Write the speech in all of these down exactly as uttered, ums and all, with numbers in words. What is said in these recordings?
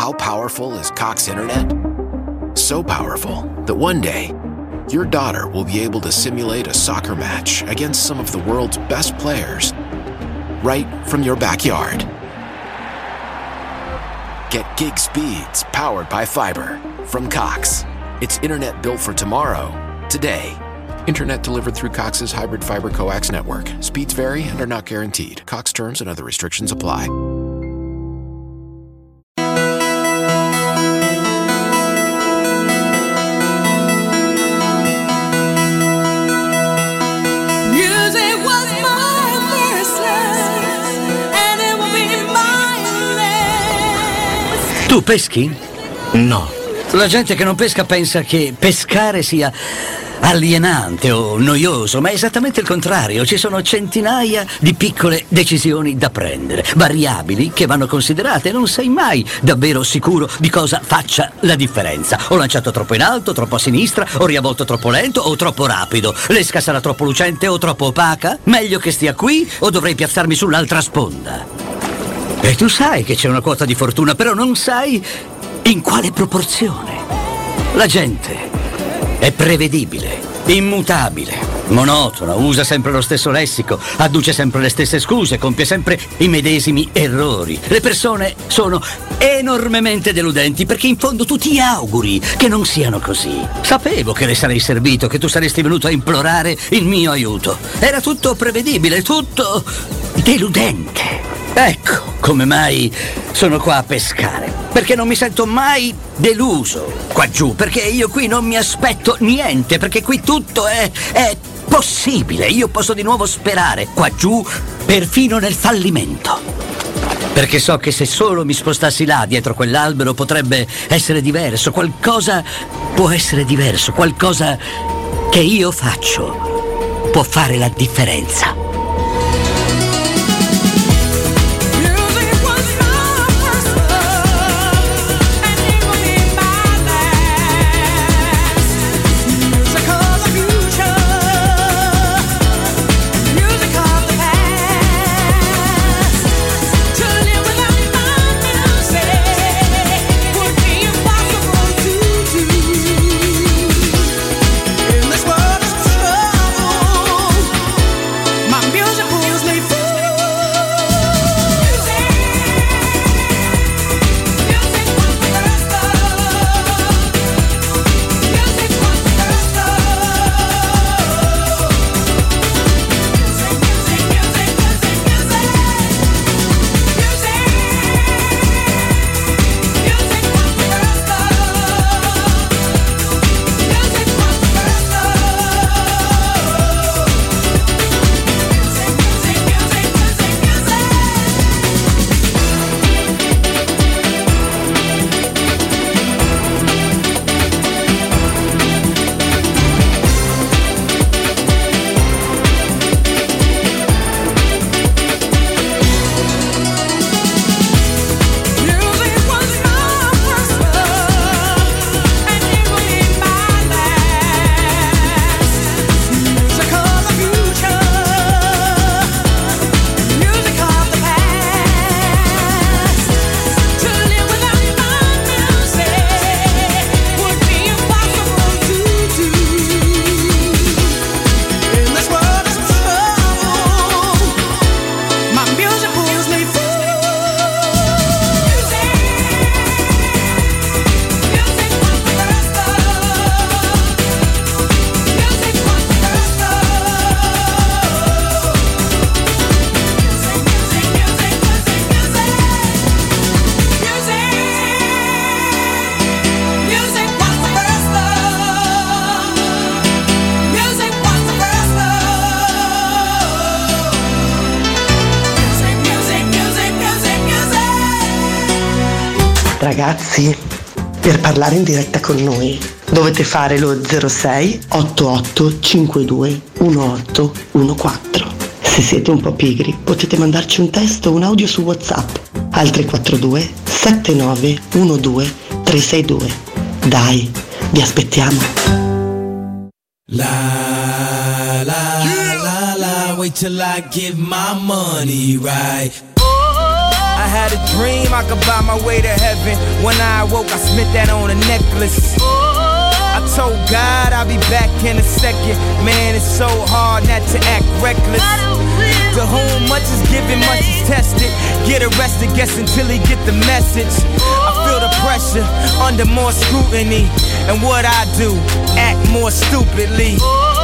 how powerful is Cox Internet? So powerful that one day, your daughter will be able to simulate a soccer match against some of the world's best players right from your backyard. Get gig speeds powered by fiber from Cox. It's internet built for tomorrow, today. Internet delivered through Cox's hybrid fiber coax network. Speeds vary and are not guaranteed. Cox terms and other restrictions apply. Tu peschi? No. La gente che non pesca pensa che pescare sia alienante o noioso, ma è esattamente il contrario. Ci sono centinaia di piccole decisioni da prendere, variabili che vanno considerate. Non sei mai davvero sicuro di cosa faccia la differenza. Ho lanciato troppo in alto, troppo a sinistra, ho riavvolto troppo lento o troppo rapido. L'esca sarà troppo lucente o troppo opaca? Meglio che stia qui o dovrei piazzarmi sull'altra sponda? E tu sai che c'è una quota di fortuna, però non sai in quale proporzione. La gente è prevedibile, immutabile, monotona, usa sempre lo stesso lessico, adduce sempre le stesse scuse, compie sempre i medesimi errori. Le persone sono enormemente deludenti perché in fondo tu ti auguri che non siano così. Sapevo che le sarei servito, che tu saresti venuto a implorare il mio aiuto. Era tutto prevedibile, tutto deludente. Ecco come mai sono qua a pescare, perché non mi sento mai deluso qua giù, perché io qui non mi aspetto niente, perché qui tutto è, è possibile. Io posso di nuovo sperare qua giù, perfino nel fallimento, perché so che se solo mi spostassi là dietro quell'albero potrebbe essere diverso, qualcosa può essere diverso, qualcosa che io faccio può fare la differenza. Ragazzi, per parlare in diretta con noi dovete fare lo zero sei otto otto cinque due uno otto uno quattro. Se siete un po' pigri potete mandarci un testo o un audio su WhatsApp al tre quattro due sette nove uno due tre sei due. Dai, vi aspettiamo. La la yeah. la la, wait till I get my money right. I had a dream I could buy my way to heaven. When I awoke, I spent that on a necklace. I told God I'll be back in a second. Man, it's so hard not to act reckless. To whom much is given, much is tested. Get arrested, guess until he get the message. I feel the pressure under more scrutiny. And what I do, act more stupidly.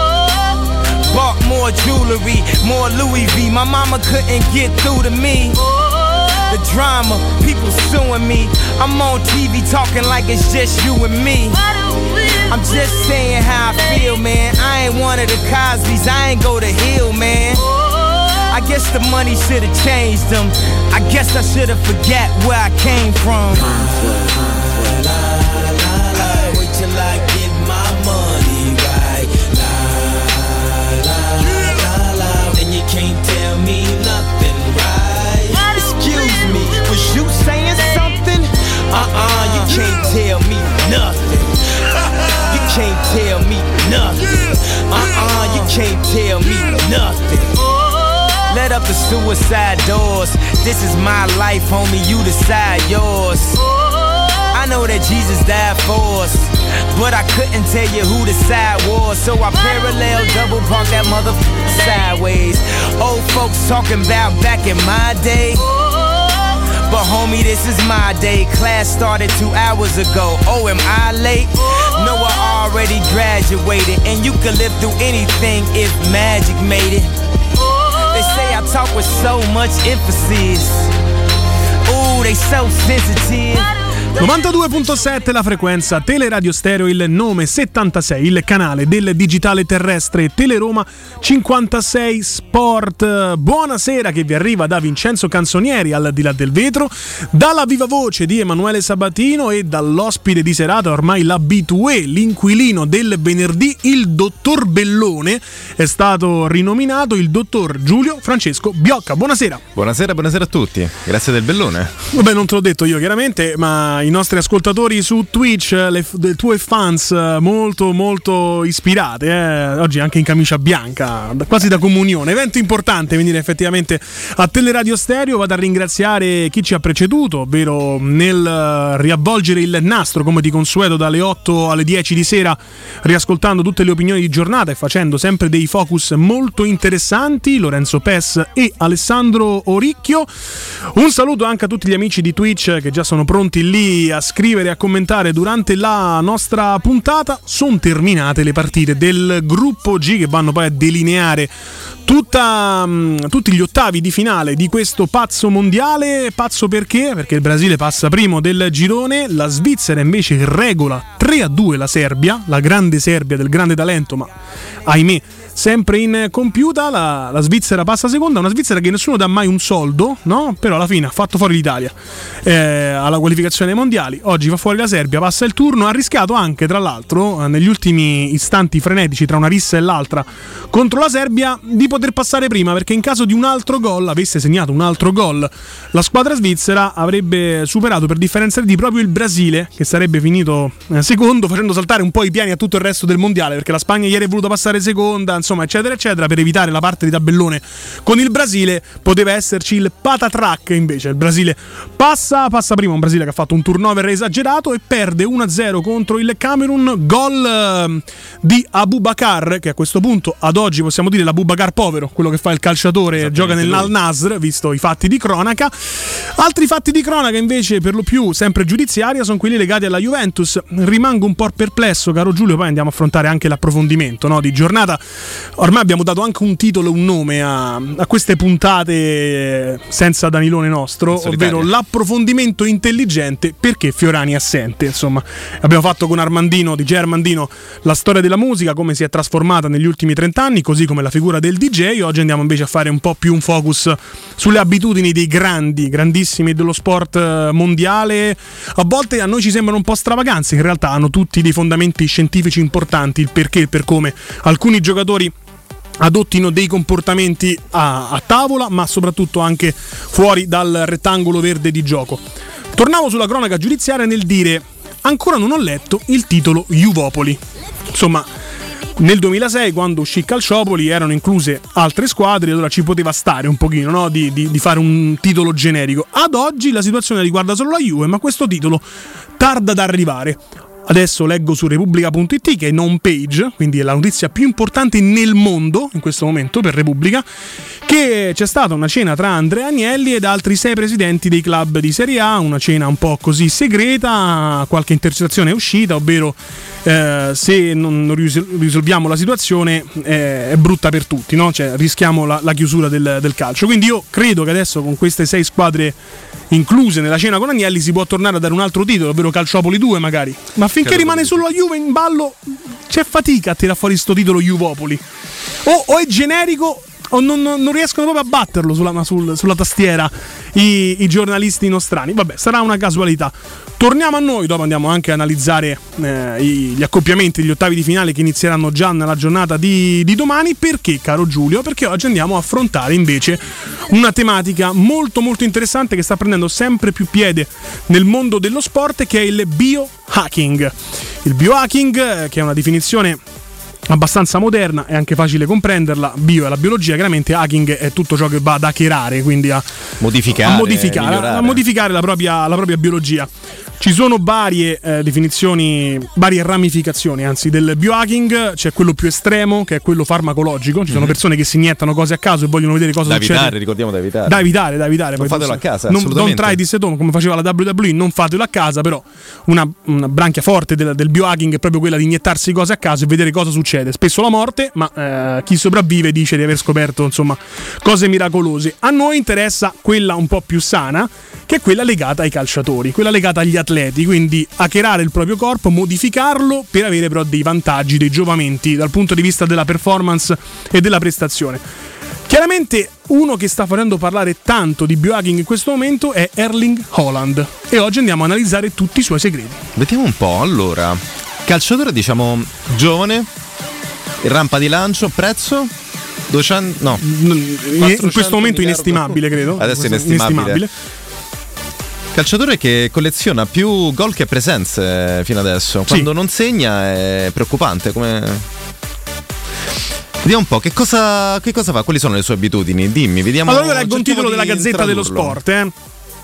Bought more jewelry, more Louis V. My mama couldn't get through to me. The drama, people suing me. I'm on T V talking like it's just you and me. I'm just saying how I feel, man. I ain't one of the Cosbys, I ain't go to Hill, man. I guess the money should've changed them. I guess I should've forgot where I came from. La, la, la, la. Wait till I get my money right. La, la, la, la. Then you can't tell me nothing, right? Excuse me, was you saying something? Uh-uh, you can't tell me nothing. You can't tell me nothing. Uh-uh, you can't tell me nothing. Let up the suicide doors. This is my life, homie, you decide yours. I know that Jesus died for us, but I couldn't tell you who the side was. So I parallel double park that motherfucker sideways. Old folks talking about back in my day, but homie, this is my day. Class started two hours ago. Oh, am I late? No, I already graduated. And you could live through anything if magic made it. They say I talk with so much emphasis. Ooh, they so sensitive. novantadue virgola sette la frequenza, Teleradio Stereo, il nome settantasei, il canale del digitale terrestre, Teleroma cinquantasei Sport. Buonasera che vi arriva da Vincenzo Canzonieri al di là del vetro, dalla viva voce di Emanuele Sabatino e dall'ospite di serata ormai l'abitué, l'inquilino del venerdì, il dottor Bellone. È stato rinominato il dottor Giulio Francesco Biocca. Buonasera. Buonasera, buonasera a tutti. Grazie del Bellone. Vabbè, non te l'ho detto io chiaramente, ma i nostri ascoltatori su Twitch, le, le tue fans molto molto ispirate, eh? Oggi anche in camicia bianca, quasi da comunione. Evento importante venire effettivamente a Teleradio Stereo. Vado a ringraziare chi ci ha preceduto, ovvero nel riavvolgere il nastro come di consueto dalle otto alle dieci di sera, riascoltando tutte le opinioni di giornata e facendo sempre dei focus molto interessanti, Lorenzo Pes e Alessandro Oricchio. Un saluto anche a tutti gli amici di Twitch che già sono pronti lì a scrivere e a commentare durante la nostra puntata. Sono terminate le partite del gruppo G che vanno poi a delineare tutta, mh, tutti gli ottavi di finale di questo pazzo mondiale. Pazzo perché? Perché il Brasile passa primo del girone, la Svizzera invece regola tre a due la Serbia, la grande Serbia del grande talento, ma ahimè sempre in compiuta. La, la Svizzera passa seconda, una Svizzera che nessuno dà mai un soldo, no? Però alla fine ha fatto fuori l'Italia eh, alla qualificazione ai mondiali. Oggi fa fuori la Serbia, passa il turno. Ha rischiato anche, tra l'altro, negli ultimi istanti frenetici tra una rissa e l'altra contro la Serbia, di poter passare prima, perché in caso di un altro gol, avesse segnato un altro gol, la squadra svizzera avrebbe superato per differenza di proprio il Brasile, che sarebbe finito eh, secondo, facendo saltare un po' i piani a tutto il resto del mondiale, perché la Spagna ieri è voluta passare seconda, insomma, eccetera eccetera, per evitare la parte di tabellone con il Brasile. Poteva esserci il patatrack, invece il Brasile passa passa prima, un Brasile che ha fatto un turnover esagerato e perde uno a zero contro il Camerun. Gol eh, di Aboubakar, che a questo punto ad oggi possiamo dire l'Aboubakar povero, quello che fa il calciatore, gioca nel Al Nasr, visto i fatti di cronaca. Altri fatti di cronaca invece, per lo più sempre giudiziaria, sono quelli legati alla Juventus. Rimango un po' perplesso, caro Giulio, poi andiamo a affrontare anche l'approfondimento, no, di giornata. Ormai abbiamo dato anche un titolo e un nome a, a queste puntate senza Danilone nostro, ovvero l'approfondimento intelligente perché Fiorani è assente. Insomma, abbiamo fatto con Armandino, D J Armandino, la storia della musica, come si è trasformata negli ultimi trent'anni, così come la figura del D J. Oggi andiamo invece a fare un po' più un focus sulle abitudini dei grandi, grandissimi dello sport mondiale. A volte a noi ci sembrano un po' stravaganze, in realtà hanno tutti dei fondamenti scientifici importanti, il perché, il per come alcuni giocatori adottino dei comportamenti a, a tavola, ma soprattutto anche fuori dal rettangolo verde di gioco. Tornavo sulla cronaca giudiziaria nel dire: ancora non ho letto il titolo Juvopoli. Insomma, Nel duemilasei, quando uscì Calciopoli, erano incluse altre squadre, allora ci poteva stare un pochino, no? di, di, di fare un titolo generico. Ad oggi la situazione riguarda solo la Juve, ma questo titolo tarda ad arrivare. Adesso leggo su Repubblica punto it, che è in home page, quindi è la notizia più importante nel mondo in questo momento per Repubblica, che c'è stata una cena tra Andrea Agnelli ed altri sei presidenti dei club di Serie A, una cena un po' così segreta, qualche intercettazione è uscita, ovvero eh, se non risolviamo la situazione eh, è brutta per tutti, no? Cioè, rischiamo la, la chiusura del, del calcio. Quindi io credo che adesso con queste sei squadre incluse nella cena con Agnelli si può tornare a dare un altro titolo, ovvero Calciopoli due magari, ma finché credo rimane solo la Juve in ballo c'è fatica a tirare fuori sto titolo Juvopoli, o, o è generico o non, non, non riescono proprio a batterlo sulla, sul, sulla tastiera i, i giornalisti nostrani. Vabbè, sarà una casualità. Torniamo a noi, dopo andiamo anche a analizzare eh, gli accoppiamenti degli ottavi di finale che inizieranno già nella giornata di, di domani. Perché, caro Giulio? Perché oggi andiamo a affrontare invece una tematica molto molto interessante che sta prendendo sempre più piede nel mondo dello sport, che è il biohacking. Il biohacking, che è una definizione abbastanza moderna, è anche facile comprenderla. Bio è la biologia, chiaramente hacking è tutto ciò che va ad hackerare, quindi a modificare, a modificare, a modificare la propria, la propria biologia. Ci sono varie eh, definizioni, varie ramificazioni anzi del biohacking. C'è quello più estremo, che è quello farmacologico. Ci sono persone che si iniettano cose a caso e vogliono vedere cosa da succede. Evitare, ricordiamo da evitare. Da evitare, da evitare. Non poi fatelo forse, a casa, non, assolutamente. Don't try this at home, come faceva la W W E, non fatelo a casa, però una, una branchia forte del, del biohacking è proprio quella di iniettarsi cose a caso e vedere cosa succede. Spesso la morte, ma eh, chi sopravvive dice di aver scoperto, insomma, cose miracolose. A noi interessa quella un po' più sana, che è quella legata ai calciatori, quella legata agli atleti, quindi hackerare il proprio corpo, modificarlo per avere però dei vantaggi, dei giovamenti dal punto di vista della performance e della prestazione. Chiaramente uno che sta facendo parlare tanto di biohacking in questo momento è Erling Haaland, e oggi andiamo a analizzare tutti i suoi segreti. Vediamo un po', allora, calciatore diciamo giovane, rampa di lancio, prezzo duecento, no, in questo momento miliardi. Inestimabile, credo. Adesso è inestimabile. inestimabile. Calciatore che colleziona più gol che presenze fino adesso. Quando sì. non segna è preoccupante. Come... Vediamo un po' che cosa, che cosa fa, quali sono le sue abitudini. Dimmi, vediamo. Allora io leggo un titolo della Gazzetta dello Sport, eh.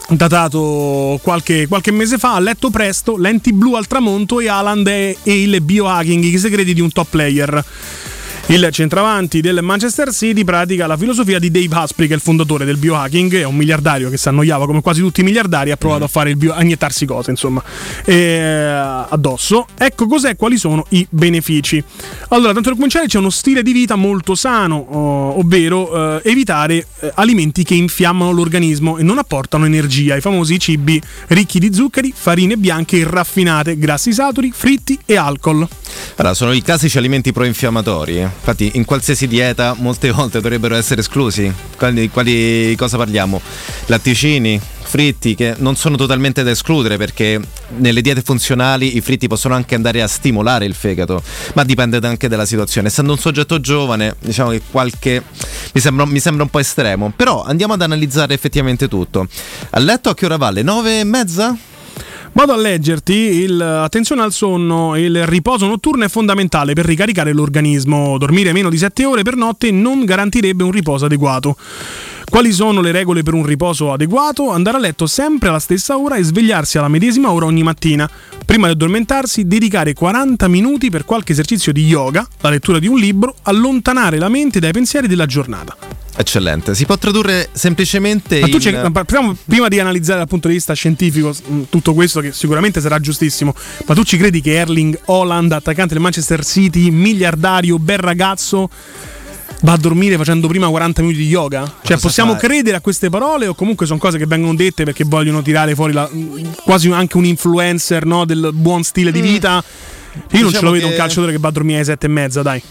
datato qualche, qualche mese fa. A letto presto, lenti blu al tramonto e Haaland e il biohacking, i segreti di un top player. Il centravanti del Manchester City pratica la filosofia di Dave Asprey, che è il fondatore del biohacking, è un miliardario che si annoiava come quasi tutti i miliardari, ha provato a fare il bio, a iniettarsi cose, insomma, e, addosso. Ecco cos'è, quali sono i benefici. Allora, tanto per cominciare, c'è uno stile di vita molto sano, oh, ovvero eh, evitare eh, alimenti che infiammano l'organismo e non apportano energia, i famosi cibi ricchi di zuccheri, farine bianche raffinate, grassi saturi, fritti e alcol. Allora, sono i classici alimenti proinfiammatori. Infatti, in qualsiasi dieta molte volte dovrebbero essere esclusi. Quali, quali cosa parliamo? Latticini, fritti, che non sono totalmente da escludere, perché nelle diete funzionali i fritti possono anche andare a stimolare il fegato, ma dipende anche dalla situazione. Essendo un soggetto giovane, diciamo che qualche mi sembra, mi sembra un po' estremo. Però andiamo ad analizzare effettivamente tutto. A letto a che ora va? Le nove e mezza? Vado a leggerti. Il, attenzione al sonno, il riposo notturno è fondamentale per ricaricare l'organismo. Dormire meno di sette ore per notte non garantirebbe un riposo adeguato. Quali sono le regole per un riposo adeguato? Andare a letto sempre alla stessa ora e svegliarsi alla medesima ora ogni mattina. Prima di addormentarsi, dedicare quaranta minuti per qualche esercizio di yoga, la lettura di un libro, allontanare la mente dai pensieri della giornata. Eccellente, si può tradurre semplicemente Ma tu in... prima di analizzare dal punto di vista scientifico tutto questo, che sicuramente sarà giustissimo, ma tu ci credi che Erling Haaland, attaccante del Manchester City, miliardario, bel ragazzo, va a dormire facendo prima quaranta minuti di yoga? Cioè, possiamo fai? credere a queste parole, o comunque sono cose che vengono dette perché vogliono tirare fuori la, quasi anche un influencer, no, del buon stile di vita? Io diciamo non ce lo vedo che... un calciatore che va a dormire alle sette e mezza, dai.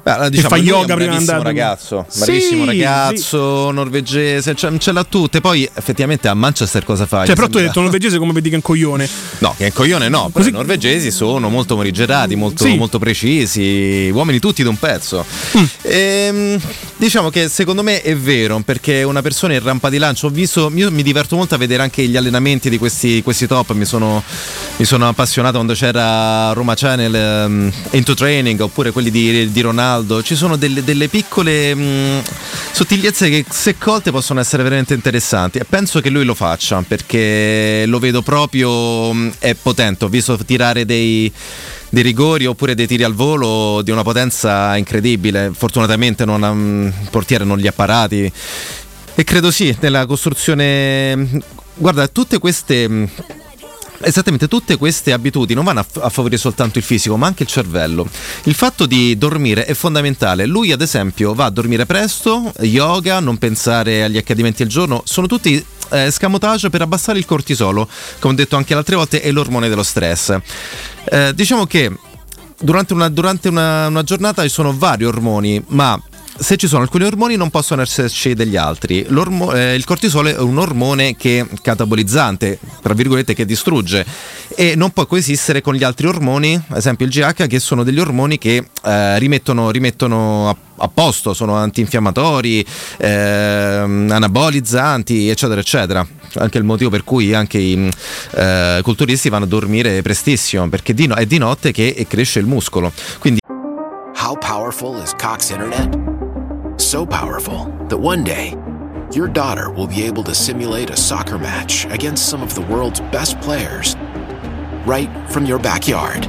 Beh, diciamo, fa yoga è un prima di bravissimo andare. ragazzo, Sì, bravissimo sì. ragazzo, norvegese, ce, ce l'ha tutte. Poi effettivamente a Manchester cosa fa? Cioè, Gli però tu hai sembra- detto norvegese come vedi che è un coglione. No, che è un coglione no, però Così- i norvegesi sono molto morigerati, molto, Sì. molto precisi, uomini tutti d'un pezzo. Mm. Ehm, diciamo che secondo me è vero, perché una persona in rampa di lancio, ho visto, io mi diverto molto a vedere anche gli allenamenti di questi, questi top, mi sono, mi sono appassionato quando c'era Roma Channel, um, Into Training, oppure quelli di, di Ronaldo. Ci sono delle, delle piccole mh, sottigliezze che se colte possono essere veramente interessanti, e penso che lui lo faccia, perché lo vedo proprio, mh, è potente. Ho visto tirare dei dei rigori oppure dei tiri al volo di una potenza incredibile. Fortunatamente non ha, il portiere non li ha parati, e credo sì, nella costruzione, guarda, tutte queste esattamente tutte queste abitudini non vanno a, f- a favorire soltanto il fisico, ma anche il cervello. Il fatto di dormire è fondamentale. Lui ad esempio va a dormire presto, yoga, non pensare agli accadimenti del giorno, sono tutti eh, escamotage per abbassare il cortisolo, come ho detto anche le altre volte, è l'ormone dello stress. Eh, diciamo che durante, una, durante una, una giornata ci sono vari ormoni, ma se ci sono alcuni ormoni non possono esserci degli altri. L'ormo- eh, il cortisolo è un ormone che catabolizzante, tra virgolette, che distrugge, e non può coesistere con gli altri ormoni, ad esempio il G H, che sono degli ormoni che eh, rimettono, rimettono a, a posto, sono antinfiammatori, eh, anabolizzanti, eccetera eccetera. Anche il motivo per cui anche i eh, culturisti vanno a dormire prestissimo, perché di no- è di notte che cresce il muscolo. Quindi How powerful is Cox Internet? So powerful that one day, your daughter will be able to simulate a soccer match against some of the world's best players right from your backyard.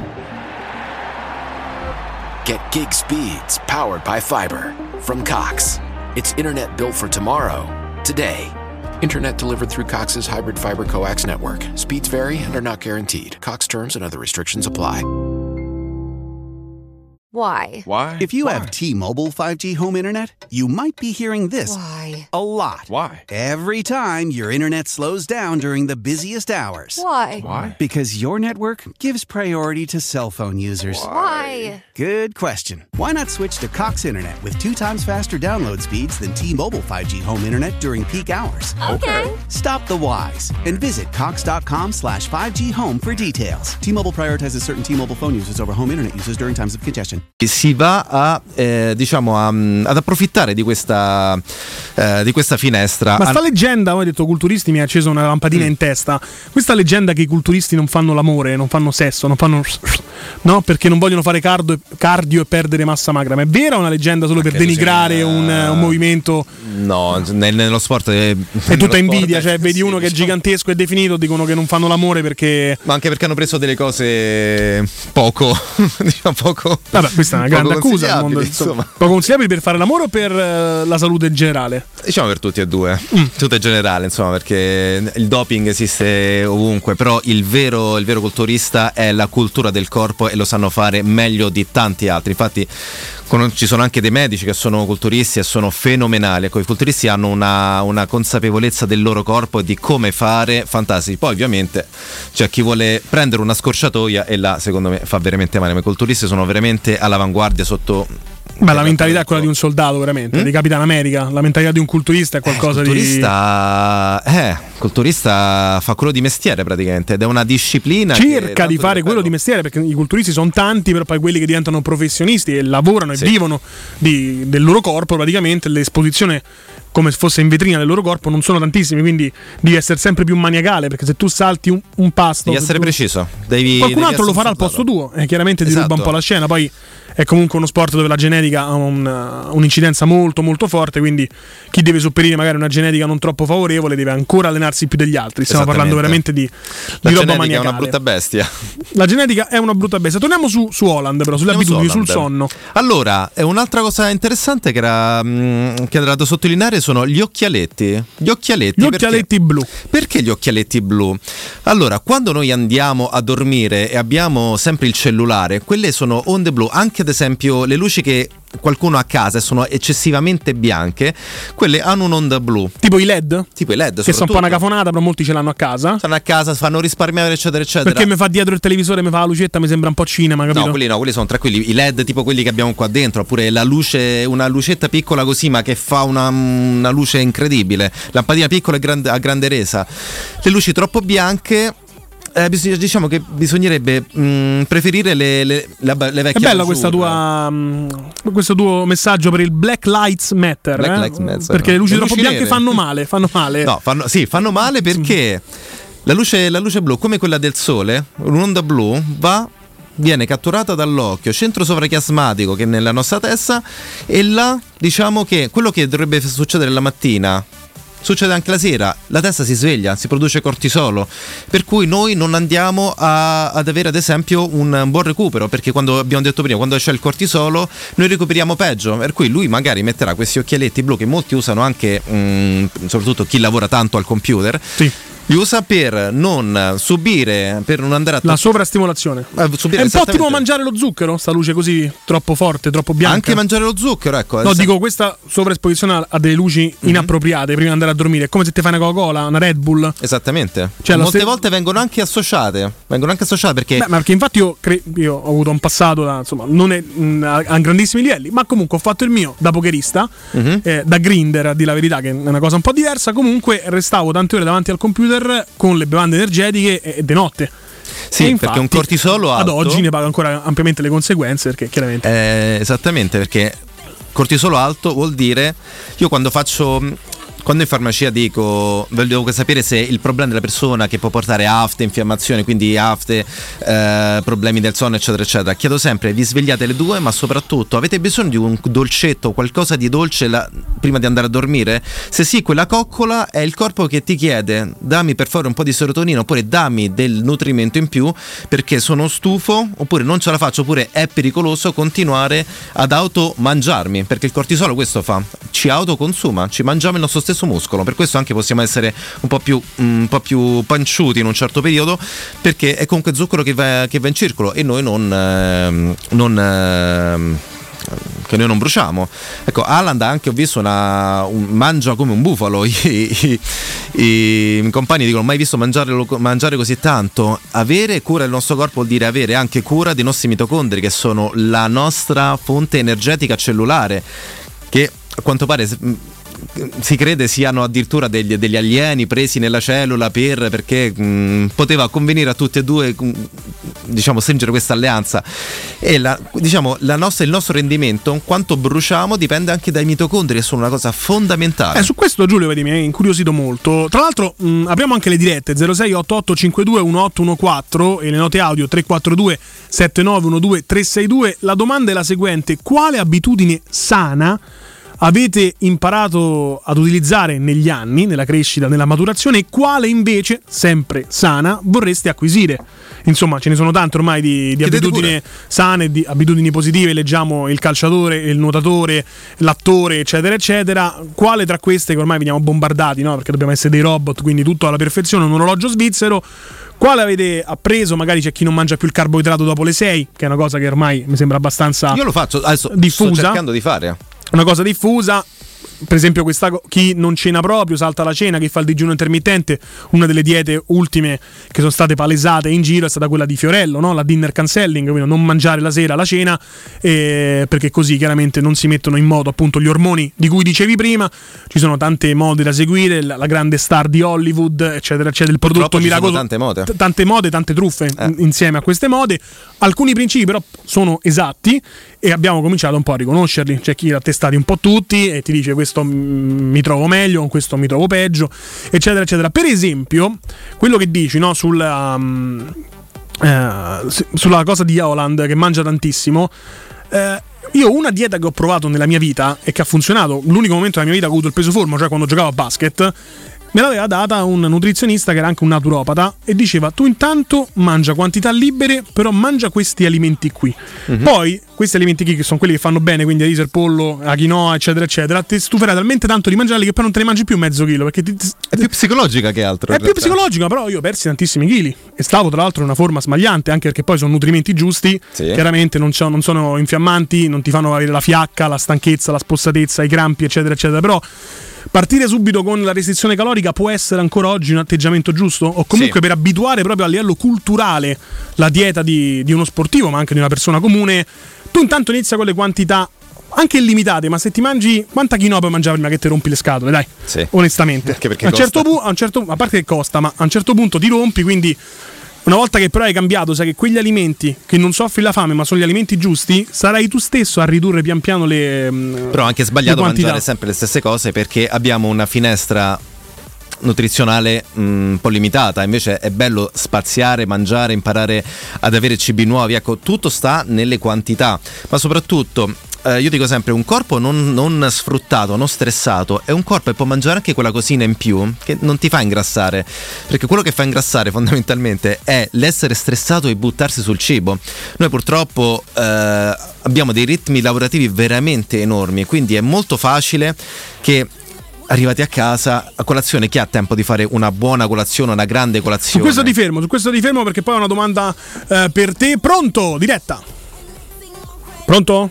Get gig speeds powered by fiber from Cox. It's internet built for tomorrow, today. Internet delivered through Cox's hybrid fiber coax network. Speeds vary and are not guaranteed. Cox terms and other restrictions apply. Why? Why? If you Why? have T-Mobile five G home internet, you might be hearing this Why? a lot. Why? Every time your internet slows down during the busiest hours. Why? Why? Because your network gives priority to cell phone users. Why? Good question. Why not switch to Cox Internet with two times faster download speeds than T-Mobile five G home internet during peak hours? Okay. Stop the whys and visit cox.com slash 5G home for details. T-Mobile prioritizes certain T-Mobile phone users over home internet users during times of congestion. si va a eh, diciamo a, ad approfittare di questa eh, di questa finestra. Ma sta An- leggenda, come hai detto, culturisti, mi ha acceso una lampadina Mm. in testa. Questa leggenda che i culturisti non fanno l'amore, non fanno sesso, non fanno no, perché non vogliono fare cardio, cardio e perdere massa magra. Ma è vera o una leggenda solo per credo denigrare sia- un, un movimento? No, nel- nello sport è, È tutta invidia, cioè vedi sì, uno che è diciamo- gigantesco e definito, dicono che non fanno l'amore perché... Ma anche perché hanno preso delle cose poco diciamo poco Vabbè, questa è una grande poco accusa al mondo, consigliabili, insomma. insomma. Poco consigliabili per fare l'amore o per eh, la salute in generale? Diciamo per tutti e due, Mm. tutto è generale, insomma, perché il doping esiste ovunque, però il vero, il vero culturista è la cultura del corpo e lo sanno fare meglio di tanti altri. Infatti con- ci sono anche dei medici che sono culturisti e sono fenomenali. Ecco, i culturisti hanno una, una consapevolezza del loro corpo e di come fare fantastici. Poi ovviamente c'è chi vuole prendere una scorciatoia e là secondo me fa veramente male, ma i culturisti sono veramente all'avanguardia sotto... Ma la mentalità è quella di un soldato, veramente, Mm? di Capitan America. La mentalità di un culturista è qualcosa il culturista, di... eh, il culturista fa quello di mestiere praticamente ed è una disciplina che Cerca tanto di fare bello. quello di mestiere, perché i culturisti sono tanti, però poi quelli che diventano professionisti e lavorano e Sì. vivono di- del loro corpo, praticamente l'esposizione come se fosse in vetrina del loro corpo non sono tantissimi, quindi devi essere sempre più maniacale, perché se tu salti un, un pasto, Devi se essere tu- preciso, devi, qualcun devi altro lo essere farà al un posto soldato. tuo e chiaramente ti Esatto. ruba un po' la scena. Poi è comunque uno sport dove la genetica ha un- un'incidenza molto molto forte, quindi chi deve sopperire magari una genetica non troppo favorevole deve ancora allenarsi più degli altri. Stiamo parlando veramente di, La di roba genetica è maniacale. una brutta bestia. La genetica è una brutta bestia. Torniamo su, su Holland, però, sulle Andiamo su abitudini, sul Holland. sonno. Allora, è un'altra cosa interessante che era, mh, che era da sottolineare sono gli occhialetti. Gli occhialetti, Gli perché- occhialetti blu. Perché gli occhialetti blu? Allora, quando noi andiamo a dormire e abbiamo sempre il cellulare, quelle sono onde blu, anche ad esempio le luci che qualcuno ha a casa e sono eccessivamente bianche, quelle hanno un'onda blu. Tipo i L E D? Tipo i L E D, che sono un po' una cafonata, però molti ce l'hanno a casa. Stanno a casa, fanno risparmiare, eccetera, eccetera. Perché mi fa dietro il televisore, mi fa la lucetta, mi sembra un po' cinema, capito? No, quelli no, quelli sono tranquilli. I L E D tipo quelli che abbiamo qua dentro, oppure la luce, una lucetta piccola così, ma che fa una, una luce incredibile. Lampadina piccola e grande, a grande resa. Le luci troppo bianche. Eh, bisogna, diciamo che bisognerebbe mh, preferire le, le, le, le vecchie. È bella questa tua, mh, questo tuo messaggio per il Black Lives Matter. Black eh? Lives Matter. Perché le luci le troppo luci bianche nere. fanno male. Fanno male. No, fanno, sì, fanno male perché la luce, la luce blu, come quella del sole, un'onda blu va. Viene catturata dall'occhio, centro sovrachiasmatico che è nella nostra testa, e là diciamo che quello che dovrebbe succedere la mattina succede anche la sera, la testa si sveglia, si produce cortisolo, per cui noi non andiamo a, ad avere ad esempio un buon recupero, perché quando abbiamo detto prima, quando c'è il cortisolo noi recuperiamo peggio, per cui lui magari metterà questi occhialetti blu che molti usano anche, mh, soprattutto chi lavora tanto al computer. Sì. Li usa per non subire, per non andare a la sovrastimolazione. Eh, subire, è un po' tipo mangiare lo zucchero, sta luce così troppo forte, troppo bianca. Anche mangiare lo zucchero, ecco. No, dico, questa sovraesposizione a delle luci mm-hmm. inappropriate prima di andare a dormire. È come se ti fai una Coca-Cola, una Red Bull. Esattamente. Cioè, molte st- volte vengono anche associate. Vengono anche associate perché. Beh, ma perché infatti io, cre- io ho avuto un passato da, insomma, non è, mh, a, a grandissimi livelli, ma comunque ho fatto il mio da pokerista, mm-hmm. eh, da grinder, a dire la verità, che è una cosa un po' diversa. Comunque restavo tante ore davanti al computer con le bevande energetiche e de notte. Sì, infatti, perché un cortisolo alto ad oggi ne paga ancora ampiamente le conseguenze, perché chiaramente eh, esattamente, perché cortisolo alto vuol dire, io quando faccio quando in farmacia dico voglio sapere se il problema della persona che può portare afte, infiammazione, quindi afte, eh, problemi del sonno, eccetera eccetera, chiedo sempre: vi svegliate alle due, ma soprattutto avete bisogno di un dolcetto, qualcosa di dolce la, prima di andare a dormire? Se sì, quella coccola è il corpo che ti chiede: dammi per favore un po' di serotonina, oppure dammi del nutrimento in più perché sono stufo, oppure non ce la faccio, oppure è pericoloso continuare ad automangiarmi, perché il cortisolo questo fa, ci autoconsuma, ci mangiamo il nostro stesso muscolo. Per questo anche possiamo essere un po' più un po' più panciuti in un certo periodo, perché è comunque zucchero che va, che va in circolo e noi non eh, non eh, che noi non bruciamo. Ecco, Haaland anche, ho visto una un, mangia come un bufalo. I, i, i, i compagni dicono: mai visto mangiare, mangiare così tanto. Avere cura del nostro corpo vuol dire avere anche cura dei nostri mitocondri, che sono la nostra fonte energetica cellulare, che a quanto pare si crede siano addirittura degli, degli alieni presi nella cellula per, perché mh, poteva convenire a tutti e due, mh, diciamo, stringere questa alleanza. E la, diciamo, la nostra, il nostro rendimento, quanto bruciamo, dipende anche dai mitocondri, che sono una cosa fondamentale. Eh, su questo, Giulio, vedi, mi hai incuriosito molto. Tra l'altro mh, apriamo anche le dirette zero sei otto otto cinque due uno otto uno quattro e le note audio tre quattro due sette nove uno due tre sei due. La domanda è la seguente: quale abitudine sana avete imparato ad utilizzare negli anni, nella crescita, nella maturazione, e quale invece, sempre sana, vorreste acquisire? Insomma, ce ne sono tante ormai di, di abitudini sane, di abitudini positive. Leggiamo il calciatore, il nuotatore, l'attore, eccetera eccetera. Quale tra queste, che ormai veniamo bombardati, no? Perché dobbiamo essere dei robot, quindi tutto alla perfezione, un orologio svizzero, quale avete appreso? Magari c'è chi non mangia più il carboidrato dopo le sei, che è una cosa che ormai mi sembra abbastanza Io lo faccio, adesso diffusa. Sto cercando di fare una cosa diffusa. Per esempio, questa, chi non cena proprio, salta la cena, chi fa il digiuno intermittente. Una delle diete ultime che sono state palesate in giro è stata quella di Fiorello, no? La dinner cancelling, quindi non mangiare la sera la cena, eh, perché così chiaramente non si mettono in moto appunto gli ormoni di cui dicevi prima. Ci sono tante mode da seguire, la, la grande star di Hollywood, eccetera eccetera, il prodotto miracoloso, tante mode. T- tante mode, tante truffe eh. in, insieme a queste mode. Alcuni principi però sono esatti e abbiamo cominciato un po' a riconoscerli. C'è chi l'ha testati un po' tutti e ti dice: questo mi trovo meglio, con questo mi trovo peggio, eccetera eccetera. Per esempio, quello che dici, no, sul, um, eh, sulla cosa di Haaland che mangia tantissimo, eh, io una dieta che ho provato nella mia vita e che ha funzionato, l'unico momento della mia vita che ho avuto il peso forma, cioè quando giocavo a basket, me l'aveva data un nutrizionista che era anche un naturopata e diceva: tu intanto mangia quantità libere, però mangia questi alimenti qui. Mm-hmm. Poi questi alimenti qui che sono quelli che fanno bene, quindi riso, il pollo, la quinoa, eccetera, eccetera, ti stuferai talmente tanto di mangiarli che poi non te ne mangi più mezzo chilo, perché ti, ti, è più psicologica che altro. È più psicologica, però io ho persi tantissimi chili e stavo tra l'altro in una forma smagliante, anche perché poi sono nutrimenti giusti, sì. Chiaramente non, non sono infiammanti, non ti fanno avere la fiacca, la stanchezza, la spossatezza, i crampi, eccetera, eccetera, però partire subito con la restrizione calorica può essere ancora oggi un atteggiamento giusto? O comunque sì. Per abituare proprio a livello culturale la dieta di, di uno sportivo, ma anche di una persona comune, tu intanto inizia con le quantità anche illimitate, ma se ti mangi, quanta quinoa puoi mangiare prima che ti rompi le scatole, dai, sì. Onestamente. Anche perché a un certo punto, a un certo, a parte che costa, ma a un certo punto ti rompi, quindi una volta che però hai cambiato, sai che quegli alimenti che non soffri la fame ma sono gli alimenti giusti, sarai tu stesso a ridurre pian piano le però anche sbagliato mangiare quantità. Sempre le stesse cose, perché abbiamo una finestra nutrizionale mh, un po' limitata. Invece è bello spaziare, mangiare, imparare ad avere cibi nuovi. Ecco, tutto sta nelle quantità, ma soprattutto eh, io dico sempre, un corpo non, non sfruttato, non stressato è un corpo che può mangiare anche quella cosina in più che non ti fa ingrassare, perché quello che fa ingrassare fondamentalmente è l'essere stressato e buttarsi sul cibo. Noi purtroppo eh, abbiamo dei ritmi lavorativi veramente enormi, quindi è molto facile che arrivati a casa, a colazione, chi ha tempo di fare una buona colazione, una grande colazione? Su questo ti fermo, su questo ti fermo perché poi ho una domanda eh, per te. Pronto? Diretta. Pronto?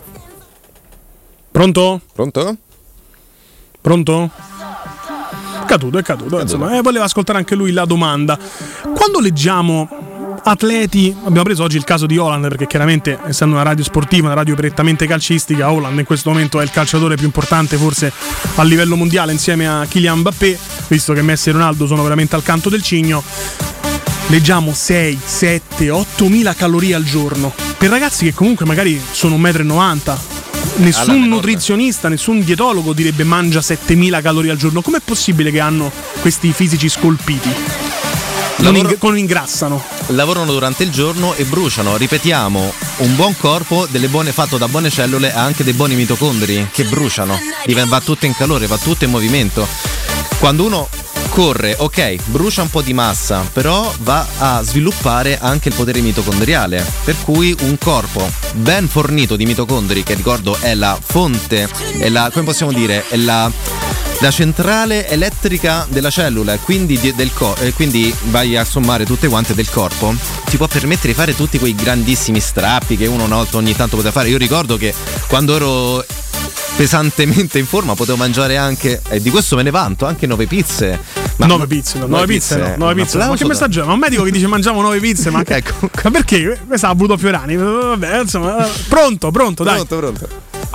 Pronto? Pronto? Pronto? Caduto, è caduto, caduto. Insomma, eh, voleva ascoltare anche lui la domanda. Quando leggiamo atleti, abbiamo preso oggi il caso di Haaland perché chiaramente, essendo una radio sportiva, una radio prettamente calcistica, Haaland in questo momento è il calciatore più importante forse a livello mondiale insieme a Kylian Mbappé, visto che Messi e Ronaldo sono veramente al canto del cigno. Leggiamo sei, sette, ottomila calorie al giorno per ragazzi che comunque magari sono un metro e novanta. Nessun nutrizionista, nessun dietologo direbbe mangia settemila calorie al giorno. Com'è possibile che hanno questi fisici scolpiti? Non, Lavoro... ing- non ingrassano. Lavorano durante il giorno e bruciano. Ripetiamo, un buon corpo, delle buone, fatto da buone cellule, ha anche dei buoni mitocondri che bruciano. Va tutto in calore, va tutto in movimento. Quando uno corre, ok, brucia un po' di massa, però va a sviluppare anche il potere mitocondriale, per cui un corpo ben fornito di mitocondri, che ricordo è la fonte, è la, come possiamo dire, è la, la centrale elettrica della cellula, quindi, del co- eh, quindi vai a sommare tutte quante del corpo, ti può permettere di fare tutti quei grandissimi strappi che uno una volta ogni tanto poteva fare. Io ricordo che quando ero pesantemente in forma potevo mangiare anche, e di questo me ne vanto, anche nove pizze. Ma nove pizze, no, nove pizze, no, nove pizze. Ma che messaggio è? Ma un medico che dice mangiamo nove pizze, ma, ecco. Ma perché? Questa ha avuto Fiorani. Vabbè, insomma, pronto, pronto, dai. Pronto, pronto.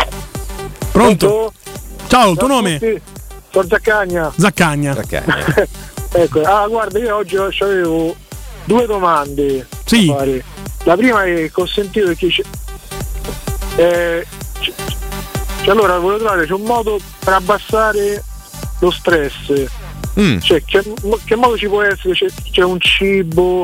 Pronto? Ciao, il tuo nome? Sono Zaccagna. Zaccagna. Zaccagna. Ecco, ah, guarda, io oggi avevo due domande. Sì. Da fare. La prima è che ho sentito che c'è, eh, c'è, c'è, allora volevo trovare c'è un modo per abbassare lo stress. Mm. Cioè, che, che modo ci può essere? C'è, c'è un cibo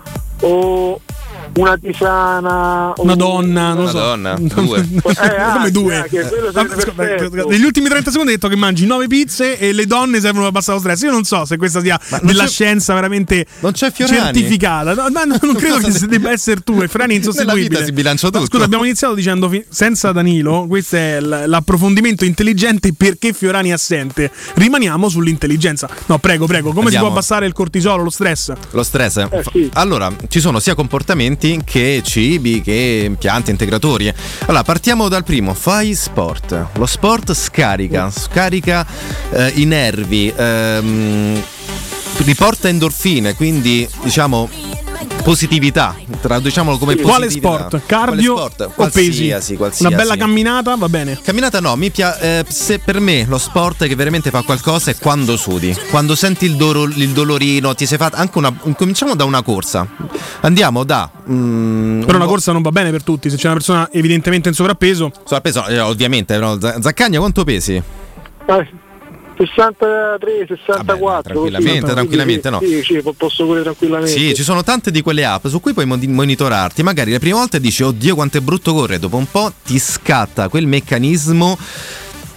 o una tisana, una donna, non una so. donna, due. Eh, come due? Eh, negli ultimi trenta secondi hai detto che mangi nove pizze e le donne servono per abbassare lo stress. Io non so se questa sia della scienza veramente non c'è certificata. No, ma non credo che se debba essere tu e Frani insostituibile. Nella vita si bilancia tutto. Ma, scusa, abbiamo iniziato dicendo senza Danilo, questo è l'approfondimento intelligente perché Fiorani è assente. Rimaniamo sull'intelligenza. No, prego, prego, come Andiamo. si può abbassare il cortisolo, lo stress? Lo stress? Eh, sì. Allora, ci sono sia comportamenti che cibi, che impianti integratori. Allora, partiamo dal primo, fai sport. Lo sport scarica, scarica eh, i nervi, ehm, riporta endorfine, quindi diciamo positività, traduciamolo come sì. positività. Quale sport? Cardio Quale sport? o pesi? Qualsiasi, qualsiasi. Una bella camminata va bene? Camminata no, mi piace. Eh, se per me lo sport che veramente fa qualcosa è quando sudi, quando senti il, do- il dolorino, ti sei fatto anche una. Cominciamo da una corsa. Andiamo da. Mm, Però una corsa non va bene per tutti. Se c'è una persona evidentemente in sovrappeso. Sovrappeso, eh, ovviamente. No. Zaccagna, quanto pesi? Eh. sessantatré, sessantaquattro. Vabbè, tranquillamente, così, tranquillamente, no? Sì, sì, posso pure tranquillamente. Sì, ci sono tante di quelle app su cui puoi monitorarti. Magari le prime volte dici, oddio quanto è brutto correre. Dopo un po' ti scatta quel meccanismo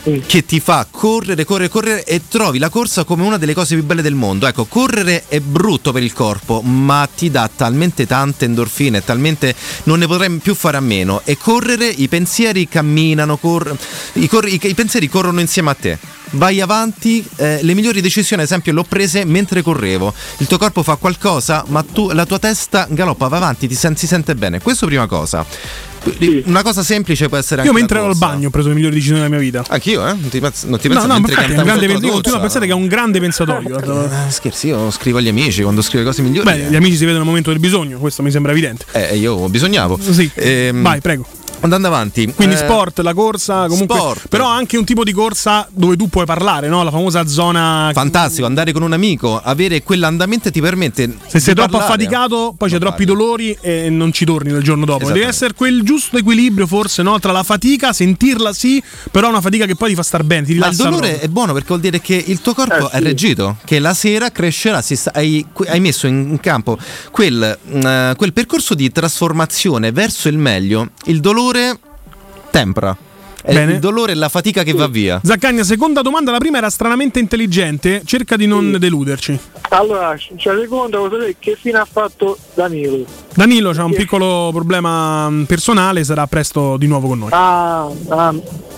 che ti fa correre, correre, correre e trovi la corsa come una delle cose più belle del mondo. Ecco, correre è brutto per il corpo, ma ti dà talmente tante endorfine, talmente non ne potrei più fare a meno. E correre, i pensieri camminano, cor- i, cor- i, i pensieri corrono insieme a te. Vai avanti, eh, le migliori decisioni ad esempio l'ho prese mentre correvo. Il tuo corpo fa qualcosa, ma tu, la tua testa galoppa, va avanti, ti sen- si sente bene. Questo prima cosa. Una cosa semplice può essere anche io mentre ero al bagno ho preso le migliori decisioni della mia vita. Anch'io, eh? Non ti, non ti penso no, no, mentre infatti è un grande, io continuo a doccia. pensare che è un grande pensatoio. Eh, scherzi, io scrivo agli amici quando scrivo cose migliori. Beh, gli amici si vedono al momento del bisogno, questo mi sembra evidente. Eh, io bisognavo. Sì. Ehm, Vai, prego. Andando avanti, quindi eh, sport, la corsa, comunque, sport. Però anche un tipo di corsa dove tu puoi parlare, no? La famosa zona. Fantastico, andare con un amico, avere quell'andamento ti permette. Se sei troppo parlare. affaticato, poi c'è troppi dolori e non ci torni il giorno dopo. Deve essere quel giusto equilibrio, forse, no? Tra la fatica, sentirla sì, però una fatica che poi ti fa star bene. Ti rilassa. Ma il dolore proprio. è buono perché vuol dire che il tuo corpo eh, è sì. reggito, che la sera crescerà, si sta, hai, hai messo in, in campo quel, uh, quel percorso di trasformazione verso il meglio. Il dolore tempra. È Bene. il dolore e la fatica che va via. Zaccagna, seconda domanda, la prima era stranamente intelligente, cerca di non deluderci. Allora, cioè, seconda cosa è che fine ha fatto Danilo? Danilo c'ha un piccolo problema personale, sarà presto di nuovo con noi. Ah, ah,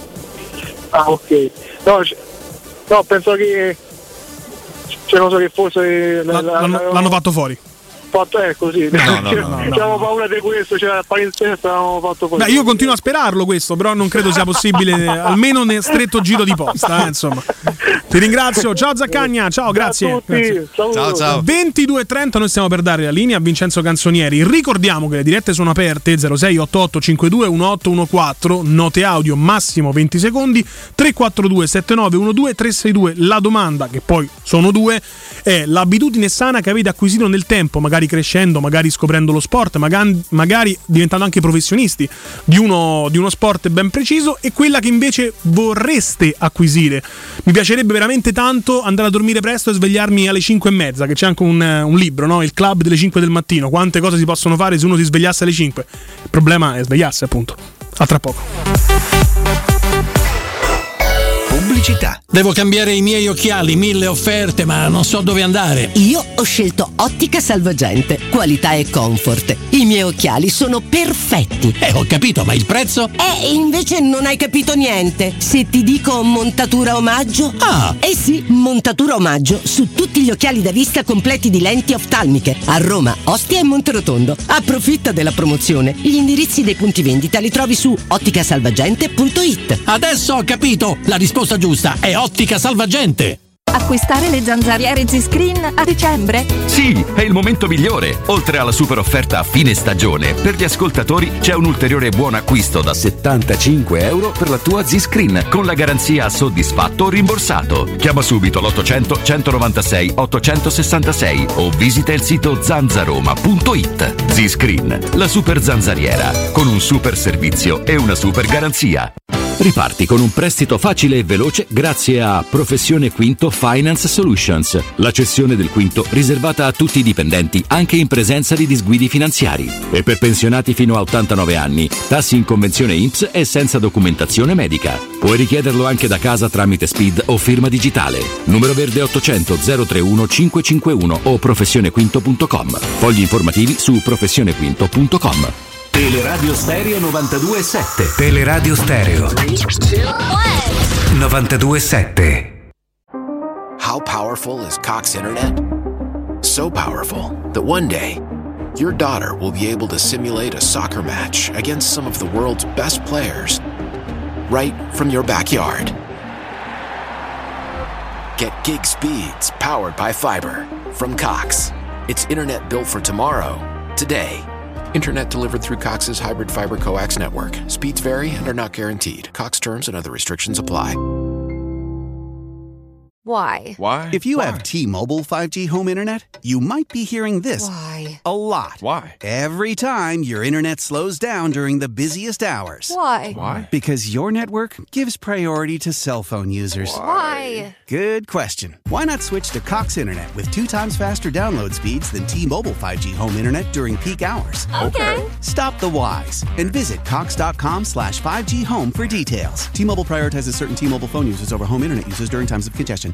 ah ok. No, c- no, penso che cioè non so che fosse La- l'hanno, l'hanno fatto fuori. fatto è così. No, no, no, no, Abbiamo paura di questo, cioè al in testa l'hanno fatto fuori. Beh, io continuo a sperarlo questo, però non credo sia possibile, almeno nel stretto giro di posta, eh, insomma. Ti ringrazio, ciao Zaccagna, ciao, grazie. Ciao a tutti. Grazie. Ciao, ciao. ventidue e trenta, noi stiamo per dare la linea a Vincenzo Canzonieri. Ricordiamo che le dirette sono aperte zero sei otto otto cinque due uno otto uno quattro, note audio massimo venti secondi, tre quattro due sette nove uno due tre sei due. La domanda, che poi sono due, è l'abitudine sana che avete acquisito nel tempo, magari crescendo, magari scoprendo lo sport, magari, magari diventando anche professionisti di uno, di uno sport ben preciso, e quella che invece vorreste acquisire. Mi piacerebbe veramente tanto andare a dormire presto e svegliarmi alle cinque e mezza, che c'è anche un, un libro, no? Il club delle cinque del mattino, quante cose si possono fare se uno si svegliasse alle cinque. Il problema è svegliarsi, appunto. A tra poco. Pubblicità. Devo cambiare i miei occhiali, mille offerte, ma non so dove andare. Io ho scelto Ottica Salvagente, qualità e comfort. I miei occhiali sono perfetti. Eh, ho capito, ma il prezzo? E invece non hai capito niente. Se ti dico montatura omaggio? Ah! Eh sì, montatura omaggio su tutti gli occhiali da vista completi di lenti oftalmiche. A Roma, Ostia e Monterotondo. Approfitta della promozione. Gli indirizzi dei punti vendita li trovi su otticasalvagente punto it. Adesso ho capito! La risposta giusta è Ottica Salvagente. Acquistare le zanzariere Z-Screen a dicembre? Sì, è il momento migliore. Oltre alla super offerta a fine stagione, per gli ascoltatori c'è un ulteriore buon acquisto da settantacinque euro per la tua Z-Screen, con la garanzia soddisfatto o rimborsato. Chiama subito l'ottocento centonovantasei ottocentosessantasei o visita il sito zanzaroma punto it. Z-Screen, la super zanzariera, con un super servizio e una super garanzia. Riparti con un prestito facile e veloce grazie a Professione Quinto Finance Solutions, la cessione del quinto riservata a tutti i dipendenti anche in presenza di disguidi finanziari, e per pensionati fino a ottantanove anni, tassi in convenzione I N P S e senza documentazione medica. Puoi richiederlo anche da casa tramite S P I D o firma digitale. Numero verde ottocento zero trentuno cinquecentocinquantuno o professionequinto punto com. Fogli informativi su professionequinto punto com. Teleradio Stereo novantadue virgola sette. Teleradio Stereo novantadue virgola sette. How powerful is Cox Internet? So powerful that one day your daughter will be able to simulate a soccer match against some of the world's best players right from your backyard. Get gig speeds powered by fiber from Cox. It's internet built for tomorrow, today. Internet delivered through Cox's hybrid fiber coax network. Speeds vary and are not guaranteed. Cox terms and other restrictions apply. Why? Why? If you Why? have T-Mobile five G home internet, you might be hearing this Why? a lot. Why? Every time your internet slows down during the busiest hours. Why? Why? Because your network gives priority to cell phone users. Why? Good question. Why not switch to Cox Internet with two times faster download speeds than T-Mobile five G home internet during peak hours? Okay. Stop the whys and visit cox.com slash 5G home for details. T-Mobile prioritizes certain T-Mobile phone users over home internet users during times of congestion.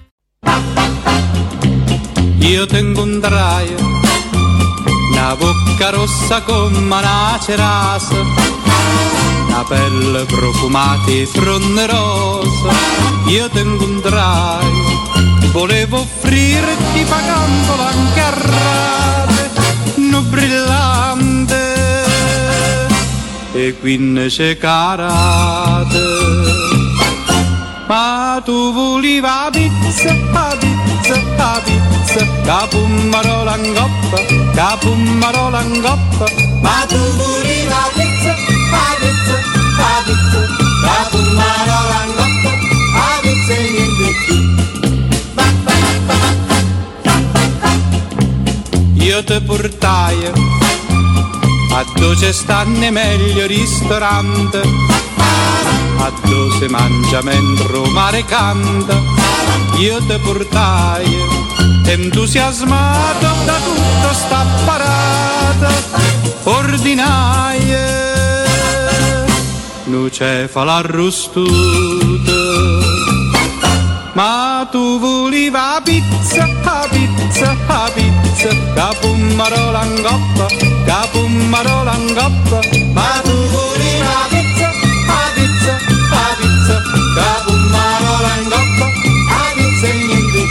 Io tengo un draio, una bocca rossa come una cerasa, una pelle profumata e fronte rosa. Io tengo un draio, volevo offrirti pagandolo anche a rate, no brillante, e quindi c'è carate. Ma tu volevi la pizza, la pizza, la pizza, capummarola in coppa, capummarola in coppa. Ma tu volevi la pizza, la pizza, la pizza, capummarola in coppa, la pizza e niente più. Io ti portai a dove stanno i meglio ristoranti, a dove si mangia mentre il mare canta. Io ti portai entusiasmato da tutta sta parata ordinaia, nucefala arrostuta. Ma tu volevi la pizza, la pizza, la pizza, capummarola in coppa, capummarola in coppa. Ma tu volevi la pizza, la pizza, la pizza, capummarola in coppa, la pizza e niente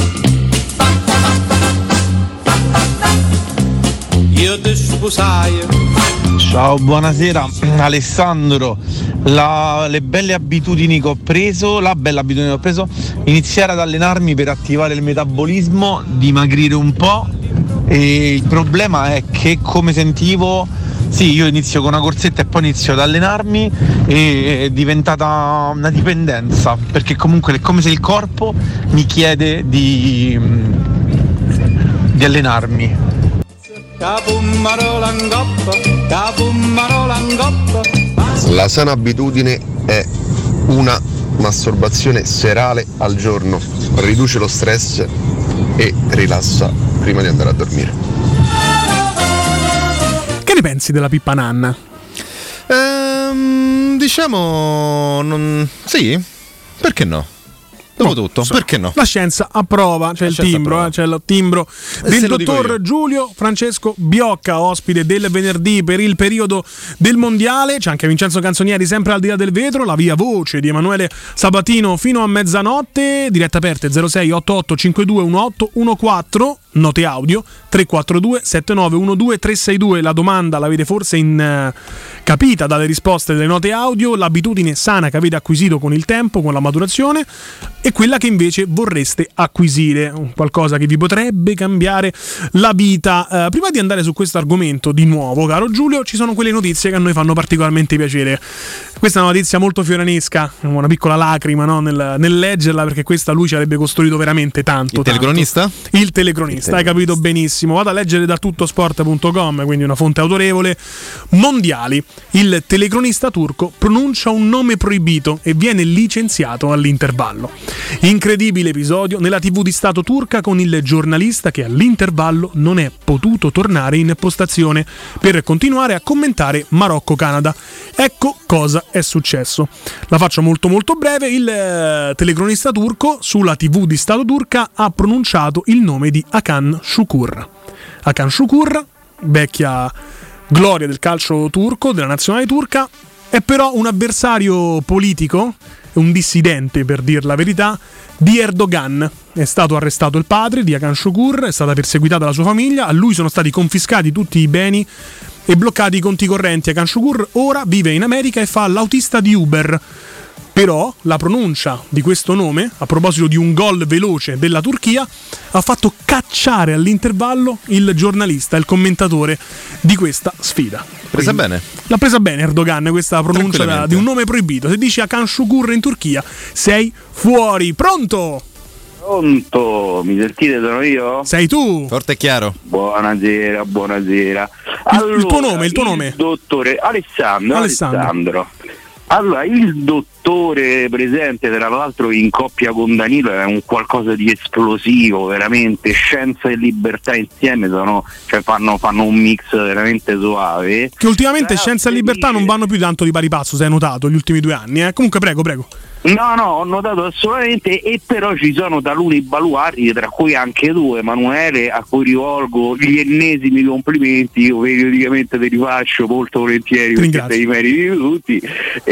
più. Io ti sposai. Ciao, buonasera Alessandro. La, le belle abitudini che ho preso, la bella abitudine che ho preso, iniziare ad allenarmi per attivare il metabolismo, dimagrire un po', e il problema è che, come sentivo, sì, io inizio con una corsetta e poi inizio ad allenarmi e è diventata una dipendenza, perché comunque è come se il corpo mi chiede di, di allenarmi. La sana abitudine è una masturbazione serale al giorno, riduce lo stress e rilassa prima di andare a dormire. Che ne pensi della pippa nanna? Ehm, diciamo non... sì, perché no? Dopo no, tutto, so, perché no? La scienza approva, c'è la il timbro, eh, c'è il timbro del dottor Giulio Francesco Biocca, ospite del venerdì per il periodo del mondiale. C'è anche Vincenzo Canzonieri, sempre al di là del vetro, la via voce di Emanuele Sabatino fino a mezzanotte, dirette aperte zero sei otto otto cinque due uno otto uno quattro, note audio tre quattro due sette nove uno due tre sei due. La domanda l'avete forse in, uh, capita dalle risposte delle note audio, l'abitudine sana che avete acquisito con il tempo, con la maturazione, e quella che invece vorreste acquisire, qualcosa che vi potrebbe cambiare la vita. Uh, prima di andare su questo argomento di nuovo, caro Giulio, ci sono quelle notizie che a noi fanno particolarmente piacere. Questa è una notizia molto fioranesca, una piccola lacrima, no? nel, nel leggerla, perché questa lui ci avrebbe costruito veramente tanto. Il tanto. telecronista? Il telecronista, hai capito benissimo. Vado a leggere da tuttosport punto com, quindi una fonte autorevole. Mondiali. Il telecronista turco pronuncia un nome proibito e viene licenziato all'intervallo. Incredibile episodio nella tivù di Stato turca con il giornalista che all'intervallo non è potuto tornare in postazione per continuare a commentare Marocco-Canada. Ecco cosa è successo. La faccio molto molto breve. Il eh, telecronista turco sulla tivù di Stato turca ha pronunciato il nome di Hakan Şükür. Hakan Şükür, vecchia gloria del calcio turco, della nazionale turca, è però un avversario politico, un dissidente per dir la verità, di Erdogan. È stato arrestato il padre di Hakan Şükür, è stata perseguitata la sua famiglia, a lui sono stati confiscati tutti i beni e bloccati i conti correnti. Hakan Şükür ora vive in America e fa l'autista di Uber. Però la pronuncia di questo nome, a proposito di un gol veloce della Turchia, ha fatto cacciare all'intervallo il giornalista, il commentatore di questa sfida. Presa Quindi, bene. L'ha presa bene Erdogan questa pronuncia di un nome proibito. Se dici Hakan Şükür in Turchia, sei fuori. Pronto? Pronto, mi sentite? Sono io? Sei tu? Forte e chiaro. Buonasera, buonasera. Allora, il tuo nome, il tuo il nome? Dottore Alessandro, Alessandro. Alessandro. Allora, il dottore presente, tra l'altro in coppia con Danilo, è un qualcosa di esplosivo, veramente. Scienza e libertà insieme sono, cioè fanno, fanno un mix veramente suave. Che ultimamente Però Scienza e libertà dice... non vanno più tanto di pari passo, se hai notato, gli ultimi due anni. Eh? Comunque, prego, prego. No, no, ho notato assolutamente, e però ci sono taluni baluardi, tra cui anche tu, Emanuele, a cui rivolgo gli ennesimi complimenti. Io periodicamente te li faccio molto volentieri perché sei i meriti di tutti,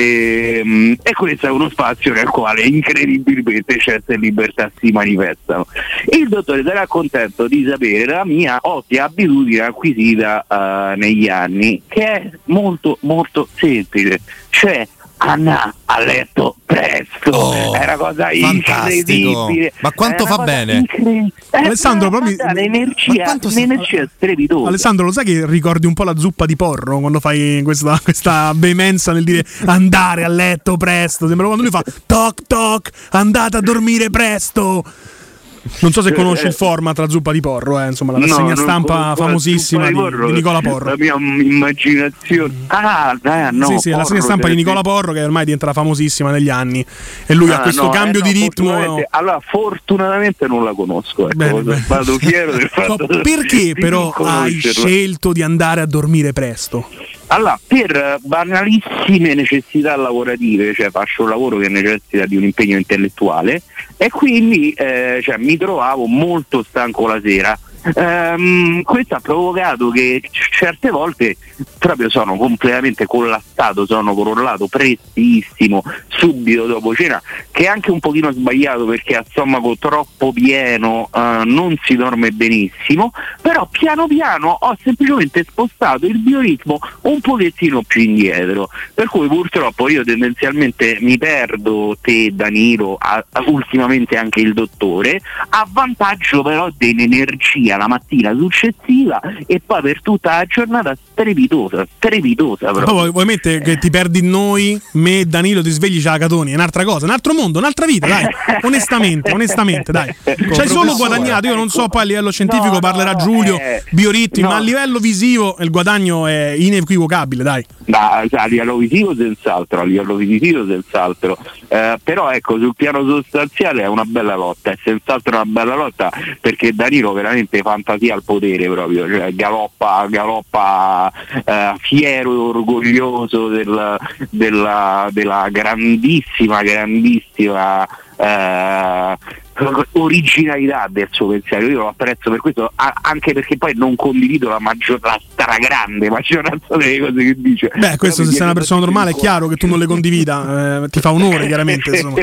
e, e questo è uno spazio nel quale incredibilmente scienza e libertà si manifestano. Il dottore sarà contento di sapere la mia ottima abitudine acquisita uh, negli anni, che è molto molto semplice, cioè andare a letto presto. Oh, è una cosa fantastico. incredibile. Ma quanto fa bene? Incre... Alessandro, proprio l'energia, l'energia strepitosa. Alessandro, lo sai che ricordi un po' la zuppa di porro quando fai questa, questa veemenza nel dire andare a letto presto? Sembra quando lui fa toc toc, andate a dormire presto. Non so se conosci il format La zuppa di porro, eh, insomma la rassegna no, stampa famosissima di, porro, di Nicola Porro. La mia immaginazione. Ah, dai, no. Sì, sì, la rassegna stampa di Nicola Porro che ormai diventa famosissima negli anni. E lui ah, ha questo no, cambio eh, no, di ritmo. No. Allora, fortunatamente non la conosco. Ecco, bene, bene. Vado fiero del fatto. No, perché però hai scelto di andare a dormire presto? Allora, per banalissime necessità lavorative, cioè faccio un lavoro che necessita di un impegno intellettuale e quindi eh, cioè, mi trovavo molto stanco la sera. Um, questo ha provocato che certe volte proprio sono completamente collassato, sono crollato prestissimo, subito dopo cena, che è anche un pochino sbagliato perché a stomaco troppo pieno uh, non si dorme benissimo, però piano piano ho semplicemente spostato il bioritmo un pochettino più indietro, per cui purtroppo io tendenzialmente mi perdo te, Danilo, a, a, ultimamente anche il dottore, a vantaggio però dell'energia la mattina successiva e poi per tutta la giornata strepitosa, strepitosa proprio. Poi vuoi mettere che ti perdi noi, me e Danilo ti svegli c'ha la Catoni, è un'altra cosa, un altro mondo, un'altra vita, dai. Onestamente, onestamente, dai. C'hai solo guadagnato, io non so poi a livello scientifico no, parlerà no, Giulio, eh, bioritmi, no. ma a livello visivo il guadagno è inequivocabile, dai. Da, a livello visivo senz'altro, a livello visivo senz'altro, eh, però ecco sul piano sostanziale è una bella lotta, è senz'altro una bella lotta perché Danilo veramente fantasia al potere proprio, cioè galoppa, galoppa eh, fiero e orgoglioso del, della, della grandissima, grandissima eh, originalità del suo pensiero. Io lo apprezzo per questo, anche perché poi non condivido la maggior, la stragrande maggioranza delle cose che dice. Beh, questo se sei una persona normale è chiaro che tu non le condivida, eh, ti fa onore chiaramente insomma.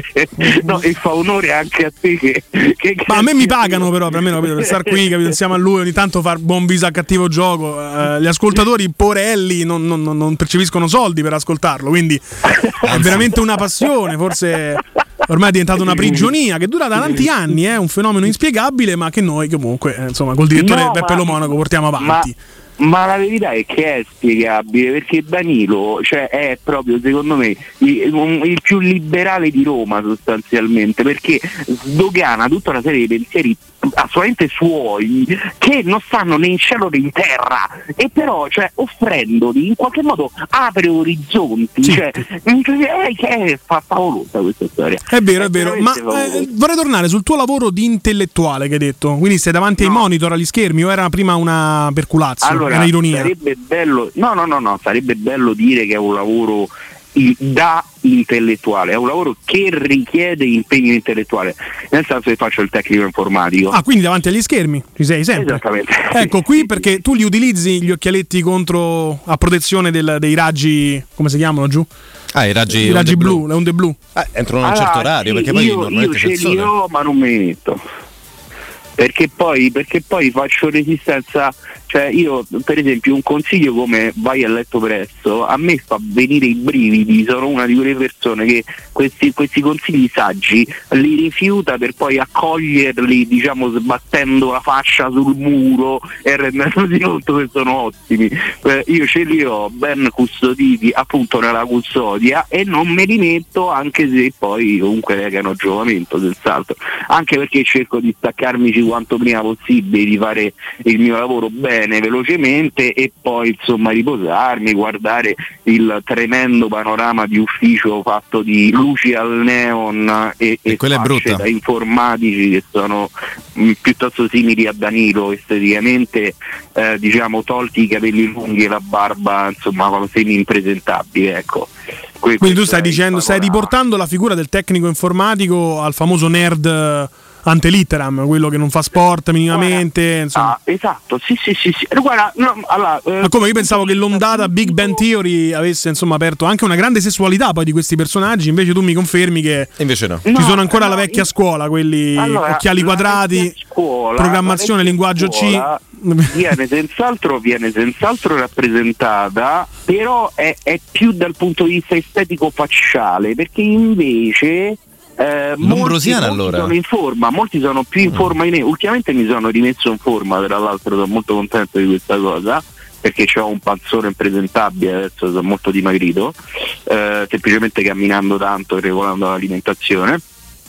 No, e fa onore anche a te che, che ma a me mi pagano però per, almeno, per star qui, capito, insieme a lui ogni tanto far buon viso a cattivo gioco. Eh, gli ascoltatori porelli non, non, non percepiscono soldi per ascoltarlo, quindi è veramente una passione, forse ormai è diventata una prigionia che dura da tanti anni, è eh, un fenomeno inspiegabile, ma che noi comunque eh, insomma col direttore no, Beppe Lo Monaco portiamo avanti. Ma, ma la verità è che è spiegabile perché Danilo, cioè, è proprio secondo me il, il più liberale di Roma sostanzialmente, perché sdogana tutta una serie di pensieri assolutamente suoi che non stanno né in cielo né in terra, e però cioè offrendoli in qualche modo apre orizzonti, sì. cioè eh, che è fa favolosa questa storia. È vero, è, è vero, ma eh, vorrei tornare sul tuo lavoro di intellettuale che hai detto, quindi sei davanti no. ai monitor, agli schermi, o era prima una perculazio, allora, una ironia? Sarebbe bello, no no no no, sarebbe bello dire che è un lavoro da intellettuale, è un lavoro che richiede impegno intellettuale, nel senso che faccio il tecnico informatico. Ah, quindi davanti agli schermi ci sei sempre. Esattamente. Ecco, qui perché tu li utilizzi gli occhialetti contro a protezione del, dei raggi, come si chiamano giù? Ah, i raggi, I raggi blu, blu, le onde blu. Ah, entrano in un certo allora, orario, sì, perché poi io, normalmente io ce li ho, ma non me li metto. Perché poi, perché poi faccio resistenza Cioè io per esempio un consiglio come vai a letto presto a me fa venire i brividi, sono una di quelle persone che questi, questi consigli saggi li rifiuta per poi accoglierli, diciamo, sbattendo la faccia sul muro e rendendosi conto che sono ottimi. Eh, io ce li ho ben custoditi appunto nella custodia e non me li metto, anche se poi comunque recano giovamento, senz'altro, anche perché cerco di staccarmici quanto prima possibile, di fare il mio lavoro bene, velocemente, e poi insomma riposarmi, guardare il tremendo panorama di ufficio fatto di luci al neon e, e, e facce da informatici che sono mh, piuttosto simili a Danilo esteticamente, eh, diciamo, tolti i capelli lunghi e la barba, insomma semi impresentabili, ecco. Que- Quindi tu stai dicendo, stai riportando la figura del tecnico informatico al famoso nerd ante litteram, quello che non fa sport minimamente, insomma. Ah, esatto, sì sì sì, sì. Guarda, no, allora, eh, ma come io pensavo che l'ondata Big Bang Theory avesse insomma aperto anche una grande sessualità poi di questi personaggi, invece tu mi confermi che invece no. Ci No, sono ancora no, la vecchia io- scuola, quelli Allora, occhiali la quadrati, vecchia scuola, programmazione, la vecchia linguaggio scuola C. viene senz'altro, viene senz'altro rappresentata, però è, è più dal punto di vista estetico facciale, perché invece eh, molti, L'Ombrosiana, molti allora? sono in forma, molti sono più in forma di me. Ultimamente mi sono rimesso in forma, tra l'altro sono molto contento di questa cosa, perché c'ho un panzone impresentabile, adesso sono molto dimagrito, eh, semplicemente camminando tanto e regolando l'alimentazione.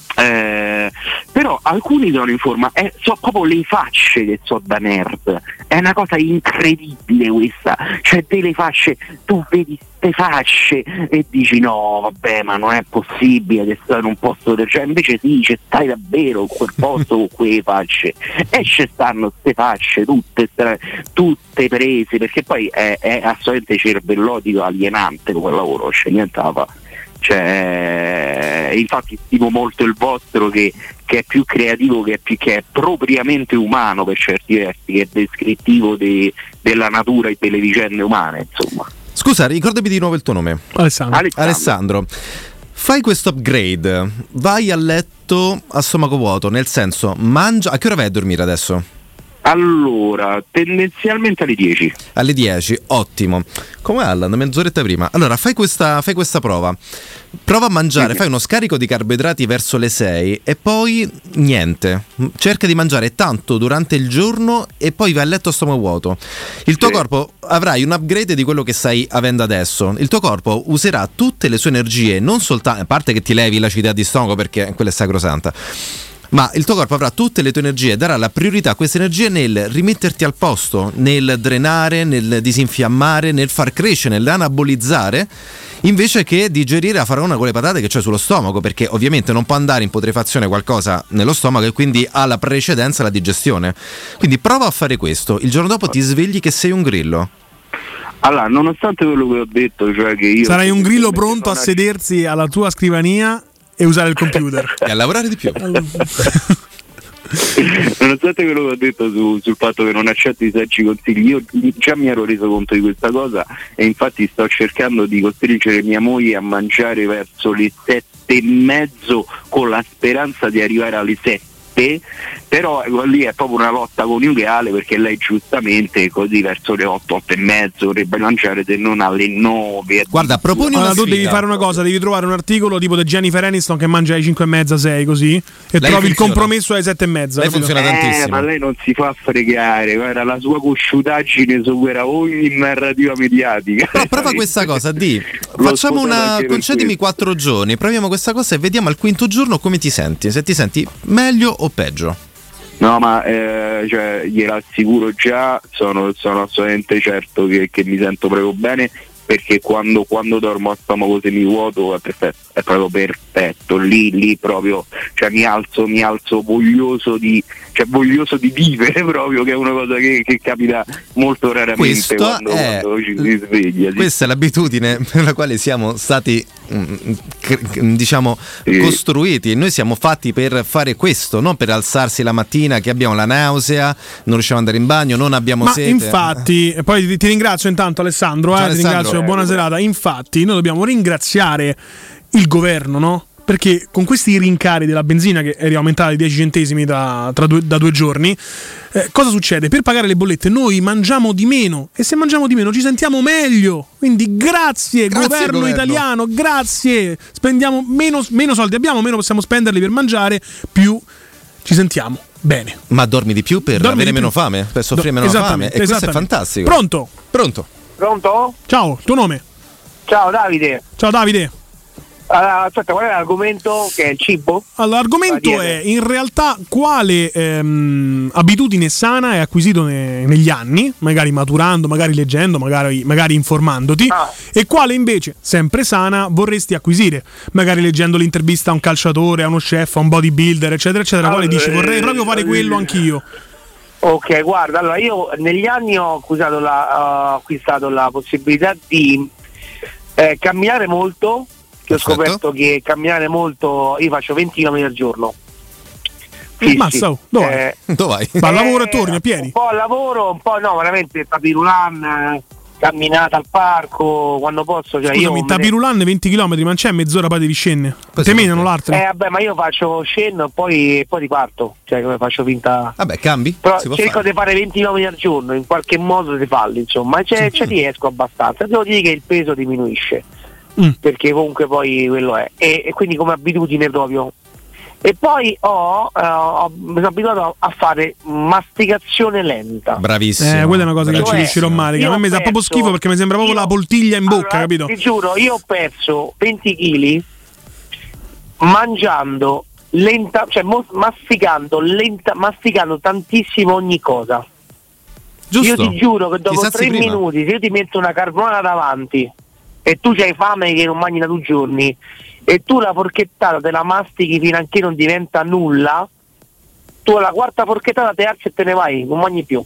Eh, però alcuni sono in forma, eh, so proprio le facce che so da nerd, è una cosa incredibile questa, cioè delle facce, tu vedi ste facce e dici no vabbè, ma non è possibile che stai in un posto del genere, invece sì, ci stai davvero in quel posto con quelle facce, e ci stanno ste facce tutte, stra- tutte prese, perché poi è, è assolutamente cervellotico, alienante quel lavoro, non c'è niente da fare. Cioè, infatti stimo molto il vostro che, che è più creativo, che è, più, che è propriamente umano per certi versi, che è descrittivo de, della natura e delle vicende umane, insomma. Scusa, ricordami di nuovo il tuo nome. Alessandro. Alessandro. Alessandro. Fai questo upgrade, vai a letto a stomaco vuoto, nel senso, mangia. A che ora vai a dormire adesso? Allora, tendenzialmente alle dieci. Alle dieci, ottimo. Come Allan, mezz'oretta prima. Allora, fai questa, fai questa prova. Prova a mangiare, fai uno scarico di carboidrati verso le sei e poi niente. Cerca di mangiare tanto durante il giorno e poi vai a letto a stomaco vuoto. Il tuo Sì. corpo, avrai un upgrade di quello che stai avendo adesso. Il tuo corpo userà tutte le sue energie, non soltanto, a parte che ti levi l'acidità di stomaco perché quella è sacrosanta, ma il tuo corpo avrà tutte le tue energie e darà la priorità a queste energie nel rimetterti al posto, nel drenare, nel disinfiammare, nel far crescere, nell'anabolizzare, invece che digerire la faraona con le patate che c'è sullo stomaco, perché ovviamente non può andare in putrefazione qualcosa nello stomaco e quindi ha la precedenza la digestione. Quindi prova a fare questo, il giorno dopo ti svegli che sei un grillo. Allora, nonostante quello che ho detto, cioè che io Sarai un grillo pronto a non- sedersi alla tua scrivania e usare il computer. E a lavorare di più. Nonostante quello che ho detto su, sul fatto che non accetto i saggi consigli, io già mi ero reso conto di questa cosa e infatti sto cercando di costringere mia moglie a mangiare verso le sette e mezzo con la speranza di arrivare alle sette, però ecco, lì è proprio una lotta coniugale, perché lei giustamente così verso le otto, otto e mezzo dovrebbe mangiare, se non alle nove. Guarda, proponi una Allora tu sfida. devi fare una cosa, devi trovare un articolo tipo di Jennifer Aniston che mangia alle cinque e mezza, sei così, e Lei trovi il funziona. compromesso alle sette e mezza. Lei capito? funziona tantissimo. Eh, ma lei non si fa fregare, guarda, la sua cosciutaggine supera ogni narrativa mediatica. Però prova questa cosa, di L'ho facciamo sposato una, anche per concedimi questo. quattro giorni, proviamo questa cosa e vediamo al quinto giorno come ti senti, se ti senti meglio o peggio. No, ma eh, cioè, glielo assicuro già, sono, sono assolutamente certo che, che mi sento proprio bene, perché quando, quando dormo a stomaco semivuoto è perfetto, è proprio perfetto, lì, lì proprio, cioè mi alzo, mi alzo voglioso di, cioè voglioso di vivere proprio, che è una cosa che, che capita molto raramente Questo quando, è- quando ci si sveglia. Sì. Questa è l'abitudine per la quale siamo stati mm, cr- diciamo Sì. costruiti. Noi siamo fatti per fare questo, non per alzarsi la mattina che abbiamo la nausea, non riusciamo ad andare in bagno, non abbiamo Ma sete. infatti, e poi ti, ti ringrazio intanto Alessandro, eh, Ciao, ti Alessandro. ringrazio, buona serata. Infatti noi dobbiamo ringraziare il governo, no? perché con questi rincari della benzina che è riaumentata di dieci centesimi da, tra due, da due giorni, eh, cosa succede? Per pagare le bollette noi mangiamo di meno, e se mangiamo di meno ci sentiamo meglio. Quindi grazie, grazie governo, governo italiano, grazie. Spendiamo meno, meno soldi abbiamo, meno possiamo spenderli per mangiare, più ci sentiamo bene. Ma dormi di più per Dormi avere di meno più. fame, per soffrire Do- meno fame, e questo è fantastico. Pronto? Pronto? Pronto? Ciao, il tuo nome? Ciao Davide. Ciao Davide. Allora, aspetta, qual è l'argomento? Che è il cibo? Allora, l'argomento è in realtà quale ehm, abitudine sana hai acquisito ne- negli anni, magari maturando, magari leggendo, magari, magari informandoti, Ah. e quale invece, sempre sana, vorresti acquisire, magari leggendo l'intervista a un calciatore, a uno chef, a un bodybuilder, eccetera, eccetera, quale dici vorrei proprio fare quello anch'io. Ok, guarda, allora io negli anni ho acquistato la, ho acquistato la possibilità di eh, camminare molto. Che ho scoperto che camminare molto, io faccio venti chilometri al giorno. Fissi. Mazza, oh, dove vai? Dove vai? Va al lavoro e torni a piedi? Un po' al lavoro, un po' no, veramente tapirulan, camminata al parco, quando posso. Cioè Scusami, io tapirulan venti chilometri, ma c'è mezz'ora poi devi scendere. Te menano l'altro. Eh vabbè, ma io faccio scendo e poi, poi riparto, cioè come faccio finta. Vabbè, cambi? Però Si può cerco fare. di fare venti chilometri al giorno, in qualche modo di farli, insomma, c'è, c'è riesco abbastanza. Devo dire che il peso diminuisce. Mm. Perché comunque poi quello è e, e quindi come abitudine proprio. E poi ho, eh, ho mi sono abituato a fare masticazione lenta. Bravissimo. Eh, quella è una cosa che non ci Cioè, riuscirò mai. Che io a me mi ho sa proprio perso- schifo perché mi sembra proprio io- la poltiglia in bocca, Allora, capito? Ti giuro, io ho perso venti chili mangiando lenta, cioè mo- masticando lenta, masticando tantissimo ogni cosa. Giusto. Io ti giuro che Ti dopo sazi tre prima. minuti, se io ti metto una carbonara davanti e tu c'hai fame che non mangi da due giorni e tu la forchettata te la mastichi fino a che non diventa nulla, tu la quarta forchettata te alzi e te ne vai, non mangi più.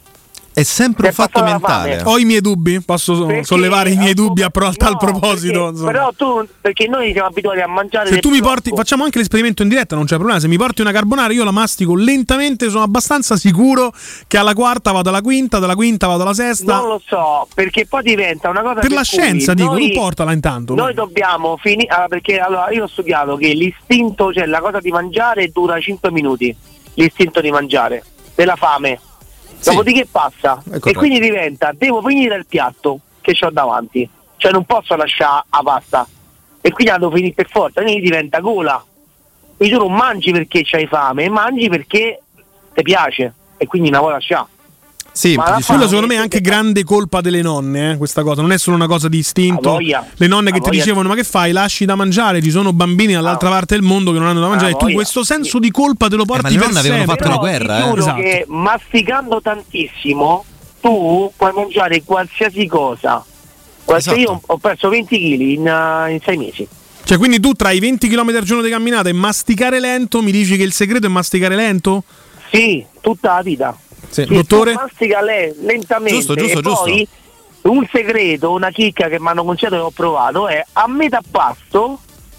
È sempre un Ti è fatto passata la mentale. fame. Ho i miei dubbi, posso Perché- sollevare i miei dubbi a, pro- a tal No, proposito. perché- insomma. però tu, perché noi siamo abituati a mangiare Se del tu mi blocco. porti, facciamo anche l'esperimento in diretta, non c'è problema. Se mi porti una carbonara, io la mastico lentamente. Sono abbastanza sicuro che alla quarta vado alla quinta, dalla quinta vado alla sesta. Non lo so, perché poi diventa una cosa Per la cui scienza, dico, noi- tu portala intanto. Noi dobbiamo finire, allora, perché allora io ho studiato che l'istinto, cioè la cosa di mangiare dura cinque minuti, l'istinto di mangiare, della fame. Sì. Dopodiché passa e corretto. quindi diventa, devo finire il piatto che ho davanti, cioè non posso lasciare la pasta e quindi la devo finire per forza, quindi diventa gola. Quindi tu non mangi perché c'hai fame, mangi perché ti piace e quindi una vuoi lasciare. Sì, Ma la diciamo- Quello secondo me è anche grande colpa delle nonne, eh, questa cosa, non è solo una cosa di istinto. A voglia. Le nonne che A ti voglia. dicevano "Ma che fai? Lasci da mangiare, ci sono bambini dall'altra parte del mondo che non hanno da mangiare", A e tu voglia. questo senso di colpa te lo porti ma le per nonne avevano sempre. fatto la Però guerra, ti eh. giuro Esatto. che masticando tantissimo tu puoi mangiare qualsiasi cosa. Qualsiasi, Esatto. Io ho perso venti chili in, uh, in sei mesi. Cioè, quindi tu tra i venti chilometri al giorno di camminata e masticare lento, mi dici che il segreto è masticare lento? Sì, tutta la vita. Sì. Sì, Dottore? tu mastica le- lentamente Giusto, giusto, e giusto. poi un segreto, una chicca che mi hanno consigliato e ho provato è a metà pasto,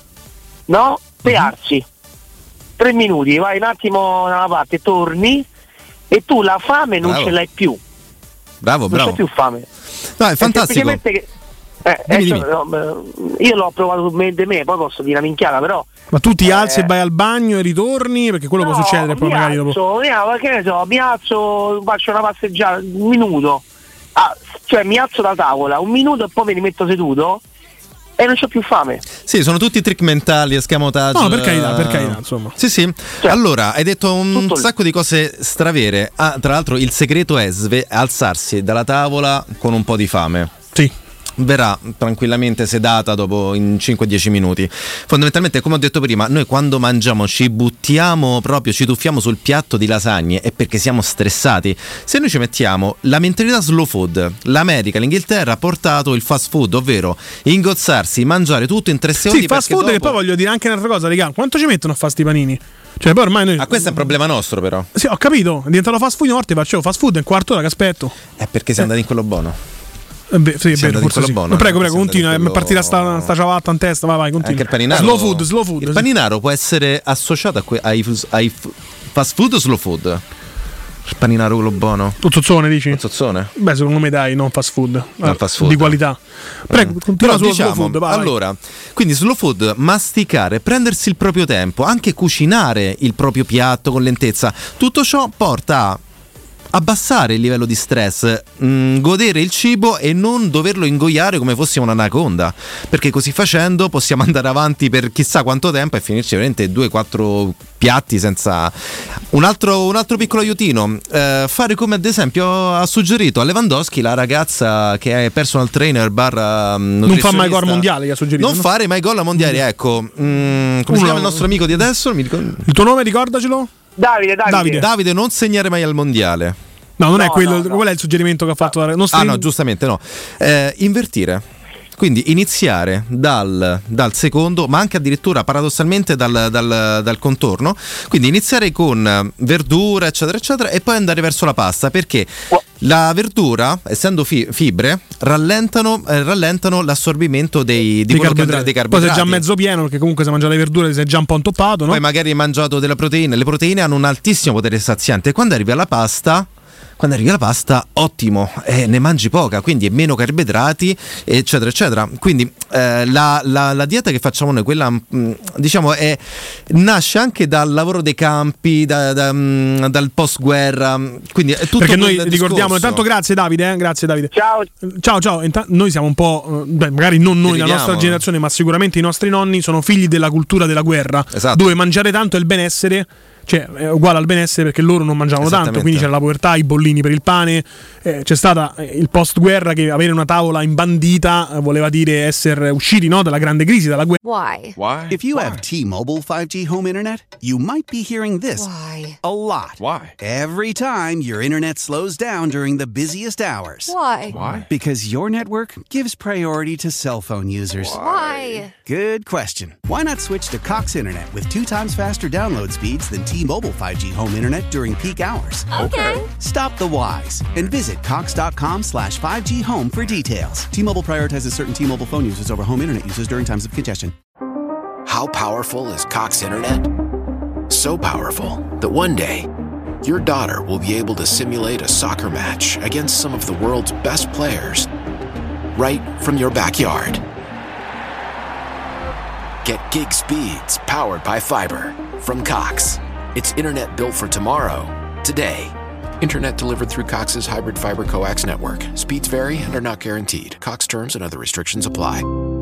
no? Pearsi. Tre minuti, vai un attimo da una parte, torni e tu la fame non Bravo. ce l'hai più. Bravo, Non bravo. c'è più fame. No, è fantastico. semplicemente che- eh, Dimmi, eh, dimmi. no, beh, io l'ho provato su me, de me, poi posso dire una minchiata, però Ma tu ti Eh. alzi e vai al bagno e ritorni? Perché quello può no, succedere poi mi magari alzo, dopo. mi alzo, che ne so, mi alzo, faccio una passeggiata, un minuto, ah, cioè mi alzo da tavola, un minuto e poi mi rimetto seduto e non c'ho più fame. Sì, sono tutti trick mentali, escamotage. No, per carità, per carità, insomma. Sì, sì. Allora, hai detto un tutto lì. sacco di cose stravere. Ah, tra l'altro, il segreto è sve- alzarsi dalla tavola con un po' di fame. Sì. Verrà tranquillamente sedata dopo in cinque dieci minuti. Fondamentalmente, come ho detto prima, noi quando mangiamo ci buttiamo proprio, ci tuffiamo sul piatto di lasagne è perché siamo stressati. Se noi ci mettiamo la mentalità slow food, l'America, l'Inghilterra ha portato il fast food, ovvero ingozzarsi, mangiare tutto in tre secondi. Sì, fast perché food, che dopo- poi voglio dire anche un'altra cosa, raga. Quanto ci mettono a fare sti panini? Cioè, poi ormai noi. Ah, questo è un problema nostro, però. Sì, ho capito. È diventato fast food, una volta facevo fast food, è un quarto d'ora che aspetto. È perché sei andato in quello buono. Eh beh, sì, è Sei vero, andato in forse quello sì. buono, Ma prego, eh, prego, sei andato continua. in Mi quello- partirà sta, sta ciabatta in testa. Vai, vai, continua. Anche il paninaro. Slow food, slow food. Il sì. paninaro può essere associato a que- ai, ai f- fast food o slow food? Paninaro quello buono. Lo zozzone dici? Lo zozzone? Beh, secondo me dai, non fast food. Non fast food. Di qualità. Prego, Mm. continua Però sullo diciamo, slow food, vai, allora, vai. quindi slow food, masticare, prendersi il proprio tempo, anche cucinare il proprio piatto con lentezza, tutto ciò porta a abbassare il livello di stress, mh, godere il cibo e non doverlo ingoiare come fossimo un'anaconda, perché così facendo possiamo andare avanti per chissà quanto tempo e finirci veramente due quattro piatti senza. Un altro, un altro piccolo aiutino, eh, fare come ad esempio ha suggerito a Lewandowski la ragazza che è personal trainer barra non fa mai gol mondiale, che ha suggerito, non no? fare mai gol a mondiali, ecco. Mm, come Uno. si chiama il nostro amico di adesso? Mi ricordo- Il tuo nome, ricordacelo? Davide, Davide. Davide. Davide, non segnare mai al mondiale. No, non No, è quello. no, no. Qual è il suggerimento che ha fatto? Non Ah string- no, giustamente no. Eh, invertire. Quindi iniziare dal, dal secondo, ma anche addirittura paradossalmente dal, dal, dal contorno. Quindi iniziare con verdura, eccetera, eccetera, e poi andare verso la pasta, perché la verdura, essendo fi- fibre, rallentano, eh, rallentano l'assorbimento dei, di dei quello che andrà- carboidrati. dei Poi carboidrati. sei già mezzo pieno, perché comunque se mangia le verdure sei già un po' intoppato, no? Poi magari hai mangiato delle proteine. Le proteine hanno un altissimo potere saziante. E quando arrivi alla pasta, quando arrivi alla pasta, ottimo, eh, ne mangi poca, quindi è meno carboidrati, eccetera, eccetera. Quindi eh, la, la, la dieta che facciamo noi, quella mh, diciamo, è, nasce anche dal lavoro dei campi, da, da, mh, dal post guerra. Quindi è tutto Perché noi quel ricordiamo, discorso. intanto grazie Davide, eh, grazie Davide. Ciao. Ciao, ciao. Inta- noi siamo un po', eh, beh, magari non noi, la Deriviamo. nostra generazione, ma sicuramente i nostri nonni sono figli della cultura della guerra, Esatto. dove mangiare tanto è il benessere. Cioè è uguale al benessere, perché loro non mangiavano tanto, Esattamente. quindi c'era la povertà, i bollini per il pane, eh, c'è stata eh, il post guerra, che avere una tavola imbandita eh, voleva dire essere usciti, no, dalla grande crisi, dalla guerra. Why? Why? If you have T-Mobile five G home internet, you might be hearing this Why? a lot. Why? Every time your internet slows down during the busiest hours. Why? Why? Because your network gives priority to cell phone users. Why? Good question. Why not switch to Cox Internet with two times faster download speeds than T-Mobile five G home internet during peak hours? Okay. Stop the whys and visit cox.com slash 5G home for details. T-Mobile prioritizes certain T-Mobile phone users over home internet users during times of congestion. How powerful is Cox Internet? So powerful that one day, your daughter will be able to simulate a soccer match against some of the world's best players right from your backyard. Get gig speeds powered by fiber from Cox. It's internet built for tomorrow, today. Internet delivered through Cox's hybrid fiber coax network. Speeds vary and are not guaranteed. Cox terms and other restrictions apply.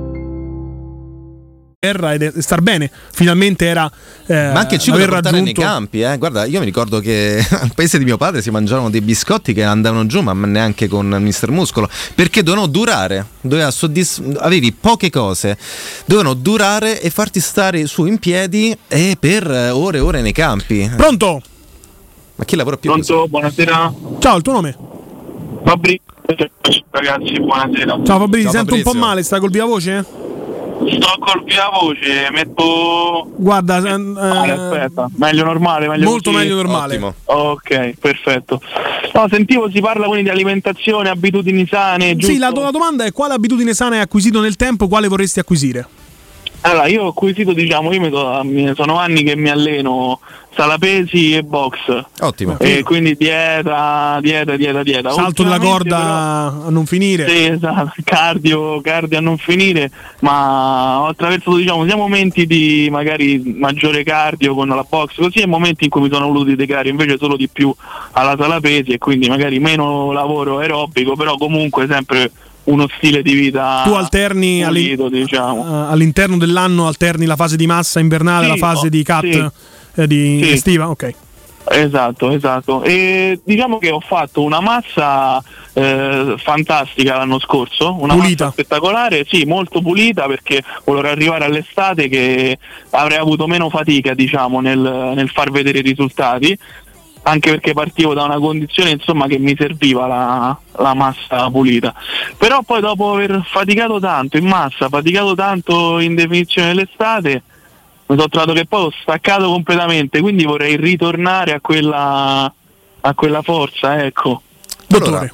Ed star bene, finalmente era eh, Ma anche il cibo da aver portare raggiunto nei campi, eh. Guarda, io mi ricordo che al paese di mio padre si mangiavano dei biscotti che andavano giù, ma neanche con mister Muscolo, perché dovevano durare, doveva soddisf- avevi poche cose, dovevano durare e farti stare su in piedi e per ore e ore nei campi. Pronto? Ma chi lavora più? Pronto, buonasera. Ciao, il tuo nome? Fabrizio, ragazzi, buonasera. Ciao Fabrizio, Ciao, sento un po' Fabrizio. male, stai col via voce? Sto col via voce, metto. Guarda, eh, Vale, aspetta, meglio normale, meglio molto così? meglio normale. Ottimo. Ok, perfetto. No, sentivo si parla quindi di alimentazione, abitudini sane, giusto? Sì, la, la domanda è: quale abitudine sana hai acquisito nel tempo, quale vorresti acquisire? Allora, io ho acquisito, diciamo, io mi to- mi- sono anni che mi alleno sala pesi e box. Ottimo. E quindi dieta, dieta, dieta, dieta. Salto della Ultimamente, corda però, a non finire. sì, esatto, cardio, cardio a non finire, ma ho attraversato, diciamo, sia momenti di magari maggiore cardio con la box così, e momenti in cui mi sono voluto dedicare invece solo di più alla sala pesi, e quindi magari meno lavoro aerobico, però comunque sempre uno stile di vita Tu alterni pulito, all'in- diciamo. a- all'interno dell'anno, alterni la fase di massa invernale, Sì, la fase oh, di cut sì. eh, di Sì. estiva, ok. Esatto, esatto. E diciamo che ho fatto una massa eh, fantastica l'anno scorso, una Pulita. massa spettacolare, sì, molto pulita, perché volevo arrivare all'estate che avrei avuto meno fatica, diciamo, nel, nel far vedere i risultati, anche perché partivo da una condizione, insomma, che mi serviva la, la massa pulita. Però poi, dopo aver faticato tanto in massa, faticato tanto in definizione dell'estate, mi sono trovato che poi ho staccato completamente, quindi vorrei ritornare a quella a quella forza, ecco. Allora,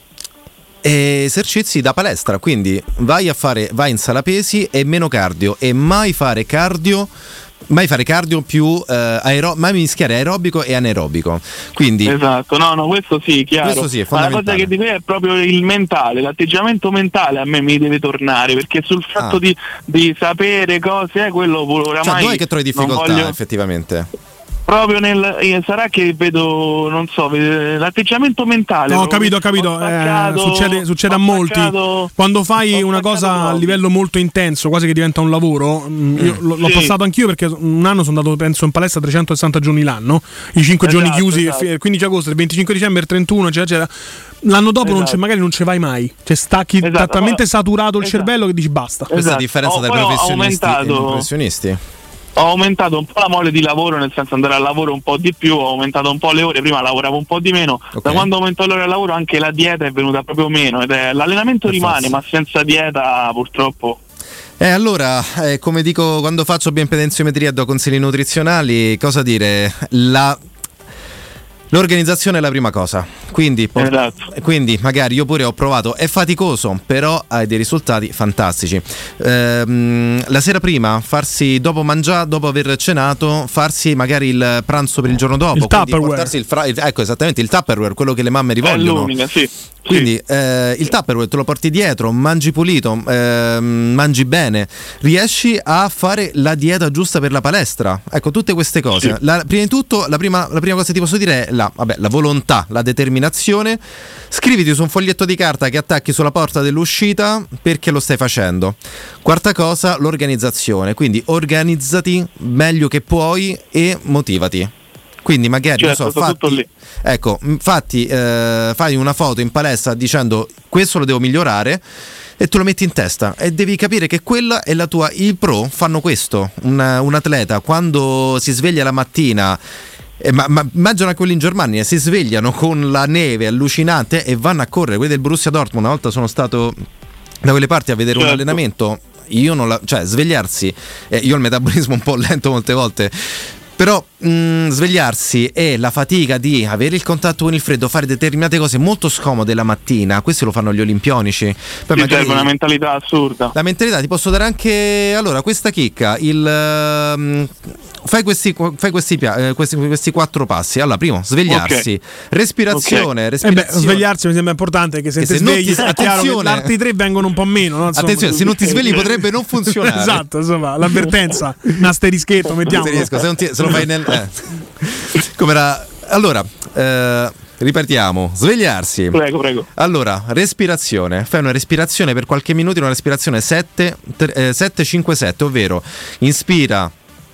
esercizi da palestra, quindi vai a fare vai in sala pesi e meno cardio, e mai fare cardio mai fare cardio più eh, aero- mai mischiare aerobico e anaerobico. Quindi esatto, no, no, questo sì, chiaro. Questo sì, è ma la fondamentale. cosa che deve è proprio il mentale, l'atteggiamento mentale a me mi deve tornare, perché sul fatto Ah. di, di sapere cose, eh, quello oramai cioè, dove che trovi non difficoltà voglio- effettivamente? proprio nel eh, sarà che vedo, non so, ve- l'atteggiamento mentale. No, ho proprio. capito, ho capito. Ho staccato- Eh, succede succede ho a molti. staccato- Quando fai una cosa a proprio. livello molto intenso, quasi che diventa un lavoro, mm, io l- l'ho Sì. passato anch'io perché un anno sono andato, penso, in palestra trecentosessanta giorni l'anno, i cinque Esatto, giorni chiusi, esatto. il quindici agosto, il venticinque dicembre, il trentuno, eccetera, eccetera. L'anno dopo non c'è, Esatto. magari non ci vai mai. Cioè, stacchi Esatto, ta- talmente poi- saturato il esatto. cervello che dici basta. Questa è la Esatto. differenza Ho- tra poi ho professionisti e aumentato- non professionisti. Ho aumentato un po' la mole di lavoro, nel senso andare al lavoro un po' di più, ho aumentato un po' le ore, prima lavoravo un po' di meno, da quando ho aumentato le ore al lavoro anche la dieta è venuta proprio meno, ed è, l'allenamento Per rimane, forza. ma senza dieta purtroppo. Eh, allora, eh, come dico quando faccio bioimpedenziometria e do consigli nutrizionali, cosa dire? La L'organizzazione è la prima cosa, quindi, por- Esatto. quindi magari io pure ho provato, è faticoso, però hai dei risultati fantastici. Ehm, la sera prima, farsi dopo mangiare, dopo aver cenato, farsi magari il pranzo per il giorno dopo, Il quindi Tupperware. portarsi il fra- il- ecco esattamente il Tupperware, quello che le mamme È rivogliono. l'unica, sì. Quindi eh, il Tupperware te lo porti dietro, mangi pulito, ehm, mangi bene, riesci a fare la dieta giusta per la palestra. Ecco, tutte queste cose. Sì. La, prima di tutto, la prima, la prima cosa che ti posso dire è la, vabbè, la volontà, la determinazione. Scriviti su un foglietto di carta che attacchi sulla porta dell'uscita perché lo stai facendo. Quarta cosa, l'organizzazione. Quindi organizzati meglio che puoi e motivati. Quindi magari Certo, non so, sta tutto fatti, lì. ecco, infatti eh, fai una foto in palestra dicendo questo lo devo migliorare e te lo metti in testa e devi capire che quella è la tua. I pro fanno questo. Un, un atleta quando si sveglia la mattina, eh, ma, ma immagina quelli in Germania, si svegliano con la neve allucinante e vanno a correre. Quelli del Borussia Dortmund, una volta sono stato da quelle parti a vedere Certo. un allenamento. Io non la, cioè svegliarsi, eh, io ho il metabolismo un po' lento molte volte. Però mh, svegliarsi e la fatica di avere il contatto con il freddo, fare determinate cose molto scomode la mattina, questi lo fanno gli olimpionici. Poi Ti magari serve una mentalità assurda. la mentalità ti posso dare anche allora questa chicca, il ehm, fai questi fai questi, pia- eh, questi, questi quattro passi. Allora, primo, svegliarsi, Ok. respirazione, Eh beh, respirazione. svegliarsi mi sembra importante che se E ti se non svegli ti- è chiaro che attenzione. gli altri tre vengono un po' meno, no? Insomma. Attenzione, se non ti svegli potrebbe non funzionare. Esatto, insomma, l'avvertenza, un asterischetto, mettiamo. Asterisco, se, non ti- se lo fai nel eh. Come era? Allora, eh, ripetiamo, svegliarsi. Prego, prego. Allora, respirazione. Fai una respirazione per qualche minuto, una respirazione sette cinque sette, ovvero inspira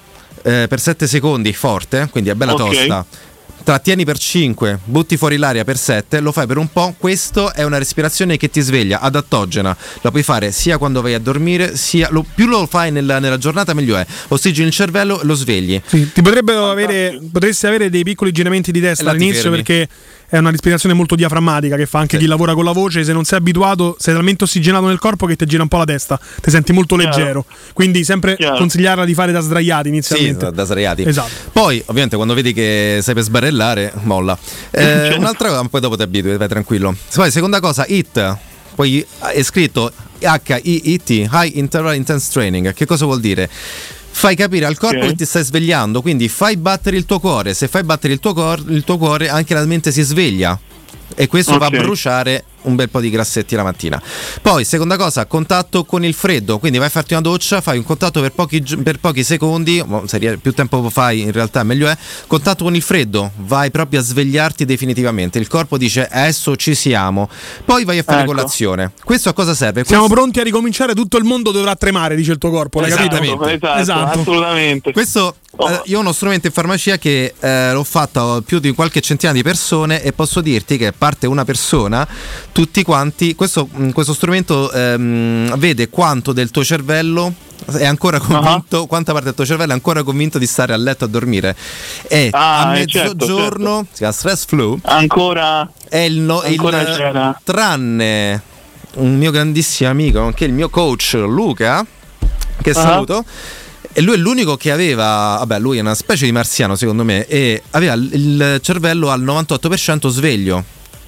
eh, per sette secondi forte, quindi è bella Ok. tosta. Trattieni per cinque, butti fuori l'aria per sette, lo fai per un po'. Questo è una respirazione che ti sveglia, adattogena. La puoi fare sia quando vai a dormire, sia lo, più lo fai nella, nella giornata meglio è. Ossigeni il cervello e lo svegli. Sì, ti potrebbero avere, potresti avere dei piccoli giramenti di E testa là ti all'inizio fermi. perché è una respirazione molto diaframmatica che fa anche Sì. chi lavora con la voce. Se non sei abituato, sei talmente ossigenato nel corpo che ti gira un po' la testa, ti senti molto Chiaro. leggero. Quindi sempre Chiaro. consigliarla di fare da sdraiati Sì, inizialmente. da, da sdraiati. Esatto. Poi, ovviamente, quando vedi che sei per sbarellare, molla. Eh, Certo. Un'altra cosa, poi dopo ti abitui, vai tranquillo. Poi, seconda cosa, I T. Poi è scritto H I I T, High Interval Intense Training. Che cosa vuol dire? Fai capire al corpo Ok. che ti stai svegliando, quindi fai battere il tuo cuore. Se fai battere il tuo, cor- il tuo cuore, anche la mente si sveglia. E questo va a Ok. bruciare un bel po' di grassetti la mattina. Poi, seconda cosa, contatto con il freddo. Quindi vai a farti una doccia, fai un contatto per pochi, gi- per pochi secondi. mo, Se rie- più tempo fai, in realtà meglio è. Contatto con il freddo, vai proprio a svegliarti definitivamente. Il corpo dice adesso ci siamo. Poi vai a fare Ecco. colazione. Questo a cosa serve? Siamo Questo- pronti a ricominciare, tutto il mondo dovrà tremare, dice il tuo corpo, l'hai capito? Esattamente. Esatto, Esatto. assolutamente. Questo Oh. eh, io ho uno strumento in farmacia che eh, l'ho fatto a più di qualche centinaia di persone e posso dirti che a parte una persona, tutti quanti, questo, mh, questo strumento ehm, vede quanto del tuo cervello è ancora convinto, Uh-huh. quanta parte del tuo cervello è ancora convinto di stare a letto a dormire. E Ah, a eh, certo, mezzogiorno, si chiama stress flu, Ancora, è il, no, ancora il c'era. tranne un mio grandissimo amico, anche il mio coach Luca, che Ah. saluto. E lui è l'unico che aveva, vabbè, lui è una specie di marziano secondo me, e aveva il- il cervello al novantotto per cento sveglio.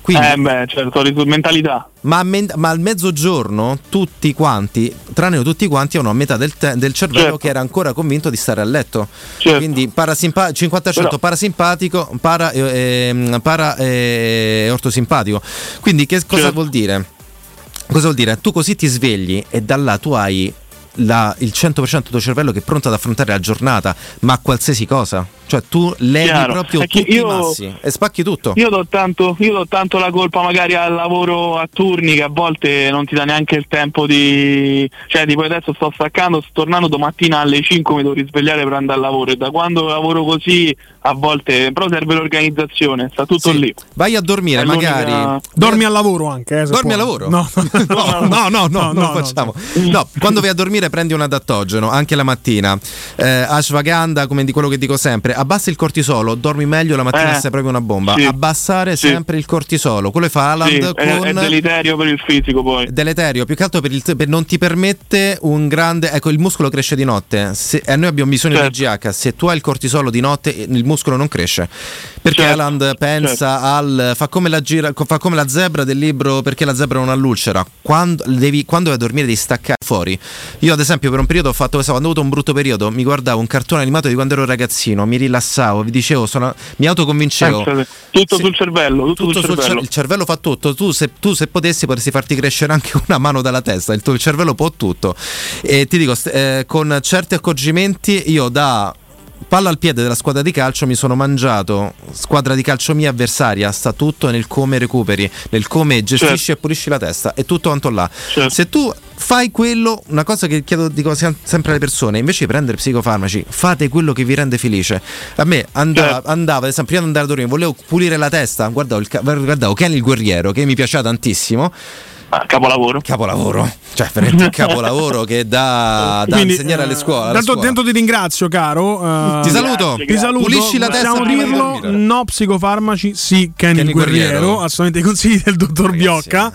Quindi, eh beh, certo, mentalità. Ma, men- ma al mezzogiorno tutti quanti, tranne tutti quanti, hanno a metà del, te- del cervello certo. che era ancora convinto di stare a letto. Certo. Quindi parasimpa- cinquanta cento Però... parasimpatico, para, eh, para eh, ortosimpatico. Quindi che cosa certo. vuol dire? Cosa vuol dire? Tu così ti svegli e da là tu hai la, il cento per cento del tuo cervello che è pronto ad affrontare la giornata, ma qualsiasi cosa. Cioè tu levi Chiaro. proprio tutti io, i massi e spacchi tutto. Io do tanto, io do tanto la colpa magari al lavoro a turni, che a volte non ti dà neanche il tempo di, cioè tipo adesso sto staccando, sto tornando domattina alle cinque, mi devo risvegliare per andare al lavoro, e da quando lavoro così a volte però serve l'organizzazione, sta tutto sì. lì. Vai a dormire, magari dormi al lavoro anche, eh, dormi può. al lavoro? No, no, no, no, no, no, non lo facciamo. No, quando vai a dormire prendi un adattogeno anche la mattina. Eh, ashwagandha, come di quello che dico sempre, abbassa il cortisolo, dormi meglio la mattina, eh, sei proprio una bomba. Sì. Abbassare sì. sempre il cortisolo, quello che fa Alan sì, con... è, è deleterio per il fisico poi. Deleterio, più che altro per il per non ti permette un grande, ecco, il muscolo cresce di notte. Se, e noi abbiamo bisogno certo. di G H, se tu hai il cortisolo di notte il muscolo non cresce. Perché certo. Alan pensa certo. al fa come la gira, fa come la zebra del libro Perché la zebra non ha l'ulcera. Quando devi quando vai a dormire devi staccare fuori. Io ad esempio per un periodo ho fatto questo, quando ho avuto un brutto periodo, mi guardavo un cartone animato di quando ero ragazzino, mi rilassavo, vi dicevo, sono, mi autoconvincevo. Eh, tutto se, sul cervello, tutto, tutto sul cervello. Cer- il cervello fa tutto. Tu se, tu se potessi potresti farti crescere anche una mano dalla testa, il tuo il cervello può tutto. E ti dico, eh, con certi accorgimenti io da palla al piede della squadra di calcio mi sono mangiato squadra di calcio mia avversaria, sta tutto nel come recuperi, nel come gestisci certo. e pulisci la testa, è tutto quanto là. Certo. Se tu fai quello, una cosa che chiedo dico sempre alle persone, invece di prendere psicofarmaci, fate quello che vi rende felice. A me andava, certo. andava ad esempio, prima di andare a dormire, volevo pulire la testa, guardavo, il, guardavo Ken il guerriero, che mi piaceva tantissimo. Ah, capolavoro capolavoro cioè veramente capolavoro che da, da Quindi, insegnare alle scuole, tanto, tanto ti ringrazio caro, uh, ti saluto grazie, ti saluto, pulisci la testa, possiamo dirlo, no psicofarmaci, sì Ken, Ken il guerriero, guerriero. Assolutamente i consigli del dottor Biocca.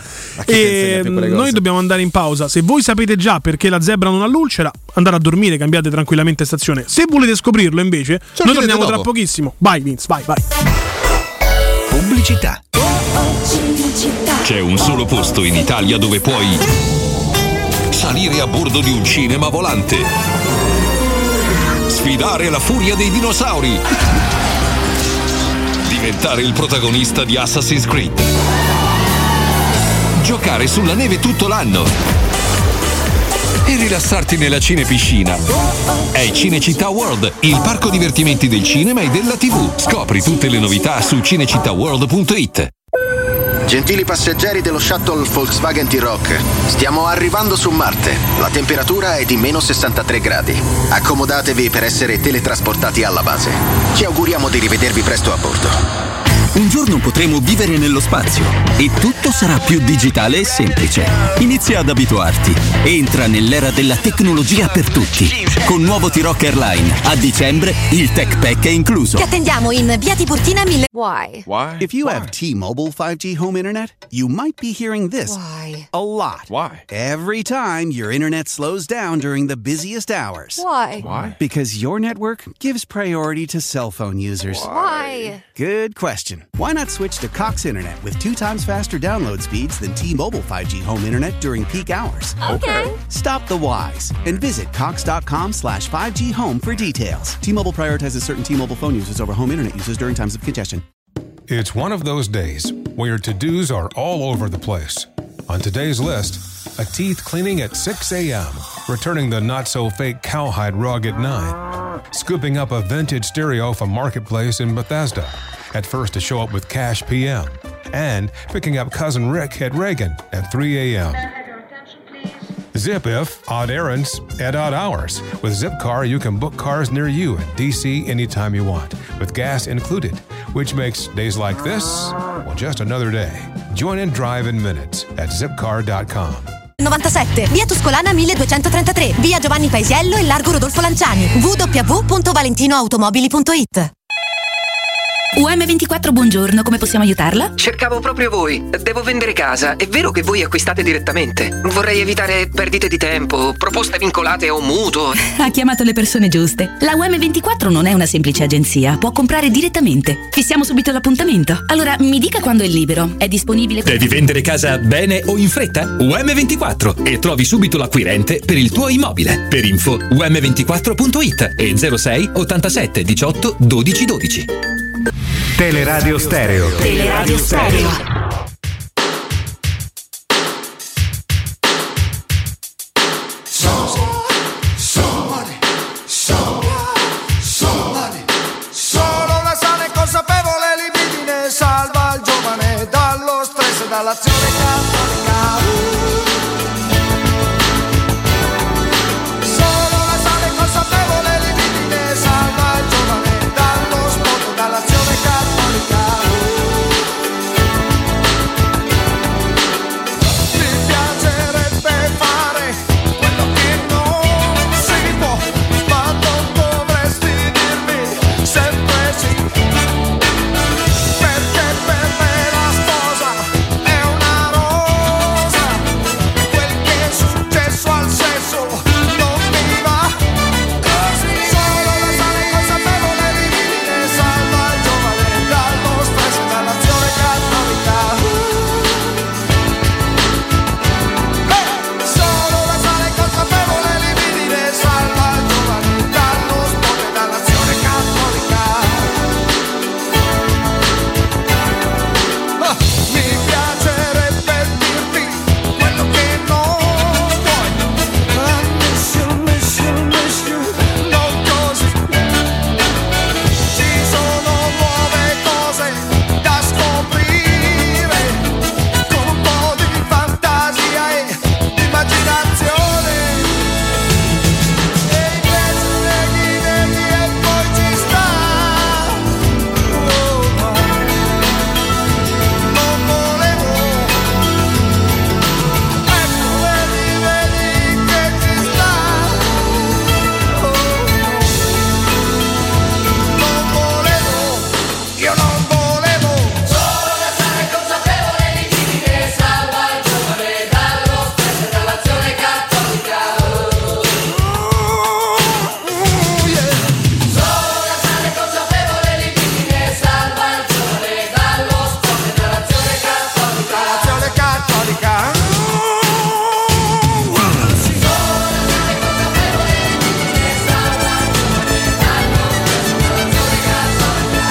E noi dobbiamo andare in pausa. Se voi sapete già perché la zebra non ha l'ulcera, andare a dormire, cambiate tranquillamente stazione. Se volete scoprirlo invece, Ciò noi torniamo dopo. Tra pochissimo. Vai Vince, vai vai. Pubblicità. C'è un solo posto in Italia dove puoi salire a bordo di un cinema volante, sfidare la furia dei dinosauri, diventare il protagonista di Assassin's Creed, giocare sulla neve tutto l'anno e rilassarti nella cinepiscina. È Cinecittà World, il parco divertimenti del cinema e della tivù. Scopri tutte le novità su cinecittàworld punto it. Gentili passeggeri dello shuttle Volkswagen T-Roc, stiamo arrivando su Marte. La temperatura è di meno sessantatré gradi. Accomodatevi per essere teletrasportati alla base. Ci auguriamo di rivedervi presto a bordo. Un giorno potremo vivere nello spazio e tutto sarà più digitale e semplice. Inizia ad abituarti. Entra nell'era della tecnologia per tutti. Con nuovo T-Roc Airline, a dicembre il Tech Pack è incluso. Ti attendiamo in via Tiburtina mille. Why? Why? If you Why? have T-Mobile five G home internet, you might be hearing this Why? a lot. Why? Every time your internet slows down during the busiest hours. Why? Why? Because your network gives priority to cell phone users. Why? Good question. Why not switch to Cox Internet with two times faster download speeds than T-Mobile five G home internet during peak hours? Okay. Stop the whys and visit cox.com slash 5G home for details. T-Mobile prioritizes certain T-Mobile phone users over home internet users during times of congestion. It's one of those days where your to-dos are all over the place. On today's list, a teeth cleaning at six a.m., returning the not-so-fake cowhide rug at nine, scooping up a vintage stereo from Marketplace in Bethesda, at first to show up with cash P M, and picking up Cousin Rick at Reagan at three a.m. Zip if odd errands at odd hours. With Zipcar, you can book cars near you in D C anytime you want, with gas included, which makes days like this, well, just another day. Join and drive in minutes at zipcar dot com. novantasette, via Tuscolana milleduecentotrentatré, via Giovanni Paisiello e largo Rodolfo Lanciani. w w w punto valentinoautomobili punto it. U M ventiquattro, buongiorno, come possiamo aiutarla? Cercavo proprio voi. Devo vendere casa. È vero che voi acquistate direttamente? Vorrei evitare perdite di tempo, proposte vincolate o mutuo. Ha chiamato le persone giuste. La U M ventiquattro non è una semplice agenzia, può comprare direttamente. Fissiamo subito l'appuntamento. Allora, mi dica quando è libero. È disponibile? Devi vendere casa bene o in fretta? U M ventiquattro e trovi subito l'acquirente per il tuo immobile. Per info u m ventiquattro punto it e zero sei ottantasette diciotto dodici dodici. Teleradio Stereo. Teleradio Stereo. So, somebody, somebody, somebody. Solo una sana e consapevole libidine salva il giovane dallo stress e dall'azione cattolica. Solo una sana e consapevole libidine salva il giovane dallo sport e dall'azione cattolica. Mi piacerebbe fare quello che non si può, ma non dovresti dirmi sempre sì, perché per me la sposa è una rosa. Quel che è successo al sesso non mi va così. Solo la sana e consapevole libidine salva il giovane dallo stress e dall'azione cattolica. Solo la sana e consapevole libidine salva il giovane dallo sport e dall'azione cattolica. Ah, mi piacerebbe dirti quello che non vuoi. I miss you, miss you, miss you, non così. Ci sono nuove cose da scoprire, con un po' di fantasia e di immaginazione. E invece neghi, neghi e poi ci sta. Oh, no. Non volevo. Ecco, vedi, vedi che ci sta. Oh, no. Non volevo, io non volevo. Solo la sana e consapevole libidine salva il giovane dallo stress e dall'azione cattolica. Oh, yeah. Solo la sana e consapevole libidine salva il giovane dallo sport e dall'azione cattolica. Dall'azione cattolica. Oh, sì. Solo la sana e consapevole libidine salva il giovane dallo stress e dall'azione cattolica.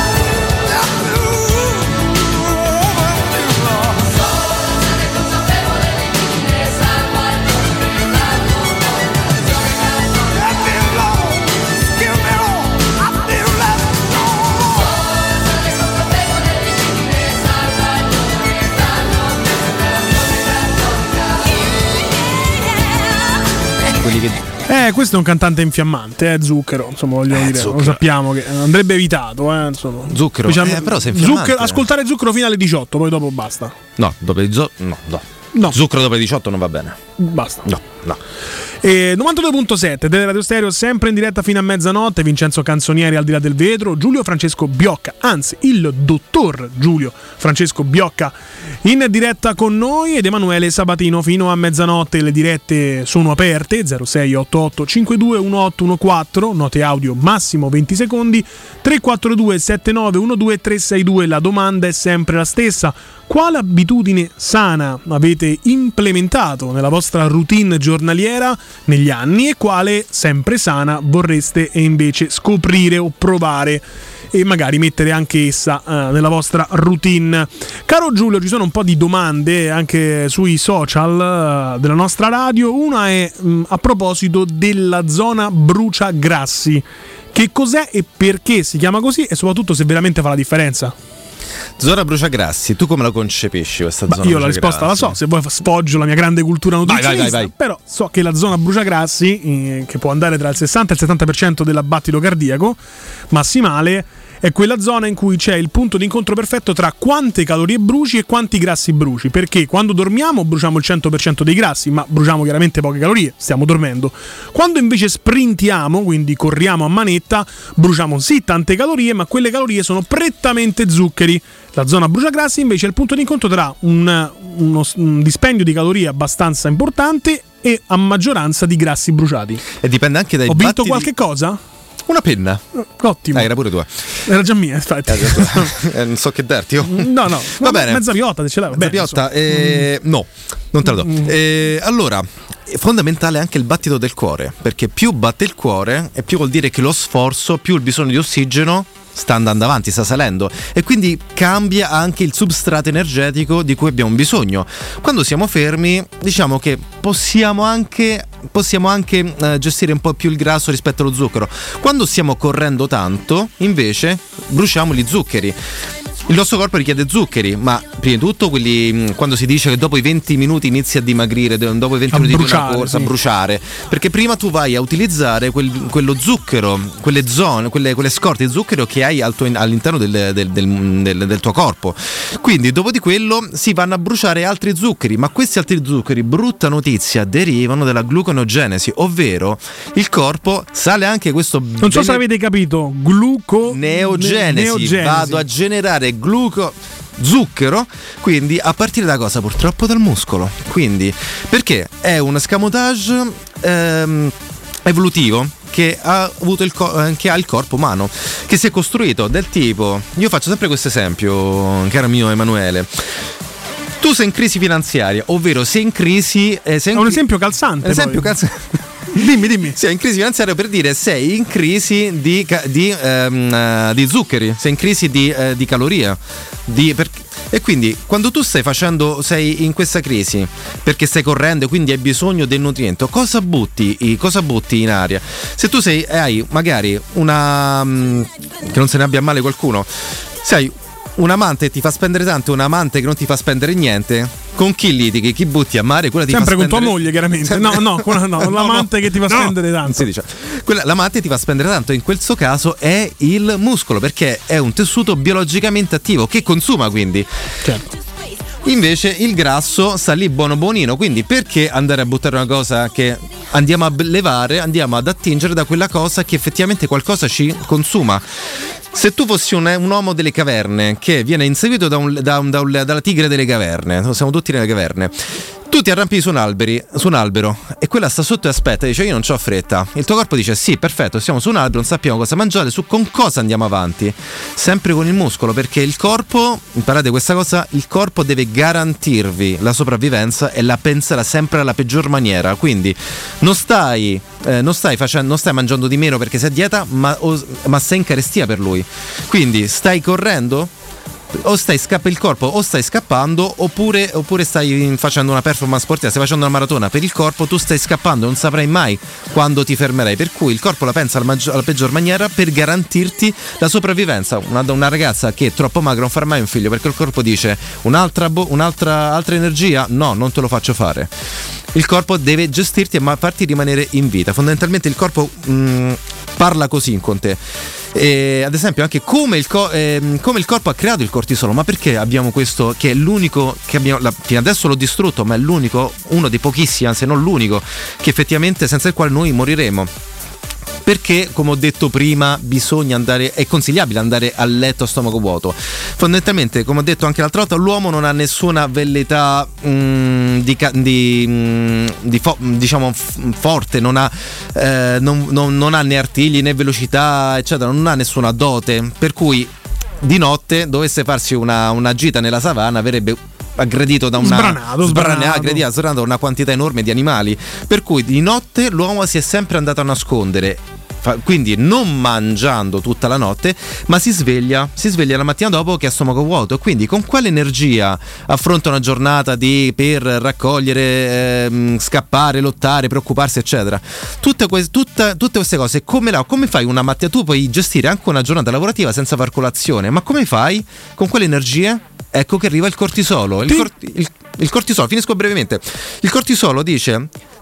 Quelli che Eh, questo è un cantante infiammante, eh, Zucchero, insomma, voglio Eh, dire, Zucchero. lo sappiamo che andrebbe evitato, eh, insomma. Zucchero, Diciamo- eh, però se è infiammante. Zucchero, ascoltare Zucchero fino alle diciotto, poi dopo basta. No, dopo le zo- no, no. No. Zucchero dopo le diciotto non va bene. Basta. No, no. E novantadue virgola sette delle Radio Stereo, sempre in diretta fino a mezzanotte. Vincenzo Canzonieri al di là del vetro, Giulio Francesco Biocca, anzi il dottor Giulio Francesco Biocca in diretta con noi, ed Emanuele Sabatino fino a mezzanotte. Le dirette sono aperte, zero sei ottantotto cinquantadue diciotto quattordici, note audio massimo venti secondi, tre quattro due sette nove uno due tre sei due. La domanda è sempre la stessa: quale abitudine sana avete implementato nella vostra routine giornaliera negli anni, e quale sempre sana vorreste invece scoprire o provare e magari mettere anche essa eh, nella vostra routine? Caro Giulio, ci sono un po' di domande anche sui social eh, della nostra radio. Una è mh, a proposito della zona Bruciagrassi. Che cos'è e perché si chiama così, e soprattutto se veramente fa la differenza? Zona Bruciagrassi, tu come la concepisci questa Bah, zona? io la risposta la so, se vuoi sfoggio la mia grande cultura nutrizionista, vai, vai, vai. però so che la zona Bruciagrassi, eh, che può andare tra il sessanta e il settanta per cento dell'abbattito cardiaco massimale, è quella zona in cui c'è il punto di incontro perfetto tra quante calorie bruci e quanti grassi bruci, perché quando dormiamo bruciamo il cento per cento dei grassi, ma bruciamo chiaramente poche calorie, stiamo dormendo. Quando invece sprintiamo, quindi corriamo a manetta, bruciamo sì tante calorie, ma quelle calorie sono prettamente zuccheri. La zona bruciagrassi invece è il punto di incontro tra un, uno, un dispendio di calorie abbastanza importante e a maggioranza di grassi bruciati. E dipende anche dai Ho vinto battiti... qualche cosa? Una penna. Ottimo. Ah, era pure tua. Era già mia, infatti. eh, non so che darti. Oh. No, no. Va bene. Mezza piotta, se ce l'hai. Mezza piotta. Eh, mm. No, non te la do. Mm. Eh, allora, è fondamentale anche il battito del cuore, perché più batte il cuore e più vuol dire che lo sforzo, più il bisogno di ossigeno sta andando avanti, sta salendo, e quindi cambia anche il substrato energetico di cui abbiamo bisogno. Quando siamo fermi, diciamo che possiamo anche possiamo anche eh, gestire un po' più il grasso rispetto allo zucchero. Quando stiamo correndo tanto, invece, bruciamo gli zuccheri. Il nostro corpo richiede zuccheri, ma prima di tutto quelli, quando si dice che dopo i venti minuti inizi a dimagrire, dopo i venti a minuti bruciare, di una corsa, sì. a bruciare, perché prima tu vai a utilizzare quel, quello zucchero, quelle zone, quelle, quelle scorte di zucchero che hai al tuo, all'interno del, del, del, del, del tuo corpo. Quindi dopo di quello si vanno a bruciare altri zuccheri, ma questi altri zuccheri, brutta notizia, derivano dalla gluconeogenesi, ovvero il corpo sale anche questo... Non so bene... se avete capito, gluconeogenesi. Neogenesi. Vado a generare gluco zucchero, quindi a partire da cosa? Purtroppo dal muscolo. Quindi perché è un escamotage ehm, evolutivo che ha avuto il co- che ha il corpo umano, che si è costruito del tipo, io faccio sempre questo esempio, caro mio Emanuele. Tu sei in crisi finanziaria, ovvero sei in crisi eh, sei in è un cri- esempio calzante. Esempio calzante. Dimmi, dimmi. Sei in crisi finanziaria per dire sei in crisi di, di, ehm, di zuccheri, sei in crisi di, eh, di calorie. Di, per, e quindi quando tu stai facendo, sei in questa crisi perché stai correndo e quindi hai bisogno del nutriente, cosa butti, cosa butti in aria? Se tu sei, hai magari una, che non se ne abbia male qualcuno, se hai un amante che ti fa spendere tanto e un amante che non ti fa spendere niente, con chi litighi? Chi butti a mare? Quella ti sempre fa spendere... con tua moglie, chiaramente. Sempre... No, no, quella no, l'amante no, che ti fa no. spendere tanto. Si dice. Quella, l'amante ti fa spendere tanto, in questo caso è il muscolo, perché è un tessuto biologicamente attivo che consuma, quindi. Certo. Invece il grasso sta lì buono buonino, quindi perché andare a buttare una cosa che andiamo a levare, andiamo ad attingere da quella cosa che effettivamente qualcosa ci consuma. Se tu fossi un, un uomo delle caverne che viene inseguito da un, da un, da un, dalla tigre delle caverne, siamo tutti nelle caverne, tu ti arrampi su un, alberi, su un albero e quella sta sotto e aspetta, dice io non c'ho fretta, il tuo corpo dice sì perfetto, siamo su un albero, non sappiamo cosa mangiare, su con cosa andiamo avanti? Sempre con il muscolo, perché il corpo, imparate questa cosa, il corpo deve garantirvi la sopravvivenza e la penserà sempre alla peggior maniera, quindi non stai, eh, non stai facendo, non stai mangiando di meno perché sei a dieta, ma, o, ma sei in carestia per lui, quindi stai correndo? O stai scappa il corpo o stai scappando oppure, oppure stai facendo una performance sportiva, stai facendo una maratona per il corpo, tu stai scappando, non saprai mai quando ti fermerai, per cui il corpo la pensa alla, maggior, alla peggior maniera per garantirti la sopravvivenza. Una, una ragazza che è troppo magra non farà mai un figlio perché il corpo dice un'altra, un'altra altra energia, no, non te lo faccio fare. Il corpo deve gestirti e farti rimanere in vita. Fondamentalmente il corpo mh, parla così con te. E, ad esempio anche come il, co- eh, come il corpo ha creato il cortisolo, ma perché abbiamo questo che è l'unico che abbiamo, la, fino adesso l'ho distrutto, ma è l'unico, uno dei pochissimi, anzi non l'unico, che effettivamente senza il quale noi moriremo. Perché, come ho detto prima, bisogna andare, è consigliabile andare a letto a stomaco vuoto. Fondamentalmente, come ho detto anche l'altra volta, l'uomo non ha nessuna velleità mh, di, di, mh, di fo- diciamo f- forte, non ha, eh, non, non, non ha né artigli né velocità, eccetera, non ha nessuna dote. Per cui di notte dovesse farsi una, una gita nella savana, verrebbe aggredito da una sbranato, sbranato. Aggredito, sbranato da una quantità enorme di animali, per cui di notte l'uomo si è sempre andato a nascondere, quindi non mangiando tutta la notte, ma si sveglia si sveglia la mattina dopo che ha stomaco vuoto, quindi con quale energia affronta una giornata di per raccogliere, ehm, scappare, lottare, preoccuparsi eccetera, tutte, que- tutta, tutte queste cose. Come, la, come fai una mattina? Tu puoi gestire anche una giornata lavorativa senza far colazione, ma come fai? Con quelle energie? Ecco che arriva il cortisolo. Il, cor- il, il cortisolo, finisco brevemente. Il cortisolo dice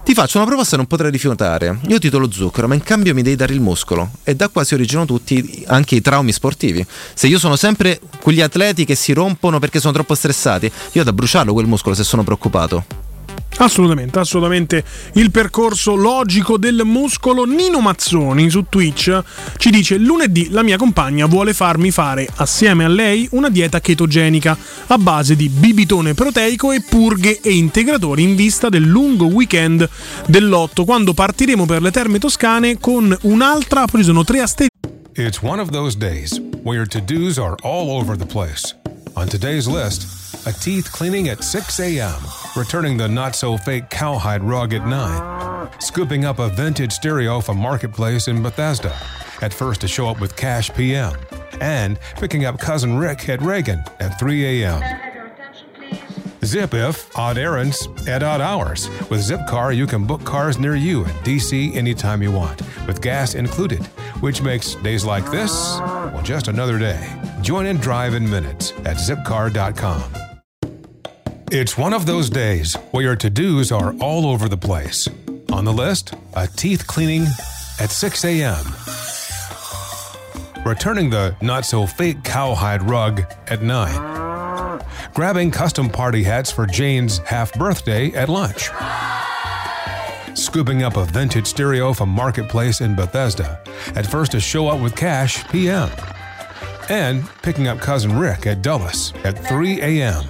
Ti faccio una proposta e non potrei rifiutare. Io ti do lo zucchero, ma in cambio mi devi dare il muscolo. E da qua si originano tutti anche i traumi sportivi. Se io sono sempre quegli atleti che si rompono perché sono troppo stressati, io vado a bruciarlo quel muscolo se sono preoccupato. Assolutamente, assolutamente il percorso logico del muscolo. Nino Mazzoni su Twitch ci dice: lunedì la mia compagna vuole farmi fare assieme a lei una dieta chetogenica a base di bibitone proteico e purghe e integratori in vista del lungo weekend dell'otto, quando partiremo per le Terme Toscane con un'altra, poi ci sono tre asterischi. It's one of those days where your to-dos are all over the place. On today's list, a teeth cleaning at six a.m., returning the not-so-fake cowhide rug at nine, scooping up a vintage stereo from Marketplace in Bethesda, at first to show up with cash p m, and picking up Cousin Rick at Reagan at three a.m. Zip if odd errands at odd hours. With Zipcar, you can book cars near you at D C anytime you want, with gas included, which makes days like this, well, just another day. Join and drive in minutes at zipcar dot com. It's one of those days where your to-dos are all over the place. On the list, a teeth cleaning at six a.m., returning the not-so-fake cowhide rug at nine, grabbing custom party hats for Jane's half-birthday at lunch, scooping up a vintage stereo from Marketplace in Bethesda, at first to show up with cash p m, and picking up Cousin Rick at Dulles at three a.m.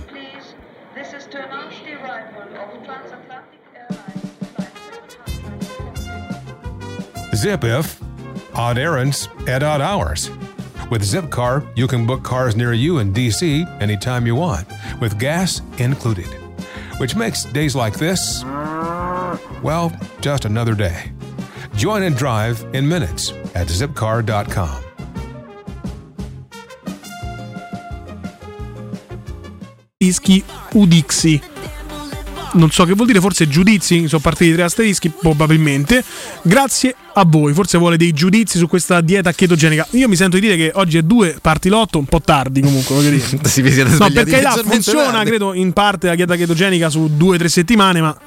Zip if odd errands at odd hours. With Zipcar, you can book cars near you in D C anytime you want, with gas included, which makes days like this, well, just another day. Join and drive in minutes at zipcar dot com. Asterischi Udixi. Non so che vuol dire, forse giudizi, sono partiti tre asterischi, probabilmente. Grazie a voi, forse vuole dei giudizi su questa dieta chetogenica. Io mi sento di dire che oggi è due, parti l'otto, un po' tardi comunque, voglio dire. Si vi siete no, svegliati perché là leggermente funziona, tardi. credo, in parte la dieta chetogenica su due o tre settimane, ma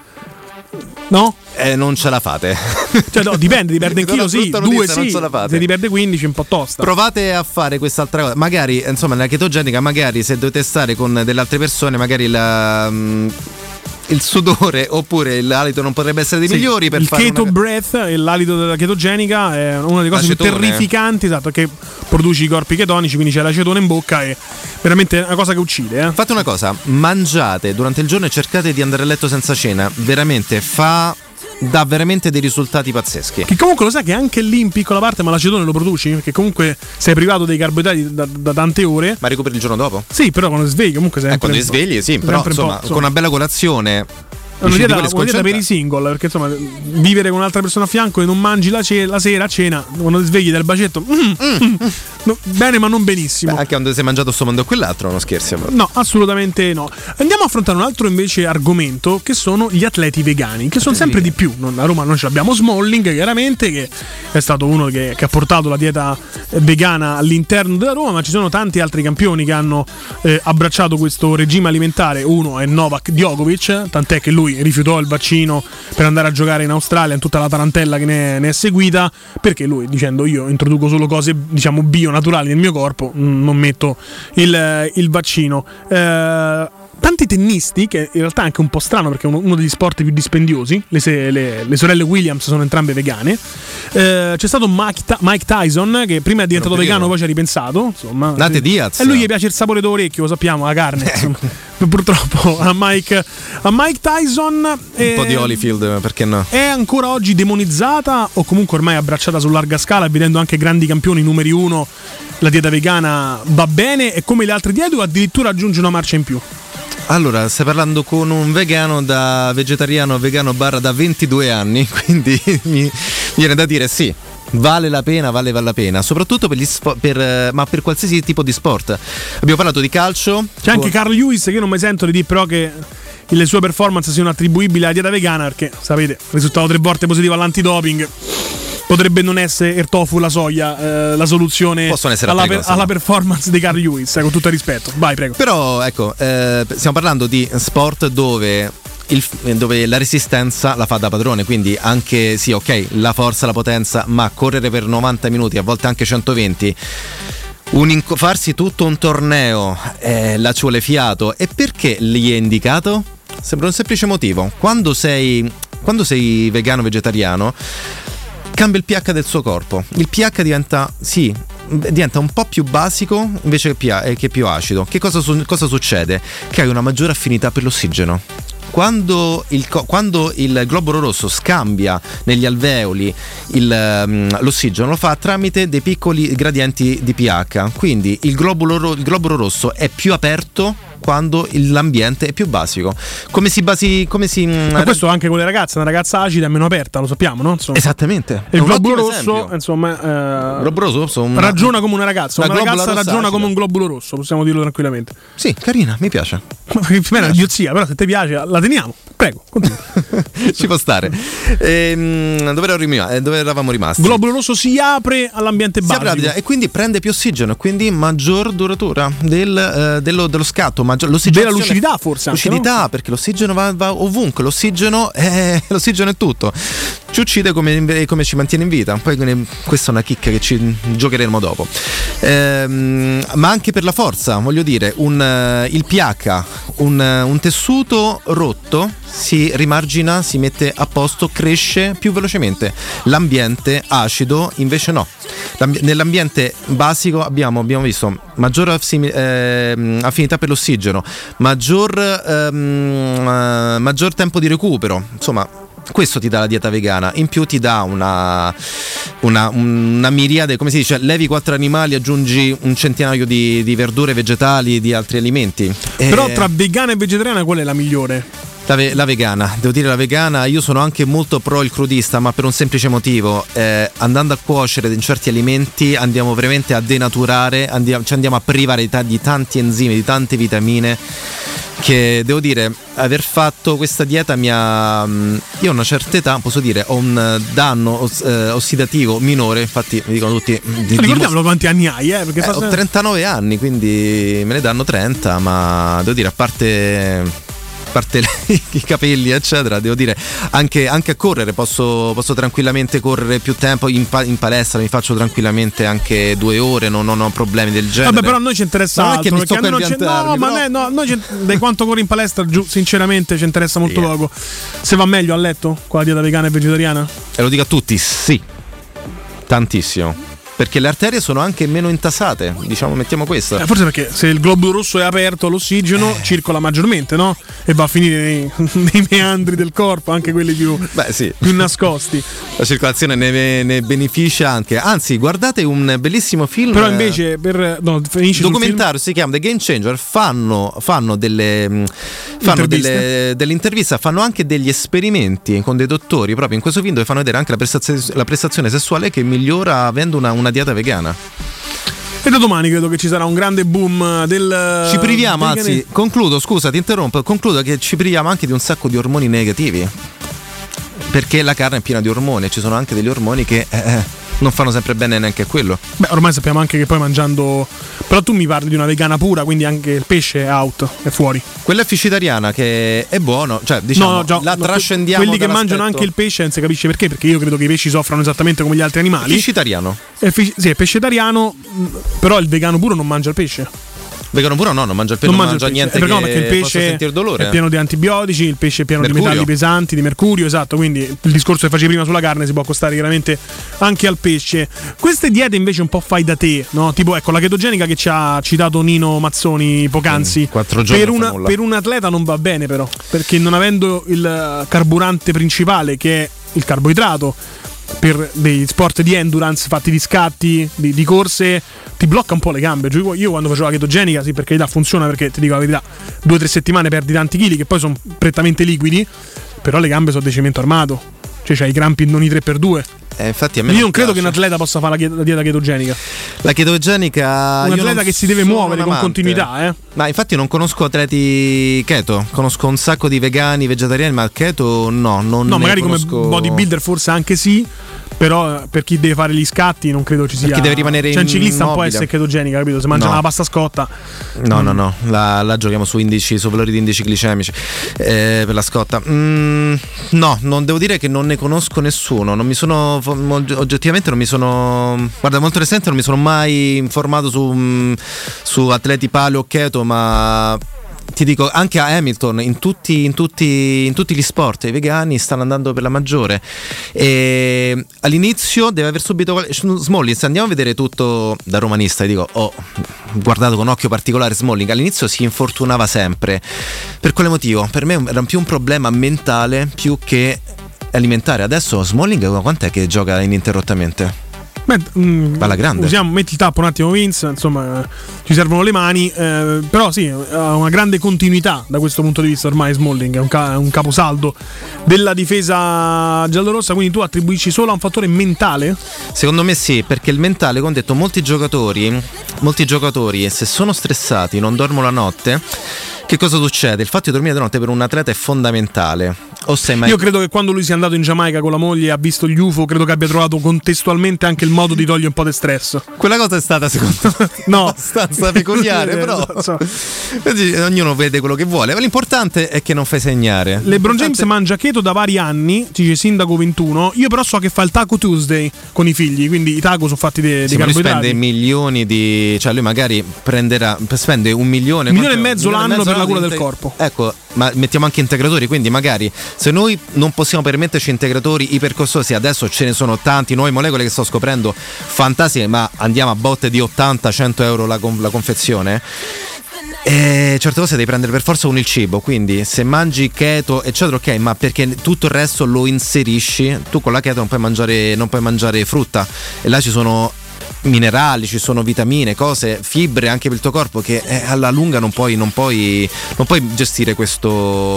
no? Eh, non ce la fate. Cioè no, dipende, ti perde in chilo sì, due sì, se ti perde quindici è un po' tosta. Provate a fare quest'altra cosa. Magari, insomma, nella chetogenica, magari se dovete stare con delle altre persone, magari la... Mh, il sudore oppure l'alito non potrebbe essere dei sì, migliori per il fare keto una... breath e l'alito della chetogenica è una delle cose L'acetone. più terrificanti, esatto, che produci i corpi chetonici, quindi c'è l'acetone in bocca e veramente è una cosa che uccide, eh. Fate una cosa, mangiate durante il giorno e cercate di andare a letto senza cena, veramente fa dà veramente dei risultati pazzeschi. Che comunque lo sai che anche lì in piccola parte, ma l'acetone lo produci? Perché comunque sei privato dei carboidrati da, da tante ore. Ma recuperi il giorno dopo? Sì, però quando ti svegli comunque sei eh, quando ti svegli sì, però insomma, con una bella colazione. È una dieta, una dieta per i single, perché insomma vivere con un'altra persona a fianco e non mangi la, ce- la sera a cena, quando ti svegli dal bacetto mm, mm, no, bene ma non benissimo. Beh, anche quando sei mangiato sto mondo e quell'altro, non scherzi. No, assolutamente no. Andiamo a affrontare un altro invece argomento, che sono gli atleti vegani, che sono sempre di più. A Roma noi abbiamo Smalling, chiaramente, che è stato uno che, che ha portato la dieta vegana all'interno della Roma, ma ci sono tanti altri campioni che hanno eh, abbracciato questo regime alimentare. Uno è Novak Djokovic, tant'è che lui rifiutò il vaccino per andare a giocare in Australia, in tutta la tarantella che ne è, ne è seguita, perché lui, dicendo io introduco solo cose diciamo bio naturali nel mio corpo, non metto il, il vaccino. Eh, tanti tennisti, che in realtà è anche un po' strano perché è uno, uno degli sport più dispendiosi, le, se, le, le sorelle Williams sono entrambe vegane. Eh, c'è stato Mike, Ta- Mike Tyson, che prima è diventato vegano, poi ci ha ripensato, insomma. Nate Diaz. E lui gli piace il sapore d'orecchio, lo sappiamo, la carne, insomma. Purtroppo a Mike, a Mike Tyson un po' di Holyfield, perché no? È ancora oggi demonizzata o comunque ormai abbracciata su larga scala, vedendo anche grandi campioni numeri uno, la dieta vegana va bene, e come le altre diete o addirittura aggiunge una marcia in più? Allora, stai parlando con un vegano da vegetariano a vegano barra da ventidue anni, quindi mi viene da dire sì. Vale la pena, vale, vale la pena, soprattutto per gli spo- per, ma per qualsiasi tipo di sport. Abbiamo parlato di calcio. C'è anche Carl Lewis, che io non mi sento di dire però che le sue performance siano attribuibili alla dieta vegana, perché sapete, risultato tre volte positivo all'antidoping. Potrebbe non essere il tofu, la soia, eh, la soluzione alla, per, cose, alla no? performance di Carl Lewis, eh, con tutto il rispetto. Vai, prego. Però ecco, eh, stiamo parlando di sport dove il, dove la resistenza la fa da padrone, quindi anche sì, ok, la forza, la potenza, ma correre per novanta minuti, a volte anche centoventi, un inc- farsi tutto un torneo, eh, là ci vuole fiato. E perché gli è indicato? Sembra un semplice motivo: quando sei quando sei vegano vegetariano cambia il pH del suo corpo, il pH diventa sì diventa un po' più basico invece che più, eh, che più acido. Che cosa, su- cosa succede? Che hai una maggiore affinità per l'ossigeno. Quando il, quando il globulo rosso scambia negli alveoli il, um, l'ossigeno, lo fa tramite dei piccoli gradienti di pH, quindi il globulo, ro- il globulo rosso è più aperto quando l'ambiente è più basico. Come si basi come si Ma questo anche con le ragazze, una ragazza acida è meno aperta, lo sappiamo, no? Insomma. Esattamente. E il globulo rosso, insomma, eh, globulo rosso, un... ragiona come una ragazza, una, una ragazza ragiona acida. come un globulo rosso, possiamo dirlo tranquillamente. Sì, carina, mi piace. Ma per me è una idiozia, però se ti piace la teniamo. Prego, continua. Ci può stare. Ehm, dove, eravamo, dove eravamo rimasti? Il globulo rosso si apre all'ambiente si basico apre, e quindi prende più ossigeno e quindi maggior duratura del, eh, dello, dello scatto, maggior, della lucidità forse anche, lucidità, no? Perché l'ossigeno va, va ovunque, l'ossigeno è, l'ossigeno è tutto, ci uccide come, come ci mantiene in vita. Poi questa è una chicca che ci giocheremo dopo. Ehm, ma anche per la forza, voglio dire, un, il pH, un, un tessuto rotto si rimargina, si mette a posto, cresce più velocemente. L'ambiente acido invece no. L'ambi- nell'ambiente basico abbiamo, abbiamo visto maggior affini- eh, affinità per l'ossigeno, maggior, ehm, eh, maggior tempo di recupero, insomma. Questo ti dà la dieta vegana, in più ti dà una, una, una miriade, come si dice, levi quattro animali, aggiungi un centinaio di, di verdure, vegetali, di altri alimenti. Però e... tra vegana e vegetariana qual è la migliore? La, ve- la vegana, devo dire la vegana. Io sono anche molto pro il crudista, ma per un semplice motivo: eh, andando a cuocere in certi alimenti andiamo veramente a denaturare, andiamo, ci andiamo a privare di tanti enzimi, di tante vitamine, che devo dire, aver fatto questa dieta mi ha, io a una certa età posso dire ho un danno os, eh, ossidativo minore, infatti mi dicono tutti di, ricordiamolo di, quanti anni hai, eh, perché eh, ho trentanove anni, quindi me ne danno trenta, ma devo dire, a parte a parte i capelli eccetera, devo dire anche, anche a correre posso, posso tranquillamente correre più tempo in, pa- in palestra, mi faccio tranquillamente anche due ore, non, non ho problemi del genere. Vabbè, però a noi ci interessa non altro, è che mi sto perché a noi non c'è, no, ma ne, no, noi di quanto corri in palestra giù, sinceramente ci interessa molto yeah. poco. Se va meglio a letto con la dieta vegana e vegetariana? E lo dico a tutti, sì, tantissimo. Perché le arterie sono anche meno intasate, diciamo, mettiamo questo. Eh, forse perché se il globulo rosso è aperto, l'ossigeno eh. circola maggiormente, no? E va a finire nei, nei meandri del corpo, anche quelli più, Beh, sì. più nascosti. La circolazione ne, ne beneficia anche. Anzi, guardate un bellissimo film. Però invece per no, documentario si chiama The Game Changer. Fanno, fanno delle fanno delle, delle interviste, fanno anche degli esperimenti con dei dottori proprio in questo film, dove fanno vedere anche la prestazione, la prestazione sessuale che migliora avendo una, una dieta vegana. E da domani credo che ci sarà un grande boom del. Ci priviamo, anzi, concludo, scusa, ti interrompo, concludo che ci priviamo anche di un sacco di ormoni negativi. Perché la carne è piena di ormoni, ci sono anche degli ormoni che eh, non fanno sempre bene neanche a quello. Beh, ormai sappiamo anche che poi mangiando. Però tu mi parli di una vegana pura, quindi anche il pesce è out, è fuori. Quella è fiscitariana, che è buono, cioè diciamo no, no, già, la no, trascendiamo. Quelli che mangiano anche il pesce non si capisce perché, perché io credo che i pesci soffrano esattamente come gli altri animali. Fiscitariano. È fi- sì, è pescetariano, però il vegano puro non mangia il pesce. Vegano puro no, non mangia il pesce, non, non mangia, mangia niente eh, che perché il pesce sentire dolore. È pieno di antibiotici, il pesce è pieno mercurio. di metalli pesanti, di mercurio, esatto, quindi il discorso che facevi prima sulla carne si può accostare chiaramente anche al pesce. Queste diete invece un po' fai da te, no? Tipo ecco la chetogenica che ci ha citato Nino Mazzoni poc'anzi. Quattro giorni per, una, per un atleta non va bene però, perché non avendo il carburante principale che è il carboidrato, per dei sport di endurance fatti di scatti, di, di corse, ti blocca un po' le gambe. Io quando facevo la chetogenica, sì, per carità funziona, perché ti dico la verità, due o tre settimane perdi tanti chili che poi sono prettamente liquidi, però le gambe sono di cemento armato, cioè c'hai i crampi non i tre per due. Eh, infatti a me io non non credo piace. che un atleta possa fare la, chiet- la dieta chetogenica. La chetogenica, un io atleta non che si deve sono muovere un con amante. continuità, eh. Ma infatti non conosco atleti keto, conosco un sacco di vegani, vegetariani, ma keto no, non No, ne magari conosco... come bodybuilder forse anche sì. Però eh, per chi deve fare gli scatti non credo ci sia. Per chi deve rimanere cioè un ciclista non può immobile. essere chetogenica, capito? Se mangia No. una pasta scotta. No, no, no, la, la giochiamo su indici, su valori di indici glicemici eh, per la scotta. Mm, no, non devo dire che non ne conosco nessuno. Non mi sono oggettivamente non mi sono. Guarda, molto recente non mi sono mai informato su, mm, su atleti paleo o keto, ma ti dico anche a Hamilton in tutti, in tutti, in tutti gli sport i vegani stanno andando per la maggiore e all'inizio deve aver subito Smalling. Se andiamo a vedere tutto da romanista, dico ho guardato con occhio particolare Smalling, all'inizio si infortunava sempre. Per quale motivo? Per me era più un problema mentale più che alimentare. Adesso Smalling quant'è che gioca ininterrottamente? Beh, mm, alla grande. Usiamo, metti il tappo un attimo Vince, insomma eh, ci servono le mani, eh, però sì, ha una grande continuità da questo punto di vista ormai Smalling, è un, ca- un caposaldo della difesa giallorossa, quindi tu attribuisci solo a un fattore mentale? Secondo me sì, perché il mentale, come ho detto, molti giocatori, molti giocatori se sono stressati, non dormono la notte, che cosa succede? Il fatto di dormire la notte per un atleta è fondamentale. O sei mai... Io credo che quando lui sia andato in Giamaica con la moglie e ha visto gli U F O, credo che abbia trovato contestualmente anche il modo di togliere un po' di stress. Quella cosa è stata secondo me no. abbastanza peculiare, però so. Ognuno vede quello che vuole, ma l'importante è che non fai segnare. LeBron James mangia keto da vari anni, dice Sindaco ventuno. Io però so che fa il Taco Tuesday con i figli, quindi i taco sono fatti di sì, carboidrati. Lui spende milioni di, cioè lui magari prenderà, spende un milione, un milione e mezzo milione l'anno mezzo per la cura di del integ- corpo. Ecco, ma mettiamo anche integratori, quindi magari se noi non possiamo permetterci integratori ipercostosi, adesso ce ne sono tanti, nuove molecole che sto scoprendo fantastiche, ma andiamo a botte di ottanta cento euro la, la confezione. E certe cose devi prendere per forza con il cibo, quindi se mangi keto eccetera, ok, ma perché tutto il resto lo inserisci, tu con la keto non puoi mangiare, non puoi mangiare frutta, e là ci sono minerali, ci sono vitamine, cose, fibre anche per il tuo corpo che eh, alla lunga non puoi, non puoi non puoi gestire questo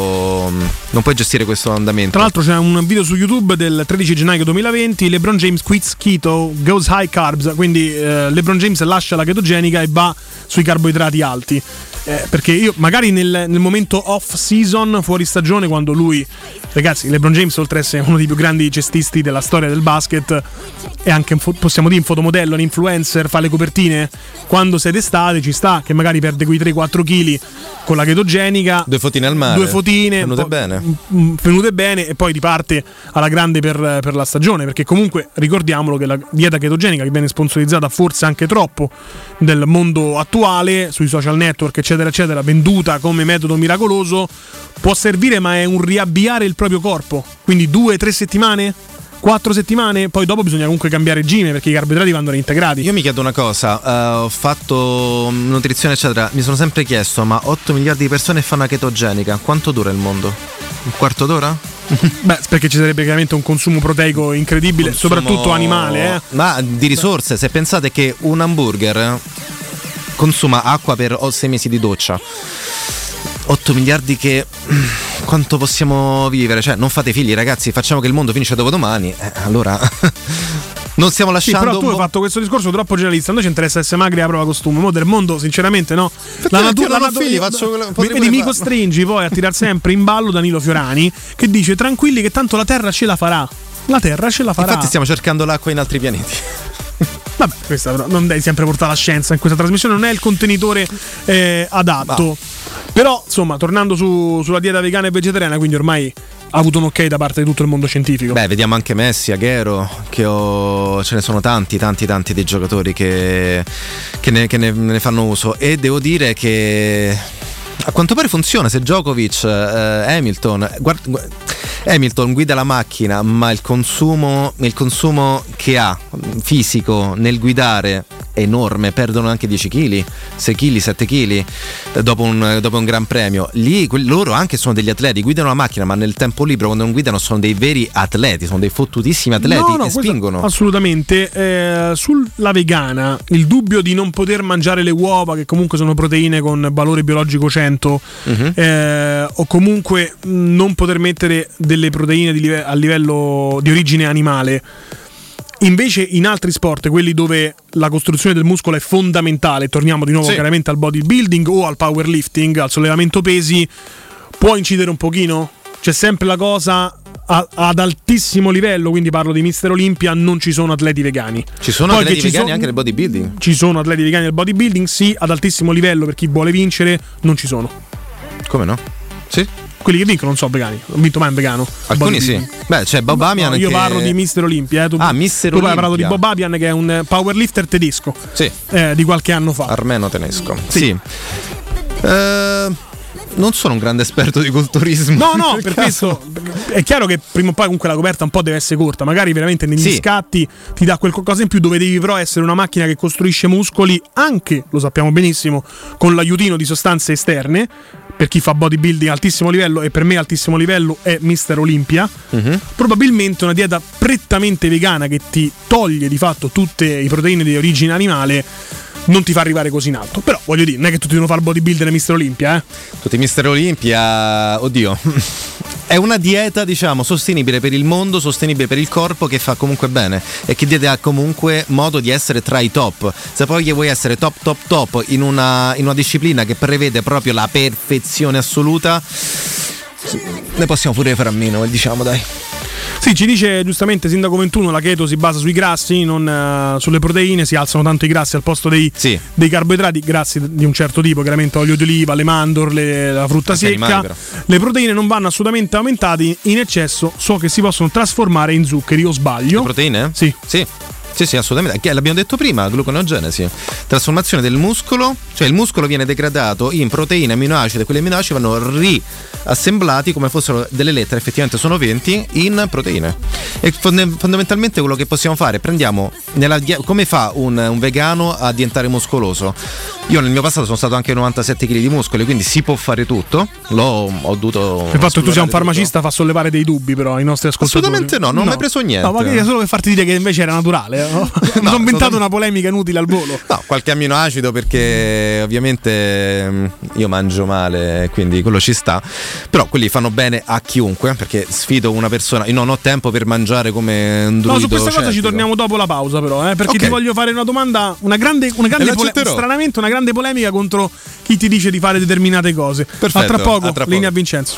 non puoi gestire questo andamento. Tra l'altro c'è un video su YouTube del tredici gennaio duemilaventi, LeBron James quits keto, goes high carbs, quindi eh, LeBron James lascia la chetogenica e va sui carboidrati alti. Eh, perché io magari nel, nel momento off season, fuori stagione, quando lui, ragazzi, LeBron James oltre ad essere uno dei più grandi cestisti della storia del basket è anche, possiamo dire, un fotomodello, un influencer, fa le copertine. Quando sei d'estate ci sta che magari perde quei tre quattro chili con la chetogenica, due fotine al mare, due fotine venute bene venute bene e poi riparte alla grande per, per la stagione, perché comunque ricordiamolo che la dieta chetogenica, che viene sponsorizzata forse anche troppo del mondo attuale sui social network eccetera eccetera, venduta come metodo miracoloso, può servire, ma è un riavviare il proprio corpo, quindi due tre settimane, quattro settimane, poi dopo bisogna comunque cambiare regime perché i carboidrati vanno reintegrati. Io mi chiedo una cosa, uh, ho fatto nutrizione eccetera, mi sono sempre chiesto, ma otto miliardi di persone fanno la chetogenica, quanto dura il mondo? Un quarto d'ora? Beh, perché ci sarebbe chiaramente un consumo proteico incredibile, consumo... soprattutto animale, eh? Ma di risorse, se pensate che un hamburger consuma acqua per sei mesi di doccia, otto miliardi che quanto possiamo vivere? Cioè, non fate figli, ragazzi, facciamo che il mondo finisce dopodomani, eh, allora non stiamo lasciando. Sì, però tu hai fatto questo discorso troppo generalista. A noi ci interessa essere magri a prova costume. Mo del mondo, sinceramente, no. Perché la natura, la figli, faccio quello, vedi, mi costringi poi a tirar sempre in ballo Danilo Fiorani, che dice tranquilli che tanto la Terra ce la farà. La Terra ce la farà. Infatti stiamo cercando l'acqua in altri pianeti. Vabbè, questa però non devi sempre portare la scienza in questa trasmissione, non è il contenitore eh, adatto. No. Però, insomma, tornando su, sulla dieta vegana e vegetariana, quindi ormai ha avuto un ok da parte di tutto il mondo scientifico. Beh, vediamo anche Messi, Aguero, che ho... ce ne sono tanti, tanti, tanti dei giocatori che, che, ne, che ne, ne fanno uso. E devo dire che a quanto pare funziona. Se Djokovic, eh, Hamilton, guarda, guarda, Hamilton guida la macchina, ma il consumo, il consumo che ha fisico nel guidare è enorme, perdono anche dieci chili, sei chili, sette chili dopo un, dopo un gran premio. Lì loro anche sono degli atleti, guidano la macchina, ma nel tempo libero quando non guidano sono dei veri atleti, sono dei fottutissimi atleti, no, no, e spingono. Assolutamente. Eh, sulla vegana, il dubbio di non poter mangiare le uova, che comunque sono proteine con valore biologico cento, uh-huh. eh, o comunque non poter mettere delle proteine di live- a livello di origine animale. Invece in altri sport, quelli dove la costruzione del muscolo è fondamentale, torniamo di nuovo Sì. chiaramente al bodybuilding o al powerlifting, al sollevamento pesi, può incidere un pochino? C'è sempre la cosa a- ad altissimo livello, quindi parlo di mister Olympia, non ci sono atleti vegani. Ci sono Poi atleti che ci vegani sono- anche nel bodybuilding. Ci sono atleti vegani nel bodybuilding, sì, ad altissimo livello per chi vuole vincere, non ci sono. Come no? Sì. Quelli che vincono non so vegani, non ho vinto mai un vegano. Alcuni sì. Bodybuilding. Beh, c'è Bob Amian No, io che- parlo di mister Olympia. Eh. Tu, Ah, mister tu hai parlato di Olympia. Bob Apian, che è un powerlifter tedesco. Sì. Eh, di qualche anno fa. Armeno tedesco. Sì. Eh, non sono un grande esperto di culturismo. No, no, Nel per caso- questo è chiaro che prima o poi comunque la coperta un po' deve essere corta. Magari veramente negli Sì. scatti ti dà quel qualcosa in più, dove devi però essere una macchina che costruisce muscoli, anche, lo sappiamo benissimo, con l'aiutino di sostanze esterne. Per chi fa bodybuilding a altissimo livello, e per me altissimo livello è mister Olympia. Mhm. Probabilmente una dieta prettamente vegana che ti toglie di fatto tutte i proteine di origine animale non ti fa arrivare così in alto. Però voglio dire, non è che tutti devono fare bodybuilder e mister Olympia, eh. Tutti mister Olympia, oddio. È una dieta, diciamo, sostenibile per il mondo, sostenibile per il corpo, che fa comunque bene e che ti dà comunque modo di essere tra i top. Se poi che vuoi essere top top top in una, in una disciplina che prevede proprio la perfezione assoluta, ne possiamo pure fare a meno, diciamo, dai. Sì, ci dice giustamente Sindaco ventuno, la keto si basa sui grassi, non eh, sulle proteine, si alzano tanto i grassi al posto dei, Sì. dei carboidrati, grassi di un certo tipo, chiaramente olio di oliva, le mandorle, la frutta Anche animali, secca. però. Le proteine non vanno assolutamente aumentate in eccesso, so che si possono trasformare in zuccheri, o sbaglio? Le proteine? Sì. Sì. Sì, sì, assolutamente. Che l'abbiamo detto prima, gluconeogenesi. Trasformazione del muscolo, cioè il muscolo viene degradato in proteine, aminoacidi, e quegli aminoacidi vanno riassemblati come fossero delle lettere, effettivamente sono venti, in proteine. E fonde- fondamentalmente quello che possiamo fare, prendiamo nella dia- come fa un, un vegano a diventare muscoloso? Io nel mio passato sono stato anche novantasette chili di muscoli, quindi si può fare tutto. L'ho ho dovuto Il fatto che tu sia un esplorare farmacista fa sollevare dei dubbi però ai nostri ascoltatori. Assolutamente no, non ho mai preso niente. No, magari solo per farti dire che invece era naturale. No? Mi sono inventato una polemica inutile al volo. tutto. No, qualche aminoacido, perché ovviamente mm, io mangio male, quindi quello ci sta. Però quelli fanno bene a chiunque, perché sfido una persona. Io non ho tempo per mangiare come un druido. No, su questa cosa ci celtico. torniamo dopo la pausa, però, eh, perché Ok. ti voglio fare una domanda, una grande, una grande E pole- l'accetterò. stranamente una grande polemica contro chi ti dice di fare determinate cose. Perfetto, A tra poco, a tra linea poco. a Vincenzo.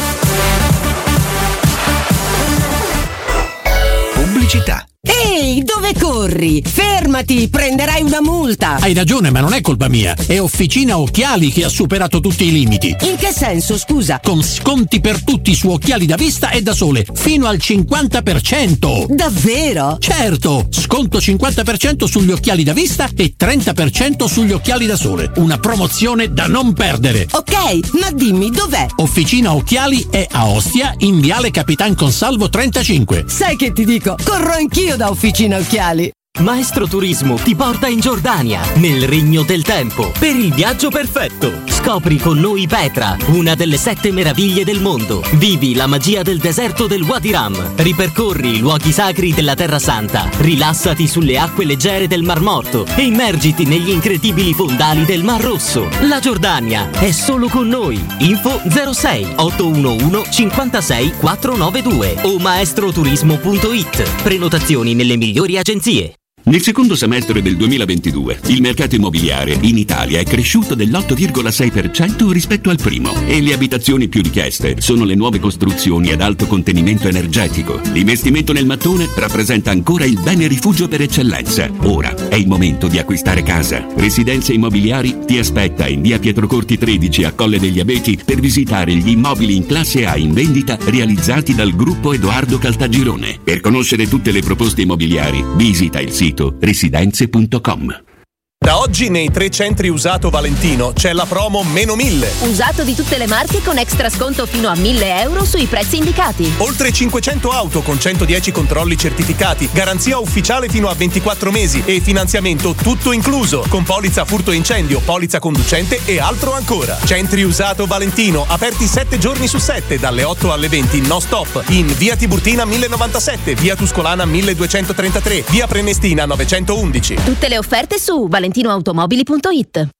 Pubblicità. Ehi, dove corri? Fermati, prenderai una multa. Hai ragione, ma non è colpa mia. È Officina Occhiali che ha superato tutti i limiti. In che senso, scusa? Con sconti per tutti su occhiali da vista e da sole, fino al cinquanta per cento. Davvero? Certo, sconto cinquanta per cento sugli occhiali da vista e trenta per cento sugli occhiali da sole. Una promozione da non perdere. Ok, ma dimmi dov'è? Officina Occhiali è a Ostia, in Viale Capitan Consalvo trentacinque. Sai che ti dico? Corro anch'io da Officina Occhiali. Maestro Turismo ti porta in Giordania, nel Regno del Tempo, per il viaggio perfetto. Scopri con noi Petra, una delle sette meraviglie del mondo. Vivi la magia del deserto del Wadi Ram. Ripercorri i luoghi sacri della Terra Santa. Rilassati sulle acque leggere del Mar Morto e immergiti negli incredibili fondali del Mar Rosso. La Giordania è solo con noi. Info zero sei otto uno uno cinquantasei quattrocentonovantadue o maestroturismo punto it. Prenotazioni nelle migliori agenzie. Nel secondo semestre del duemilaventidue il mercato immobiliare in Italia è cresciuto dell'otto virgola sei per cento rispetto al primo e le abitazioni più richieste sono le nuove costruzioni ad alto contenimento energetico. L'investimento nel mattone rappresenta ancora il bene rifugio per eccellenza. Ora è il momento di acquistare casa. Residenze Immobiliari ti aspetta in via Pietrocorti tredici a Colle degli Abeti per visitare gli immobili in classe A in vendita realizzati dal gruppo Edoardo Caltagirone. Per conoscere tutte le proposte immobiliari visita il sito residenze punto com. Da oggi nei tre centri usato Valentino c'è la promo meno mille. Usato di tutte le marche con extra sconto fino a mille euro sui prezzi indicati. Oltre cinquecento auto con centodieci controlli certificati, garanzia ufficiale fino a ventiquattro mesi e finanziamento tutto incluso, con polizza furto incendio, polizza conducente e altro ancora. Centri usato Valentino, aperti sette giorni su sette, dalle otto alle venti, no stop, in via Tiburtina mille novantasette, via Tuscolana milleduecentotrentatré, via Prenestina novecentoundici. Tutte le offerte su valentinoautomobili punto it.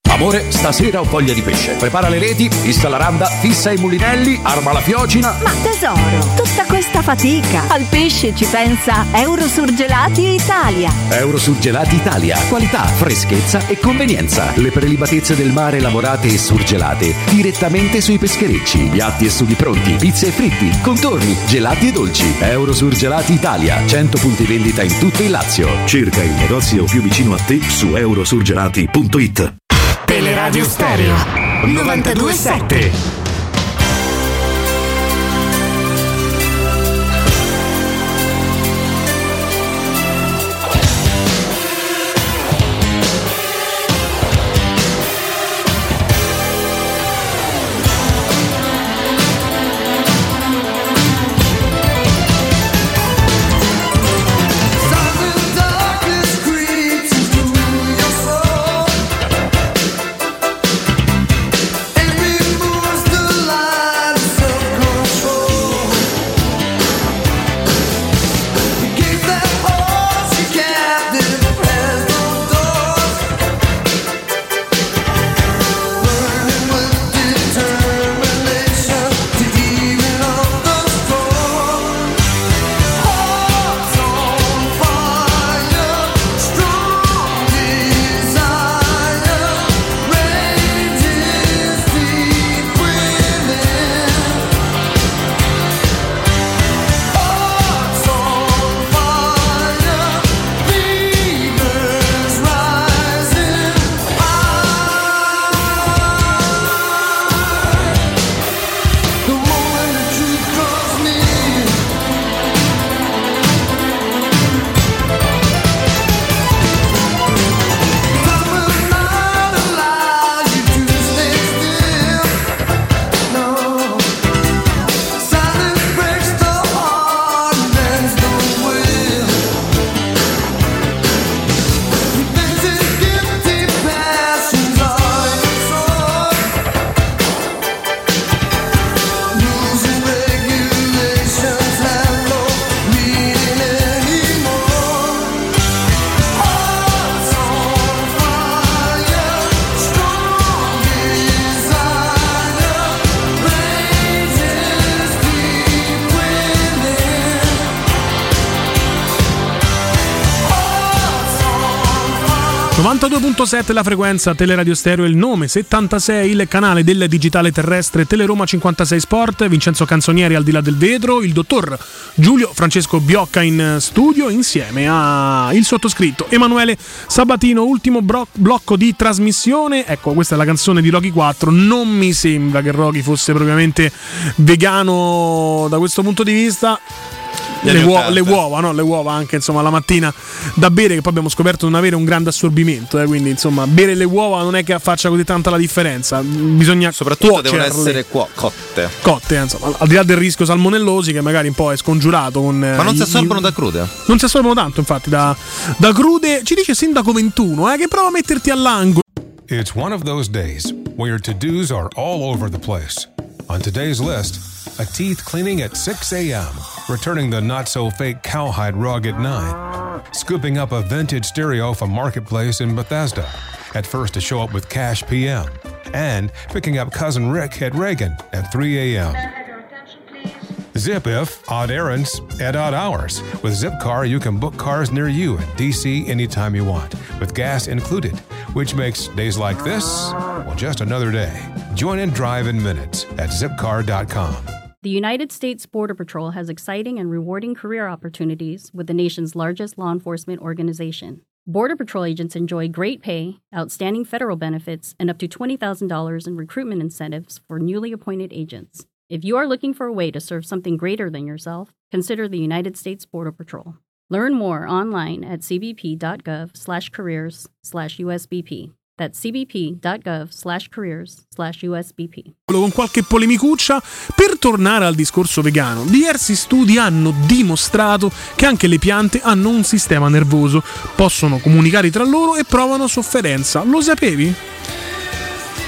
Amore, stasera ho voglia di pesce. Prepara le reti, fissa la randa, fissa i mulinelli, arma la fiocina. Ma tesoro, tutta questa fatica. Al pesce ci pensa Eurosurgelati Italia. Eurosurgelati Italia. Qualità, freschezza e convenienza. Le prelibatezze del mare lavorate e surgelate direttamente sui pescherecci. Piatti e sughi pronti, pizze e fritti, contorni, gelati e dolci. Eurosurgelati Italia. cento punti vendita in tutto il Lazio. Cerca il negozio più vicino a te su eurosurgelati punto it. Teleradio Stereo novantadue sette. novantadue virgola sette la frequenza, Teleradio Stereo il nome, settantasei il canale del digitale terrestre, Teleroma cinquantasei Sport, Vincenzo Canzonieri al di là del vetro, il dottor Giulio Francesco Biocca in studio insieme a il sottoscritto Emanuele Sabatino. Ultimo bro- blocco di trasmissione. Ecco, questa è la canzone di Rocky quattro. Non mi sembra che Rocky fosse propriamente vegano da questo punto di vista. Le, uo- le uova, no? Le uova anche insomma la mattina da bere, che poi abbiamo scoperto non avere un grande assorbimento, eh? Quindi insomma bere le uova non è che faccia così tanta la differenza, bisogna soprattutto devono essere cuo- cotte cotte insomma, al di là del rischio salmonellosi che magari un po' è scongiurato con, ma non i, si assorbono i, da crude? Non si assorbono tanto infatti da, da crude. Ci dice Sindaco ventuno eh, che prova a metterti all'angolo. It's one of those days where your to-dos are all over the place. On today's list, a teeth cleaning at six a.m., returning the not-so-fake cowhide rug at nine, scooping up a vintage stereo from Marketplace in Bethesda, at first to show up with cash p m, and picking up Cousin Rick at Reagan at three a.m. Zip if odd errands at odd hours. With Zipcar, you can book cars near you in D C anytime you want, with gas included, which makes days like this, well, just another day. Join and drive in minutes at zipcar dot com. The United States Border Patrol has exciting and rewarding career opportunities with the nation's largest law enforcement organization. Border Patrol agents enjoy great pay, outstanding federal benefits, and up to twenty thousand dollars in recruitment incentives for newly appointed agents. If you are looking for a way to serve something greater than yourself, consider the United States Border Patrol. Learn more online at cbp.gov slash careers slash USBP. That's cbp.gov slash careers slash USBP. Con qualche polemicuccia, per tornare al discorso vegano, diversi studi hanno dimostrato che anche le piante hanno un sistema nervoso, possono comunicare tra loro e provano sofferenza. Lo sapevi?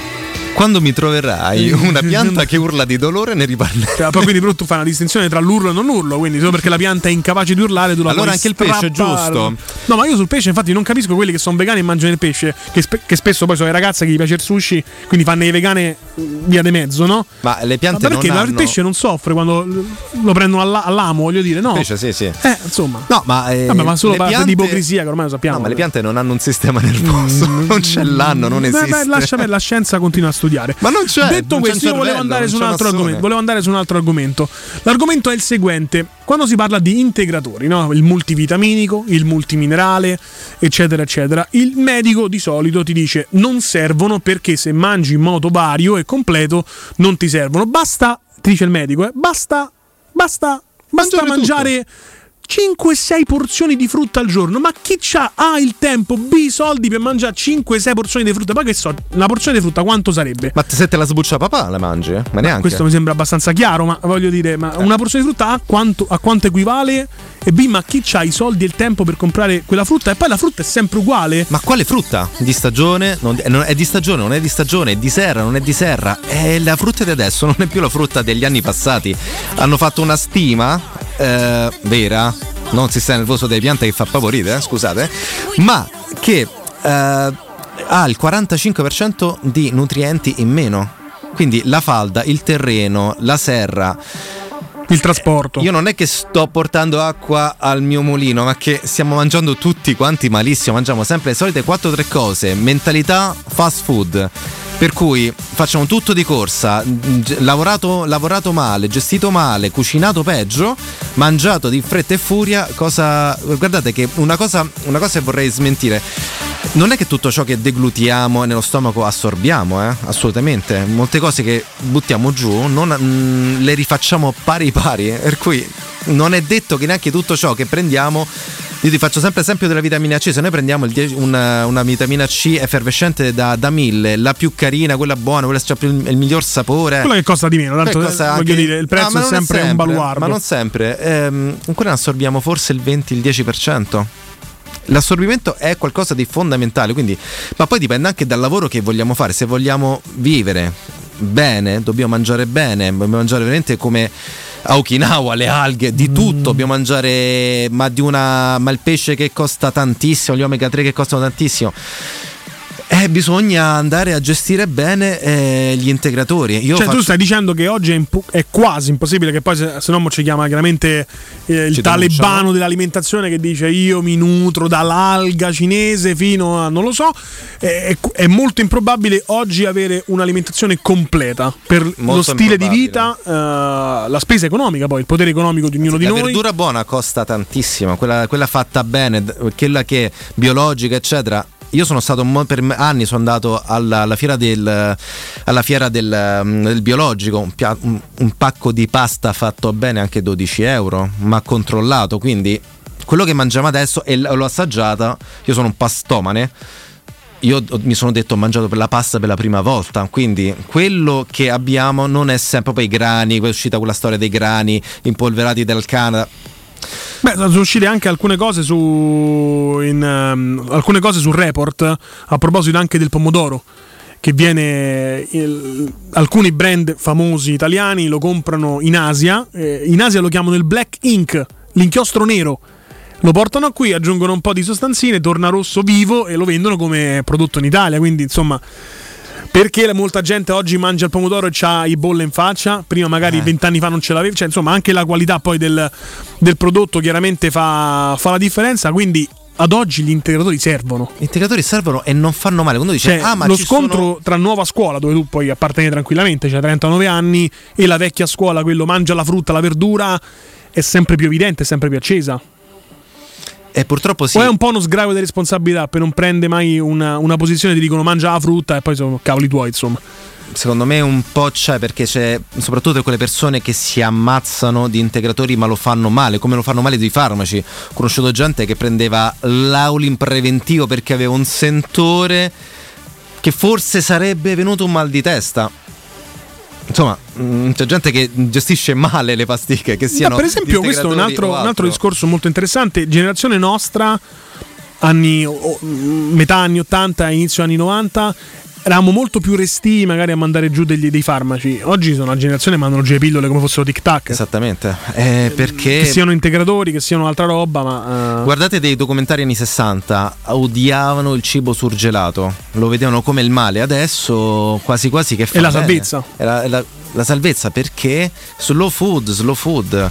Quando mi troverai una pianta che urla di dolore ne riparleremo. Cioè, poi quindi però tu fai una distinzione tra l'urlo e non urlo, quindi solo perché la pianta è incapace di urlare tu la allora puoi anche il pesce è strappare. giusto. No, ma io sul pesce infatti non capisco quelli che sono vegani e mangiano il pesce, che, spe- che spesso poi sono le ragazze che gli piace il sushi, quindi fanno i vegane via di mezzo, no? Ma le piante ma perché non il hanno... pesce non soffre quando lo prendono alla- all'amo, voglio dire, no? Il pesce sì sì. Eh, insomma. No, ma, eh, Vabbè, ma solo le parte piante... di ipocrisia che ormai lo sappiamo. No, ma le piante non hanno un sistema nervoso, mm, non ce l'hanno, non esiste. Beh, beh, lascia me, la scienza continua a studiare. Ma non c'è. Detto non questo, c'è io volevo cervello, andare su un altro massone. argomento. Volevo andare su un altro argomento. L'argomento è il seguente: quando si parla di integratori, no? Il multivitaminico, il multiminerale, eccetera, eccetera, il medico di solito ti dice non servono perché se mangi in modo vario e completo non ti servono. Basta, ti dice il medico, eh, basta, basta, basta Mangiare mangiare cinque sei porzioni di frutta al giorno. Ma chi c'ha A il tempo, B i soldi per mangiare cinque sei porzioni di frutta? Ma che so, una porzione di frutta quanto sarebbe? Ma se te la sbuccia papà la mangi? Eh? Ma neanche. Questo mi sembra abbastanza chiaro, ma voglio dire, ma una porzione di frutta a quanto, a quanto equivale? E B, ma chi c'ha i soldi e il tempo per comprare quella frutta? E poi la frutta è sempre uguale. Ma quale frutta? Di stagione? Non di, non è di stagione, non è di stagione, è di serra, non è di serra. È la frutta di adesso, non è più la frutta degli anni passati. Hanno fatto una stima eh, vera, non si sta nervoso delle piante che fa favorire, eh, scusate, ma che eh, ha il quarantacinque per cento di nutrienti in meno. Quindi la falda, il terreno, la serra, il trasporto. Io non è che sto portando acqua al mio mulino, ma che stiamo mangiando tutti quanti malissimo. Mangiamo sempre le solite quattro tre cose. Mentalità fast food. Per cui facciamo tutto di corsa, lavorato, lavorato male, gestito male, cucinato peggio, mangiato di fretta e furia. Cosa, guardate che una cosa, una cosa che vorrei smentire: non è che tutto ciò che deglutiamo nello stomaco assorbiamo, eh? Assolutamente. Molte cose che buttiamo giù non, mh, le rifacciamo pari pari, per cui non è detto che neanche tutto ciò che prendiamo. Io ti faccio sempre esempio della vitamina C. Se noi prendiamo il die- una, una vitamina C effervescente da, da mille, la più carina, quella buona, quella che ha il, il miglior sapore, quella che costa di meno, tanto eh, voglio anche... dire, il prezzo ah, è, sempre è sempre un baluardo. Ma non sempre, ehm, quella ne assorbiamo forse il venti, il dieci per cento. L'assorbimento è qualcosa di fondamentale, quindi, ma poi dipende anche dal lavoro che vogliamo fare. Se vogliamo vivere bene, dobbiamo mangiare bene, dobbiamo mangiare veramente come a Okinawa, le alghe, di tutto, mm. dobbiamo mangiare, ma di una ma il pesce che costa tantissimo, gli omega tre che costano tantissimo. Eh, bisogna andare a gestire bene eh, gli integratori. Io cioè, faccio... tu stai dicendo che oggi è, impo- è quasi impossibile, che poi se, se no ci chiama chiaramente eh, il Ci talebano denunciano. dell'alimentazione che dice io mi nutro dall'alga cinese fino a non lo so. È, è molto improbabile oggi avere un'alimentazione completa per Molto lo stile di improbabile. vita, eh, la spesa economica, poi il potere economico di ognuno di la noi. La verdura buona costa tantissimo, quella, quella fatta bene, quella che è biologica, eccetera. Io sono stato per anni, sono andato alla, alla fiera del alla fiera del, del biologico, un, pia, un, un pacco di pasta fatto bene anche dodici euro, ma controllato. Quindi quello che mangiamo adesso, e l'ho assaggiata, io sono un pastomane, io mi sono detto ho mangiato per la pasta per la prima volta, quindi quello che abbiamo non è sempre poi i grani, poi è uscita quella storia dei grani impolverati dal Canada. Beh, sono uscite anche alcune cose su in, um, alcune cose sul report a proposito anche del pomodoro, che viene il, alcuni brand famosi italiani lo comprano in Asia, eh, in Asia lo chiamano il black ink, l'inchiostro nero. Lo portano qui, aggiungono un po' di sostanzine, torna rosso vivo e lo vendono come prodotto in Italia, quindi insomma, perché molta gente oggi mangia il pomodoro e c'ha i bolle in faccia, prima magari vent'anni eh. fa non ce l'aveva, cioè insomma anche la qualità poi del, del prodotto chiaramente fa, fa la differenza, quindi ad oggi gli integratori servono. Gli integratori servono e non fanno male. Quando dice cioè, ah, ma lo ci scontro sono... tra nuova scuola, dove tu puoi appartenere tranquillamente, cioè trentanove anni, e la vecchia scuola, quello mangia la frutta, la verdura, è sempre più evidente, è sempre più accesa. E purtroppo sì. O è un po' uno sgravio di responsabilità per non prendere mai una, una posizione, ti dicono mangia la frutta e poi sono cavoli tuoi, insomma. Secondo me un po' c'è, perché c'è soprattutto quelle persone che si ammazzano di integratori ma lo fanno male, come lo fanno male dei farmaci. Ho conosciuto gente che prendeva l'Aulin preventivo perché aveva un sentore che forse sarebbe venuto un mal di testa. Insomma, c'è gente che gestisce male le pasticche, che siano. Ma per esempio, questo è un altro, un altro discorso molto interessante. Generazione nostra, anni, metà anni ottanta, inizio anni novanta, eravamo molto più restii magari a mandare giù degli, dei farmaci. Oggi sono una generazione che mandano giù le pillole come fossero tic tac. Esattamente, eh, perché che siano integratori, che siano altra roba, ma uh... guardate dei documentari anni sessanta, odiavano il cibo surgelato, lo vedevano come il male. Adesso quasi quasi che fa è la bene. salvezza. È la, è la, la salvezza, perché slow food, slow food.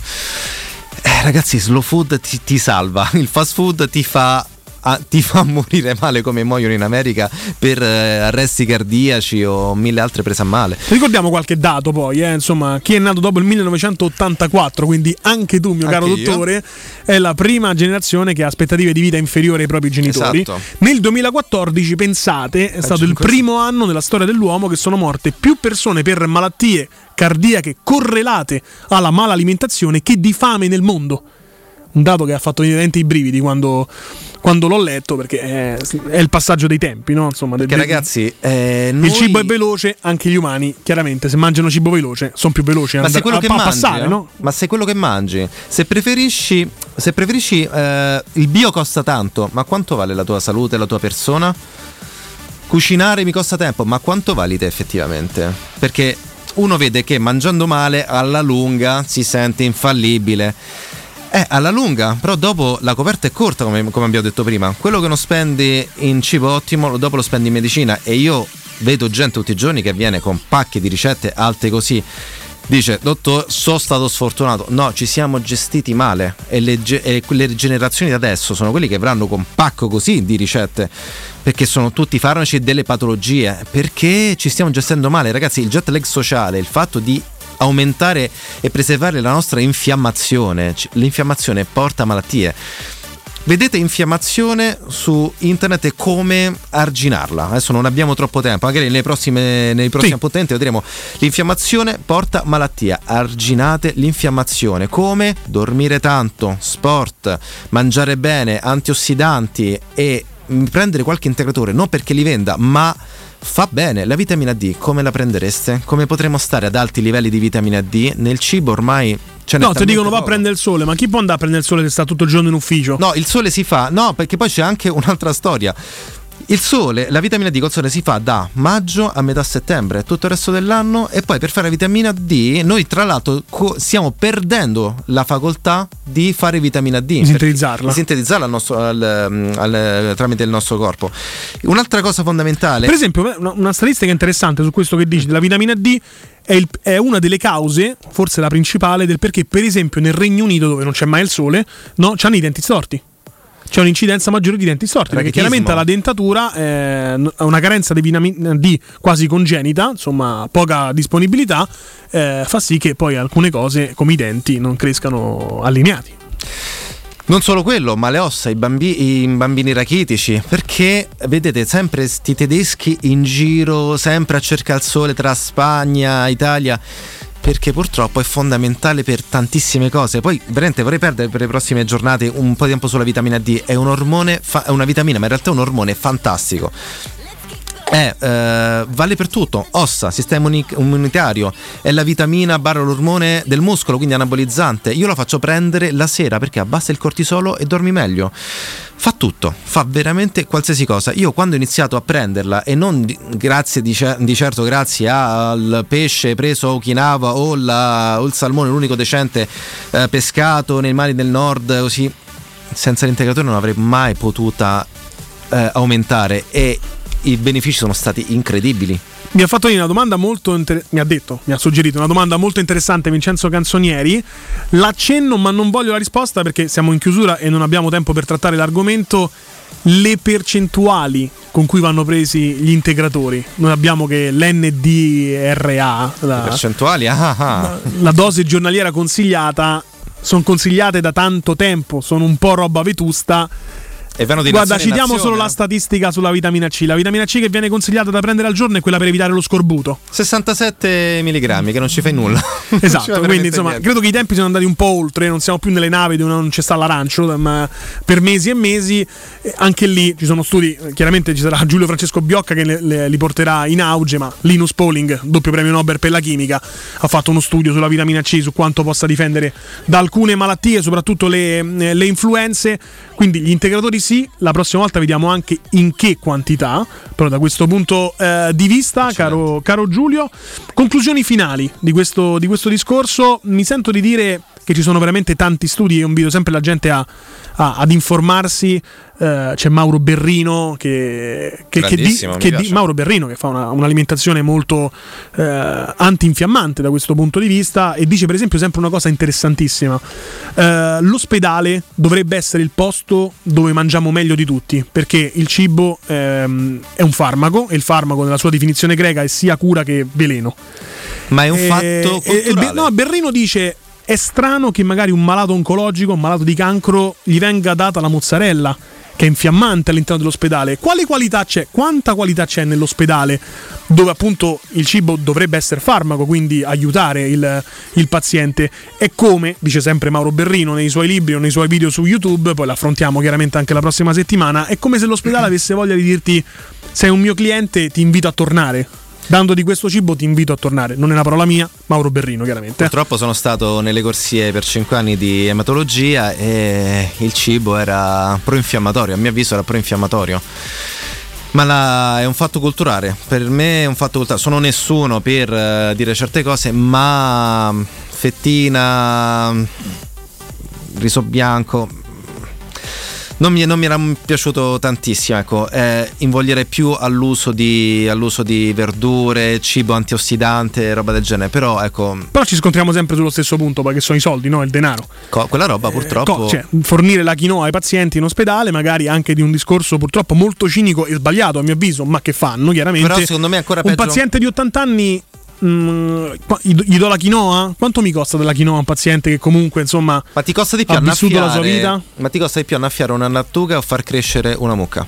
Eh, ragazzi, slow food ti, ti salva, il fast food ti fa Ah, ti fa morire male come muoiono in America per eh, arresti cardiaci o mille altre prese a male. Ricordiamo qualche dato poi, eh? Insomma, chi è nato dopo il millenovecentottantaquattro, quindi anche tu, mio anche caro io. dottore, è la prima generazione che ha aspettative di vita inferiori ai propri genitori. Esatto. Nel duemilaquattordici, pensate, è stato il primo anno nella storia dell'uomo che sono morte più persone per malattie cardiache correlate alla mala alimentazione che di fame nel mondo. Un dato che ha fatto evidente i brividi quando, quando l'ho letto, perché è, è il passaggio dei tempi, no? Insomma, perché del, ragazzi, eh, noi... il cibo è veloce, anche gli umani chiaramente se mangiano cibo veloce sono più veloci ma a, sei quello a, che a mangi, passare, eh? no? Ma sei quello che mangi. Se preferisci, se preferisci eh, il bio costa tanto, ma quanto vale la tua salute, la tua persona? Cucinare mi costa tempo, ma quanto vali te effettivamente? Perché uno vede che mangiando male alla lunga si sente infallibile. Eh, alla lunga, però dopo la coperta è corta, come, come abbiamo detto prima. Quello che non spendi in cibo ottimo, dopo lo spendi in medicina. E io vedo gente tutti i giorni che viene con pacche di ricette alte così. Dice, dottor, sono stato sfortunato. No, ci siamo gestiti male. E le, e le generazioni di adesso sono quelli che avranno con pacco così di ricette, perché sono tutti farmaci e delle patologie. Perché ci stiamo gestendo male, ragazzi. Il jet lag sociale, il fatto di aumentare e preservare la nostra infiammazione. L'infiammazione porta a malattie. Vedete infiammazione su internet e come arginarla. Adesso non abbiamo troppo tempo, magari nelle prossime, nei prossimi sì. appuntamenti vedremo. L'infiammazione porta malattia. Arginate l'infiammazione. Come? Dormire tanto, sport, mangiare bene, antiossidanti e prendere qualche integratore, non perché li venda, ma fa bene. La vitamina D, come la prendereste? Come potremo stare ad alti livelli di vitamina D? Nel cibo ormai ce n'è. No, ti dicono poco. va a prendere il sole, ma chi può andare a prendere il sole se sta tutto il giorno in ufficio? No, il sole si fa, no, perché poi c'è anche un'altra storia. Il sole, la vitamina D col sole si fa da maggio a metà settembre, tutto il resto dell'anno, e poi per fare la vitamina D noi tra l'altro co- stiamo perdendo la facoltà di fare vitamina D, di sintetizzarla, di sintetizzarla al nostro, al, al, tramite il nostro corpo. Un'altra cosa fondamentale, per esempio, una, una statistica interessante su questo che dici della vitamina D è, il, è una delle cause, forse la principale, del perché per esempio nel Regno Unito, dove non c'è mai il sole, no, c'hanno i denti storti. C'è un'incidenza maggiore di denti storti, perché chiaramente la dentatura è una carenza di vitamina D quasi congenita, insomma poca disponibilità, eh, fa sì che poi alcune cose come i denti non crescano allineati. Non solo quello, ma le ossa, i bambini, i bambini rachitici, perché vedete sempre sti tedeschi in giro, sempre a cercare il sole tra Spagna, Italia, perché purtroppo è fondamentale per tantissime cose. Poi veramente vorrei perdere per le prossime giornate un po' di tempo sulla vitamina D. È un ormone, fa- è una vitamina, ma in realtà è un ormone fantastico. È, eh, vale per tutto: ossa, sistema immunitario, è la vitamina barra l'ormone del muscolo, quindi anabolizzante. Io lo faccio prendere la sera perché abbassa il cortisolo e dormi meglio. Fa tutto, fa veramente qualsiasi cosa. Io quando ho iniziato a prenderla, e non di, grazie di, cer- di certo grazie al pesce preso a Okinawa o, la, o il salmone, l'unico decente eh, pescato nei mari del nord, così, senza l'integratore non avrei mai potuta eh, aumentare, e i benefici sono stati incredibili. Mi ha fatto una domanda molto inter- mi ha detto, mi ha suggerito una domanda molto interessante Vincenzo Canzonieri. L'accenno, ma non voglio la risposta perché siamo in chiusura e non abbiamo tempo per trattare l'argomento. Le percentuali con cui vanno presi gli integratori. Noi abbiamo che l'N D R A, la, le percentuali, ah ah. La, la dose giornaliera consigliata, sono consigliate da tanto tempo, sono un po' roba vetusta. E vanno di Guarda, nazione in citiamo nazione. solo la statistica sulla vitamina C. La vitamina C che viene consigliata da prendere al giorno è quella per evitare lo scorbuto. sessantasette milligrammi, che non ci fai nulla. Esatto, quindi insomma niente. credo che i tempi siano andati un po' oltre. Non siamo più nelle navi dove non c'è sta l'arancio, ma per mesi e mesi. Anche lì ci sono studi. Chiaramente ci sarà Giulio Francesco Biocca che le, le, li porterà in auge. Ma Linus Pauling, doppio premio Nobel per la chimica, ha fatto uno studio sulla vitamina C, su quanto possa difendere da alcune malattie, soprattutto le, le influenze. Quindi gli integratori sì, la prossima volta vediamo anche in che quantità, però da questo punto eh, di vista, caro, caro Giulio, conclusioni finali di questo, di questo discorso. Mi sento di dire che ci sono veramente tanti studi, io invito sempre la gente a, a, ad informarsi. Uh, c'è Mauro Berrino che, che, che, di, che di, Mauro Berrino che fa una, un'alimentazione molto uh, antinfiammante da questo punto di vista, e dice per esempio sempre una cosa interessantissima: uh, l'ospedale dovrebbe essere il posto dove mangiamo meglio di tutti, perché il cibo um, è un farmaco, e il farmaco nella sua definizione greca è sia cura che veleno. Ma è un e, fatto e, culturale. E, no, Berrino dice: è strano che magari un malato oncologico, un malato di cancro, gli venga data la mozzarella, che è infiammante all'interno dell'ospedale. Quale qualità c'è? Quanta qualità c'è nell'ospedale, dove appunto il cibo dovrebbe essere farmaco, quindi aiutare il, il paziente? È come, dice sempre Mauro Berrino nei suoi libri o nei suoi video su YouTube, poi l'affrontiamo chiaramente anche la prossima settimana, è come se l'ospedale avesse voglia di dirti: sei un mio cliente, ti invito a tornare. Dandoti questo cibo ti invito a tornare. Non è una parola mia, Mauro Berrino chiaramente. Purtroppo sono stato nelle corsie per cinque anni di ematologia e il cibo era proinfiammatorio, a mio avviso era proinfiammatorio. Ma la, è un fatto culturale, per me è un fatto culturale. Sono nessuno per uh, dire certe cose, ma fettina, riso bianco Non mi, non mi era piaciuto tantissimo, ecco, eh, invogliere più all'uso di, all'uso di verdure, cibo antiossidante, roba del genere, però ecco. Però ci scontriamo sempre sullo stesso punto, perché sono i soldi, no? Il denaro. Co- quella roba purtroppo. Eh, co- cioè, fornire la quinoa ai pazienti in ospedale, magari anche di un discorso purtroppo molto cinico e sbagliato a mio avviso, ma che fanno chiaramente. Però secondo me è ancora un peggio. paziente di ottanta anni. Mm, gli do la quinoa? Quanto mi costa della quinoa a un paziente che comunque insomma ma ti costa di più ha vissuto la sua vita? Ma ti costa di più annaffiare una lattuga o far crescere una mucca?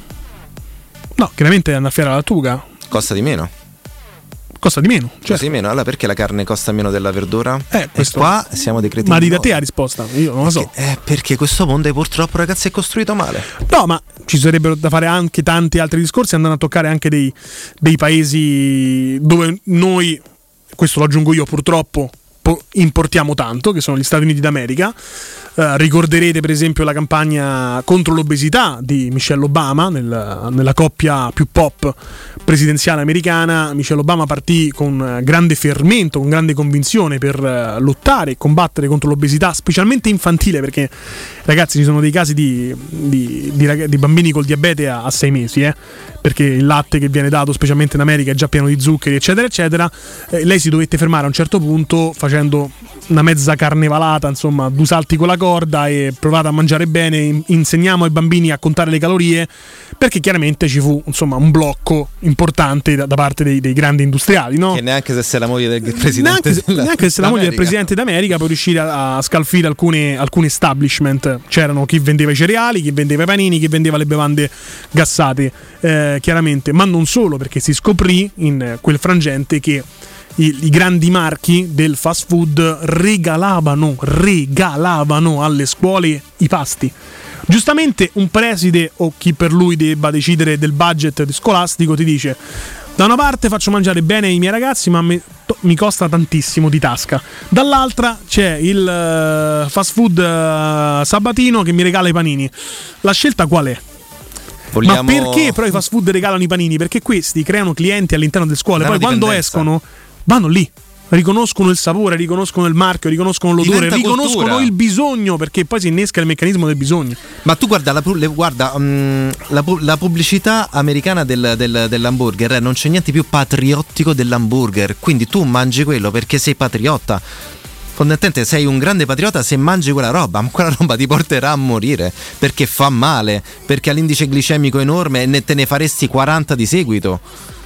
No, chiaramente annaffiare la lattuga costa di meno. Costa di meno, certo. Costa di meno. Allora perché la carne costa meno della verdura? Eh, questo... E qua siamo dei cretini. Ma di da te la risposta? Io non lo so. Perché, eh, perché questo mondo purtroppo, ragazzi, è costruito male. No, ma ci sarebbero da fare anche tanti altri discorsi, andando a toccare anche dei, dei paesi dove noi, questo lo aggiungo io purtroppo, po- importiamo tanto, che sono gli Stati Uniti d'America. Uh, ricorderete per esempio la campagna contro l'obesità di Michelle Obama nel, nella coppia più pop presidenziale americana. Michelle Obama partì con grande fermento, con grande convinzione per uh, lottare e combattere contro l'obesità, specialmente infantile, perché ragazzi ci sono dei casi di, di, di, rag- di bambini col diabete a, a sei mesi, eh? Perché il latte che viene dato specialmente in America è già pieno di zuccheri eccetera eccetera. Eh, lei si dovette fermare a un certo punto facendo una mezza carnevalata, insomma, due salti con la corda, e provate a mangiare bene, insegniamo ai bambini a contare le calorie, perché chiaramente ci fu insomma un blocco importante da, da parte dei, dei grandi industriali, no? Che neanche se sei la moglie del presidente neanche, della, neanche se sei la moglie del presidente d'America puoi riuscire a, a scalfire alcune, alcune establishment. C'erano chi vendeva i cereali, chi vendeva i panini, chi vendeva le bevande gassate, eh, chiaramente, ma non solo, perché si scoprì in quel frangente che I, i grandi marchi del fast food regalavano regalavano alle scuole i pasti. Giustamente un preside o chi per lui debba decidere del budget scolastico ti dice: da una parte faccio mangiare bene i miei ragazzi, ma mi, to, mi costa tantissimo di tasca. Dall'altra c'è il uh, fast food uh, sabatino che mi regala i panini. La scelta qual è? Vogliamo... Ma perché però i fast food regalano i panini? Perché questi creano clienti all'interno delle scuole, poi quando escono vanno lì, riconoscono il sapore, riconoscono il marchio, riconoscono l'odore, Diventa riconoscono cultura. il bisogno, perché poi si innesca il meccanismo del bisogno. Ma tu guarda la, le, guarda, um, la, la pubblicità americana del, del, dell'hamburger, eh, non c'è niente più patriottico dell'hamburger, quindi tu mangi quello perché sei patriotta. Fondamentalmente sei un grande patriota se mangi quella roba, ma quella roba ti porterà a morire, perché fa male, perché ha l'indice glicemico enorme e ne, te ne faresti quaranta di seguito.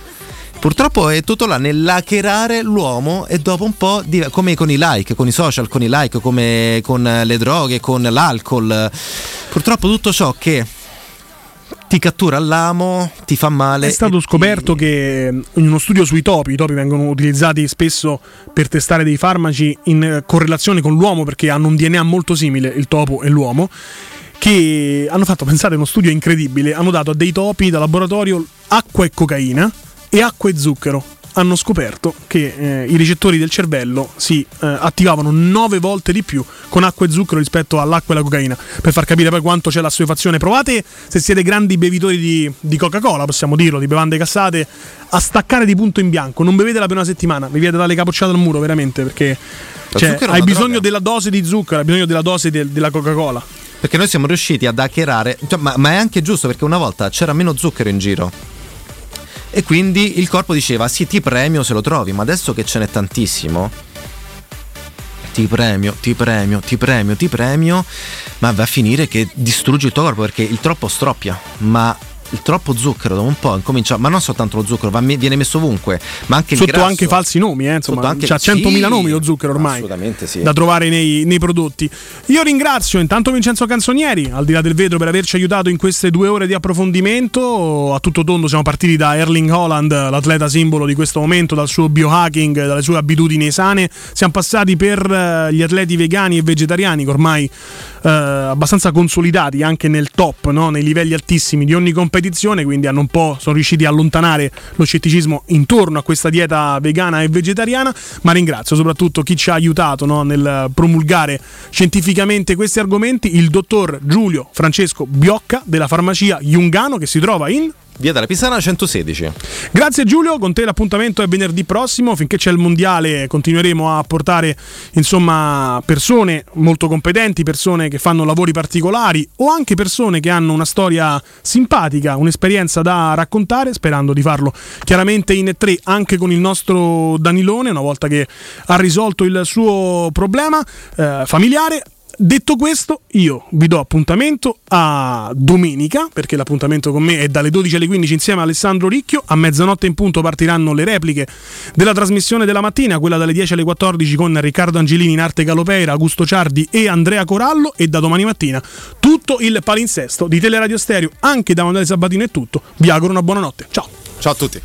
Purtroppo è tutto là nell'hackerare l'uomo, e dopo un po' di, come con i like, con i social, con i like, come con le droghe, con l'alcol. Purtroppo tutto ciò che ti cattura all'amo ti fa male. È stato scoperto ti... che in uno studio sui topi, i topi vengono utilizzati spesso per testare dei farmaci in correlazione con l'uomo, perché hanno un D N A molto simile, il topo e l'uomo, che hanno fatto, pensate, uno studio incredibile, hanno dato a dei topi da laboratorio acqua e cocaina e acqua e zucchero. hanno scoperto che eh, i recettori del cervello si eh, attivavano nove volte di più con acqua e zucchero rispetto all'acqua e alla cocaina, per far capire poi quanto c'è l'assuefazione. Provate, se siete grandi bevitori di, di Coca-Cola, possiamo dirlo, di bevande gassate, a staccare di punto in bianco. Non bevete la prima settimana, vi viene dalle capocciate al muro, veramente, perché cioè, hai bisogno droga. della dose di zucchero, hai bisogno della dose de- della Coca-Cola. Perché noi siamo riusciti ad hackerare, cioè, ma, ma è anche giusto, perché una volta c'era meno zucchero in giro e quindi il corpo diceva sì, ti premio se lo trovi, ma adesso che ce n'è tantissimo, ti premio, ti premio, ti premio, ti premio, ma va a finire che distruggi il tuo corpo, perché il troppo stroppia, ma il troppo zucchero dopo un po' incomincia, ma non soltanto lo zucchero, va, viene messo ovunque, ma anche il sotto grasso. anche falsi nomi, eh, insomma, anche, c'ha centomila sì, nomi lo zucchero ormai, assolutamente sì, da trovare nei, nei prodotti. Io ringrazio intanto Vincenzo Canzonieri, al di là del vetro, per averci aiutato in queste due ore di approfondimento. A tutto tondo siamo partiti da Erling Haaland, l'atleta simbolo di questo momento, dal suo biohacking, dalle sue abitudini sane, siamo passati per gli atleti vegani e vegetariani che ormai eh, abbastanza consolidati anche nel top, no? Nei livelli altissimi di ogni competizione, quindi hanno un po' sono riusciti a allontanare lo scetticismo intorno a questa dieta vegana e vegetariana. Ma ringrazio soprattutto chi ci ha aiutato, no? Nel promulgare scientificamente questi argomenti, il dottor Giulio Francesco Biocca della farmacia Jungano, che si trova in Via della Pisana centosedici. Grazie Giulio, con te l'appuntamento è venerdì prossimo. Finché c'è il mondiale continueremo a portare insomma persone molto competenti, persone che fanno lavori particolari o anche persone che hanno una storia simpatica, un'esperienza da raccontare, sperando di farlo chiaramente in tre anche con il nostro Danilone, una volta che ha risolto il suo problema eh, familiare. Detto questo, io vi do appuntamento a domenica, perché l'appuntamento con me è dalle dodici alle quindici insieme a Alessandro Ricchio. A mezzanotte in punto partiranno le repliche della trasmissione della mattina, quella dalle dieci alle quattordici con Riccardo Angelini in arte Galopeira, Augusto Ciardi e Andrea Corallo, e da domani mattina tutto il palinsesto di Teleradio Stereo. Anche da Emanuele Sabatino è tutto, vi auguro una buona notte, ciao. Ciao a tutti.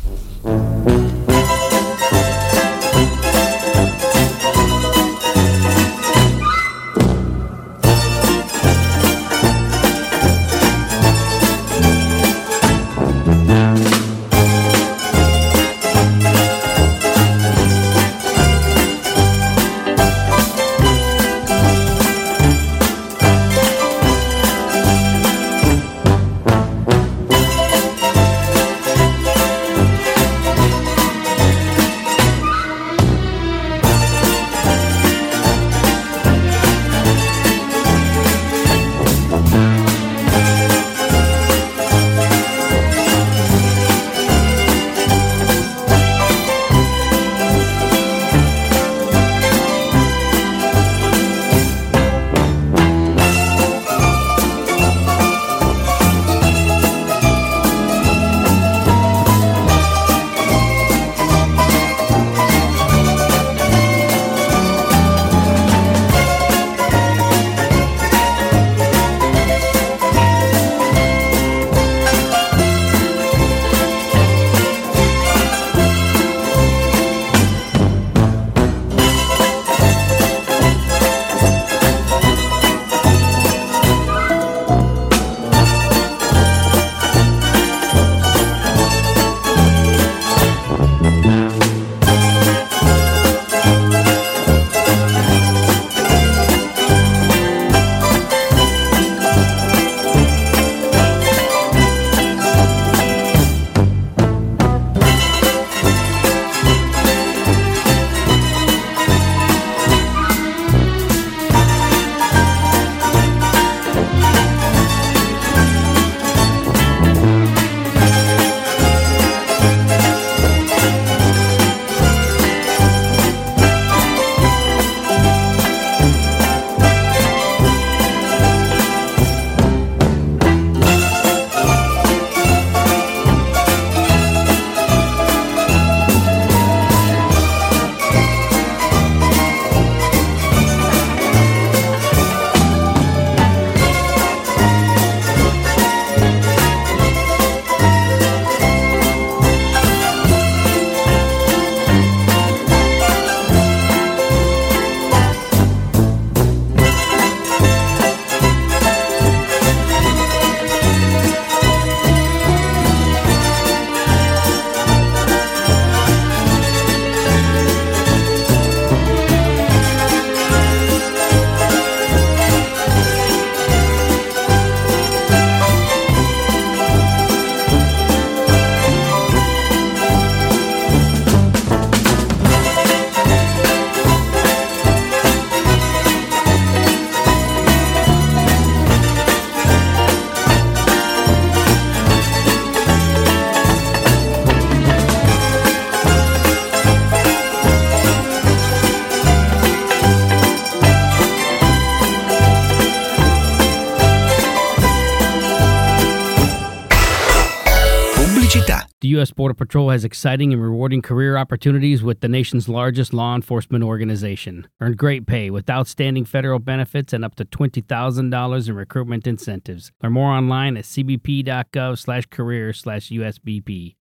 pubblicità. The U S Border Patrol has exciting and rewarding career opportunities with the nation's largest law enforcement organization. Earn great pay with outstanding federal benefits and up to twenty thousand dollars in recruitment incentives. Learn more online at cbp.gov slash career slash USBP.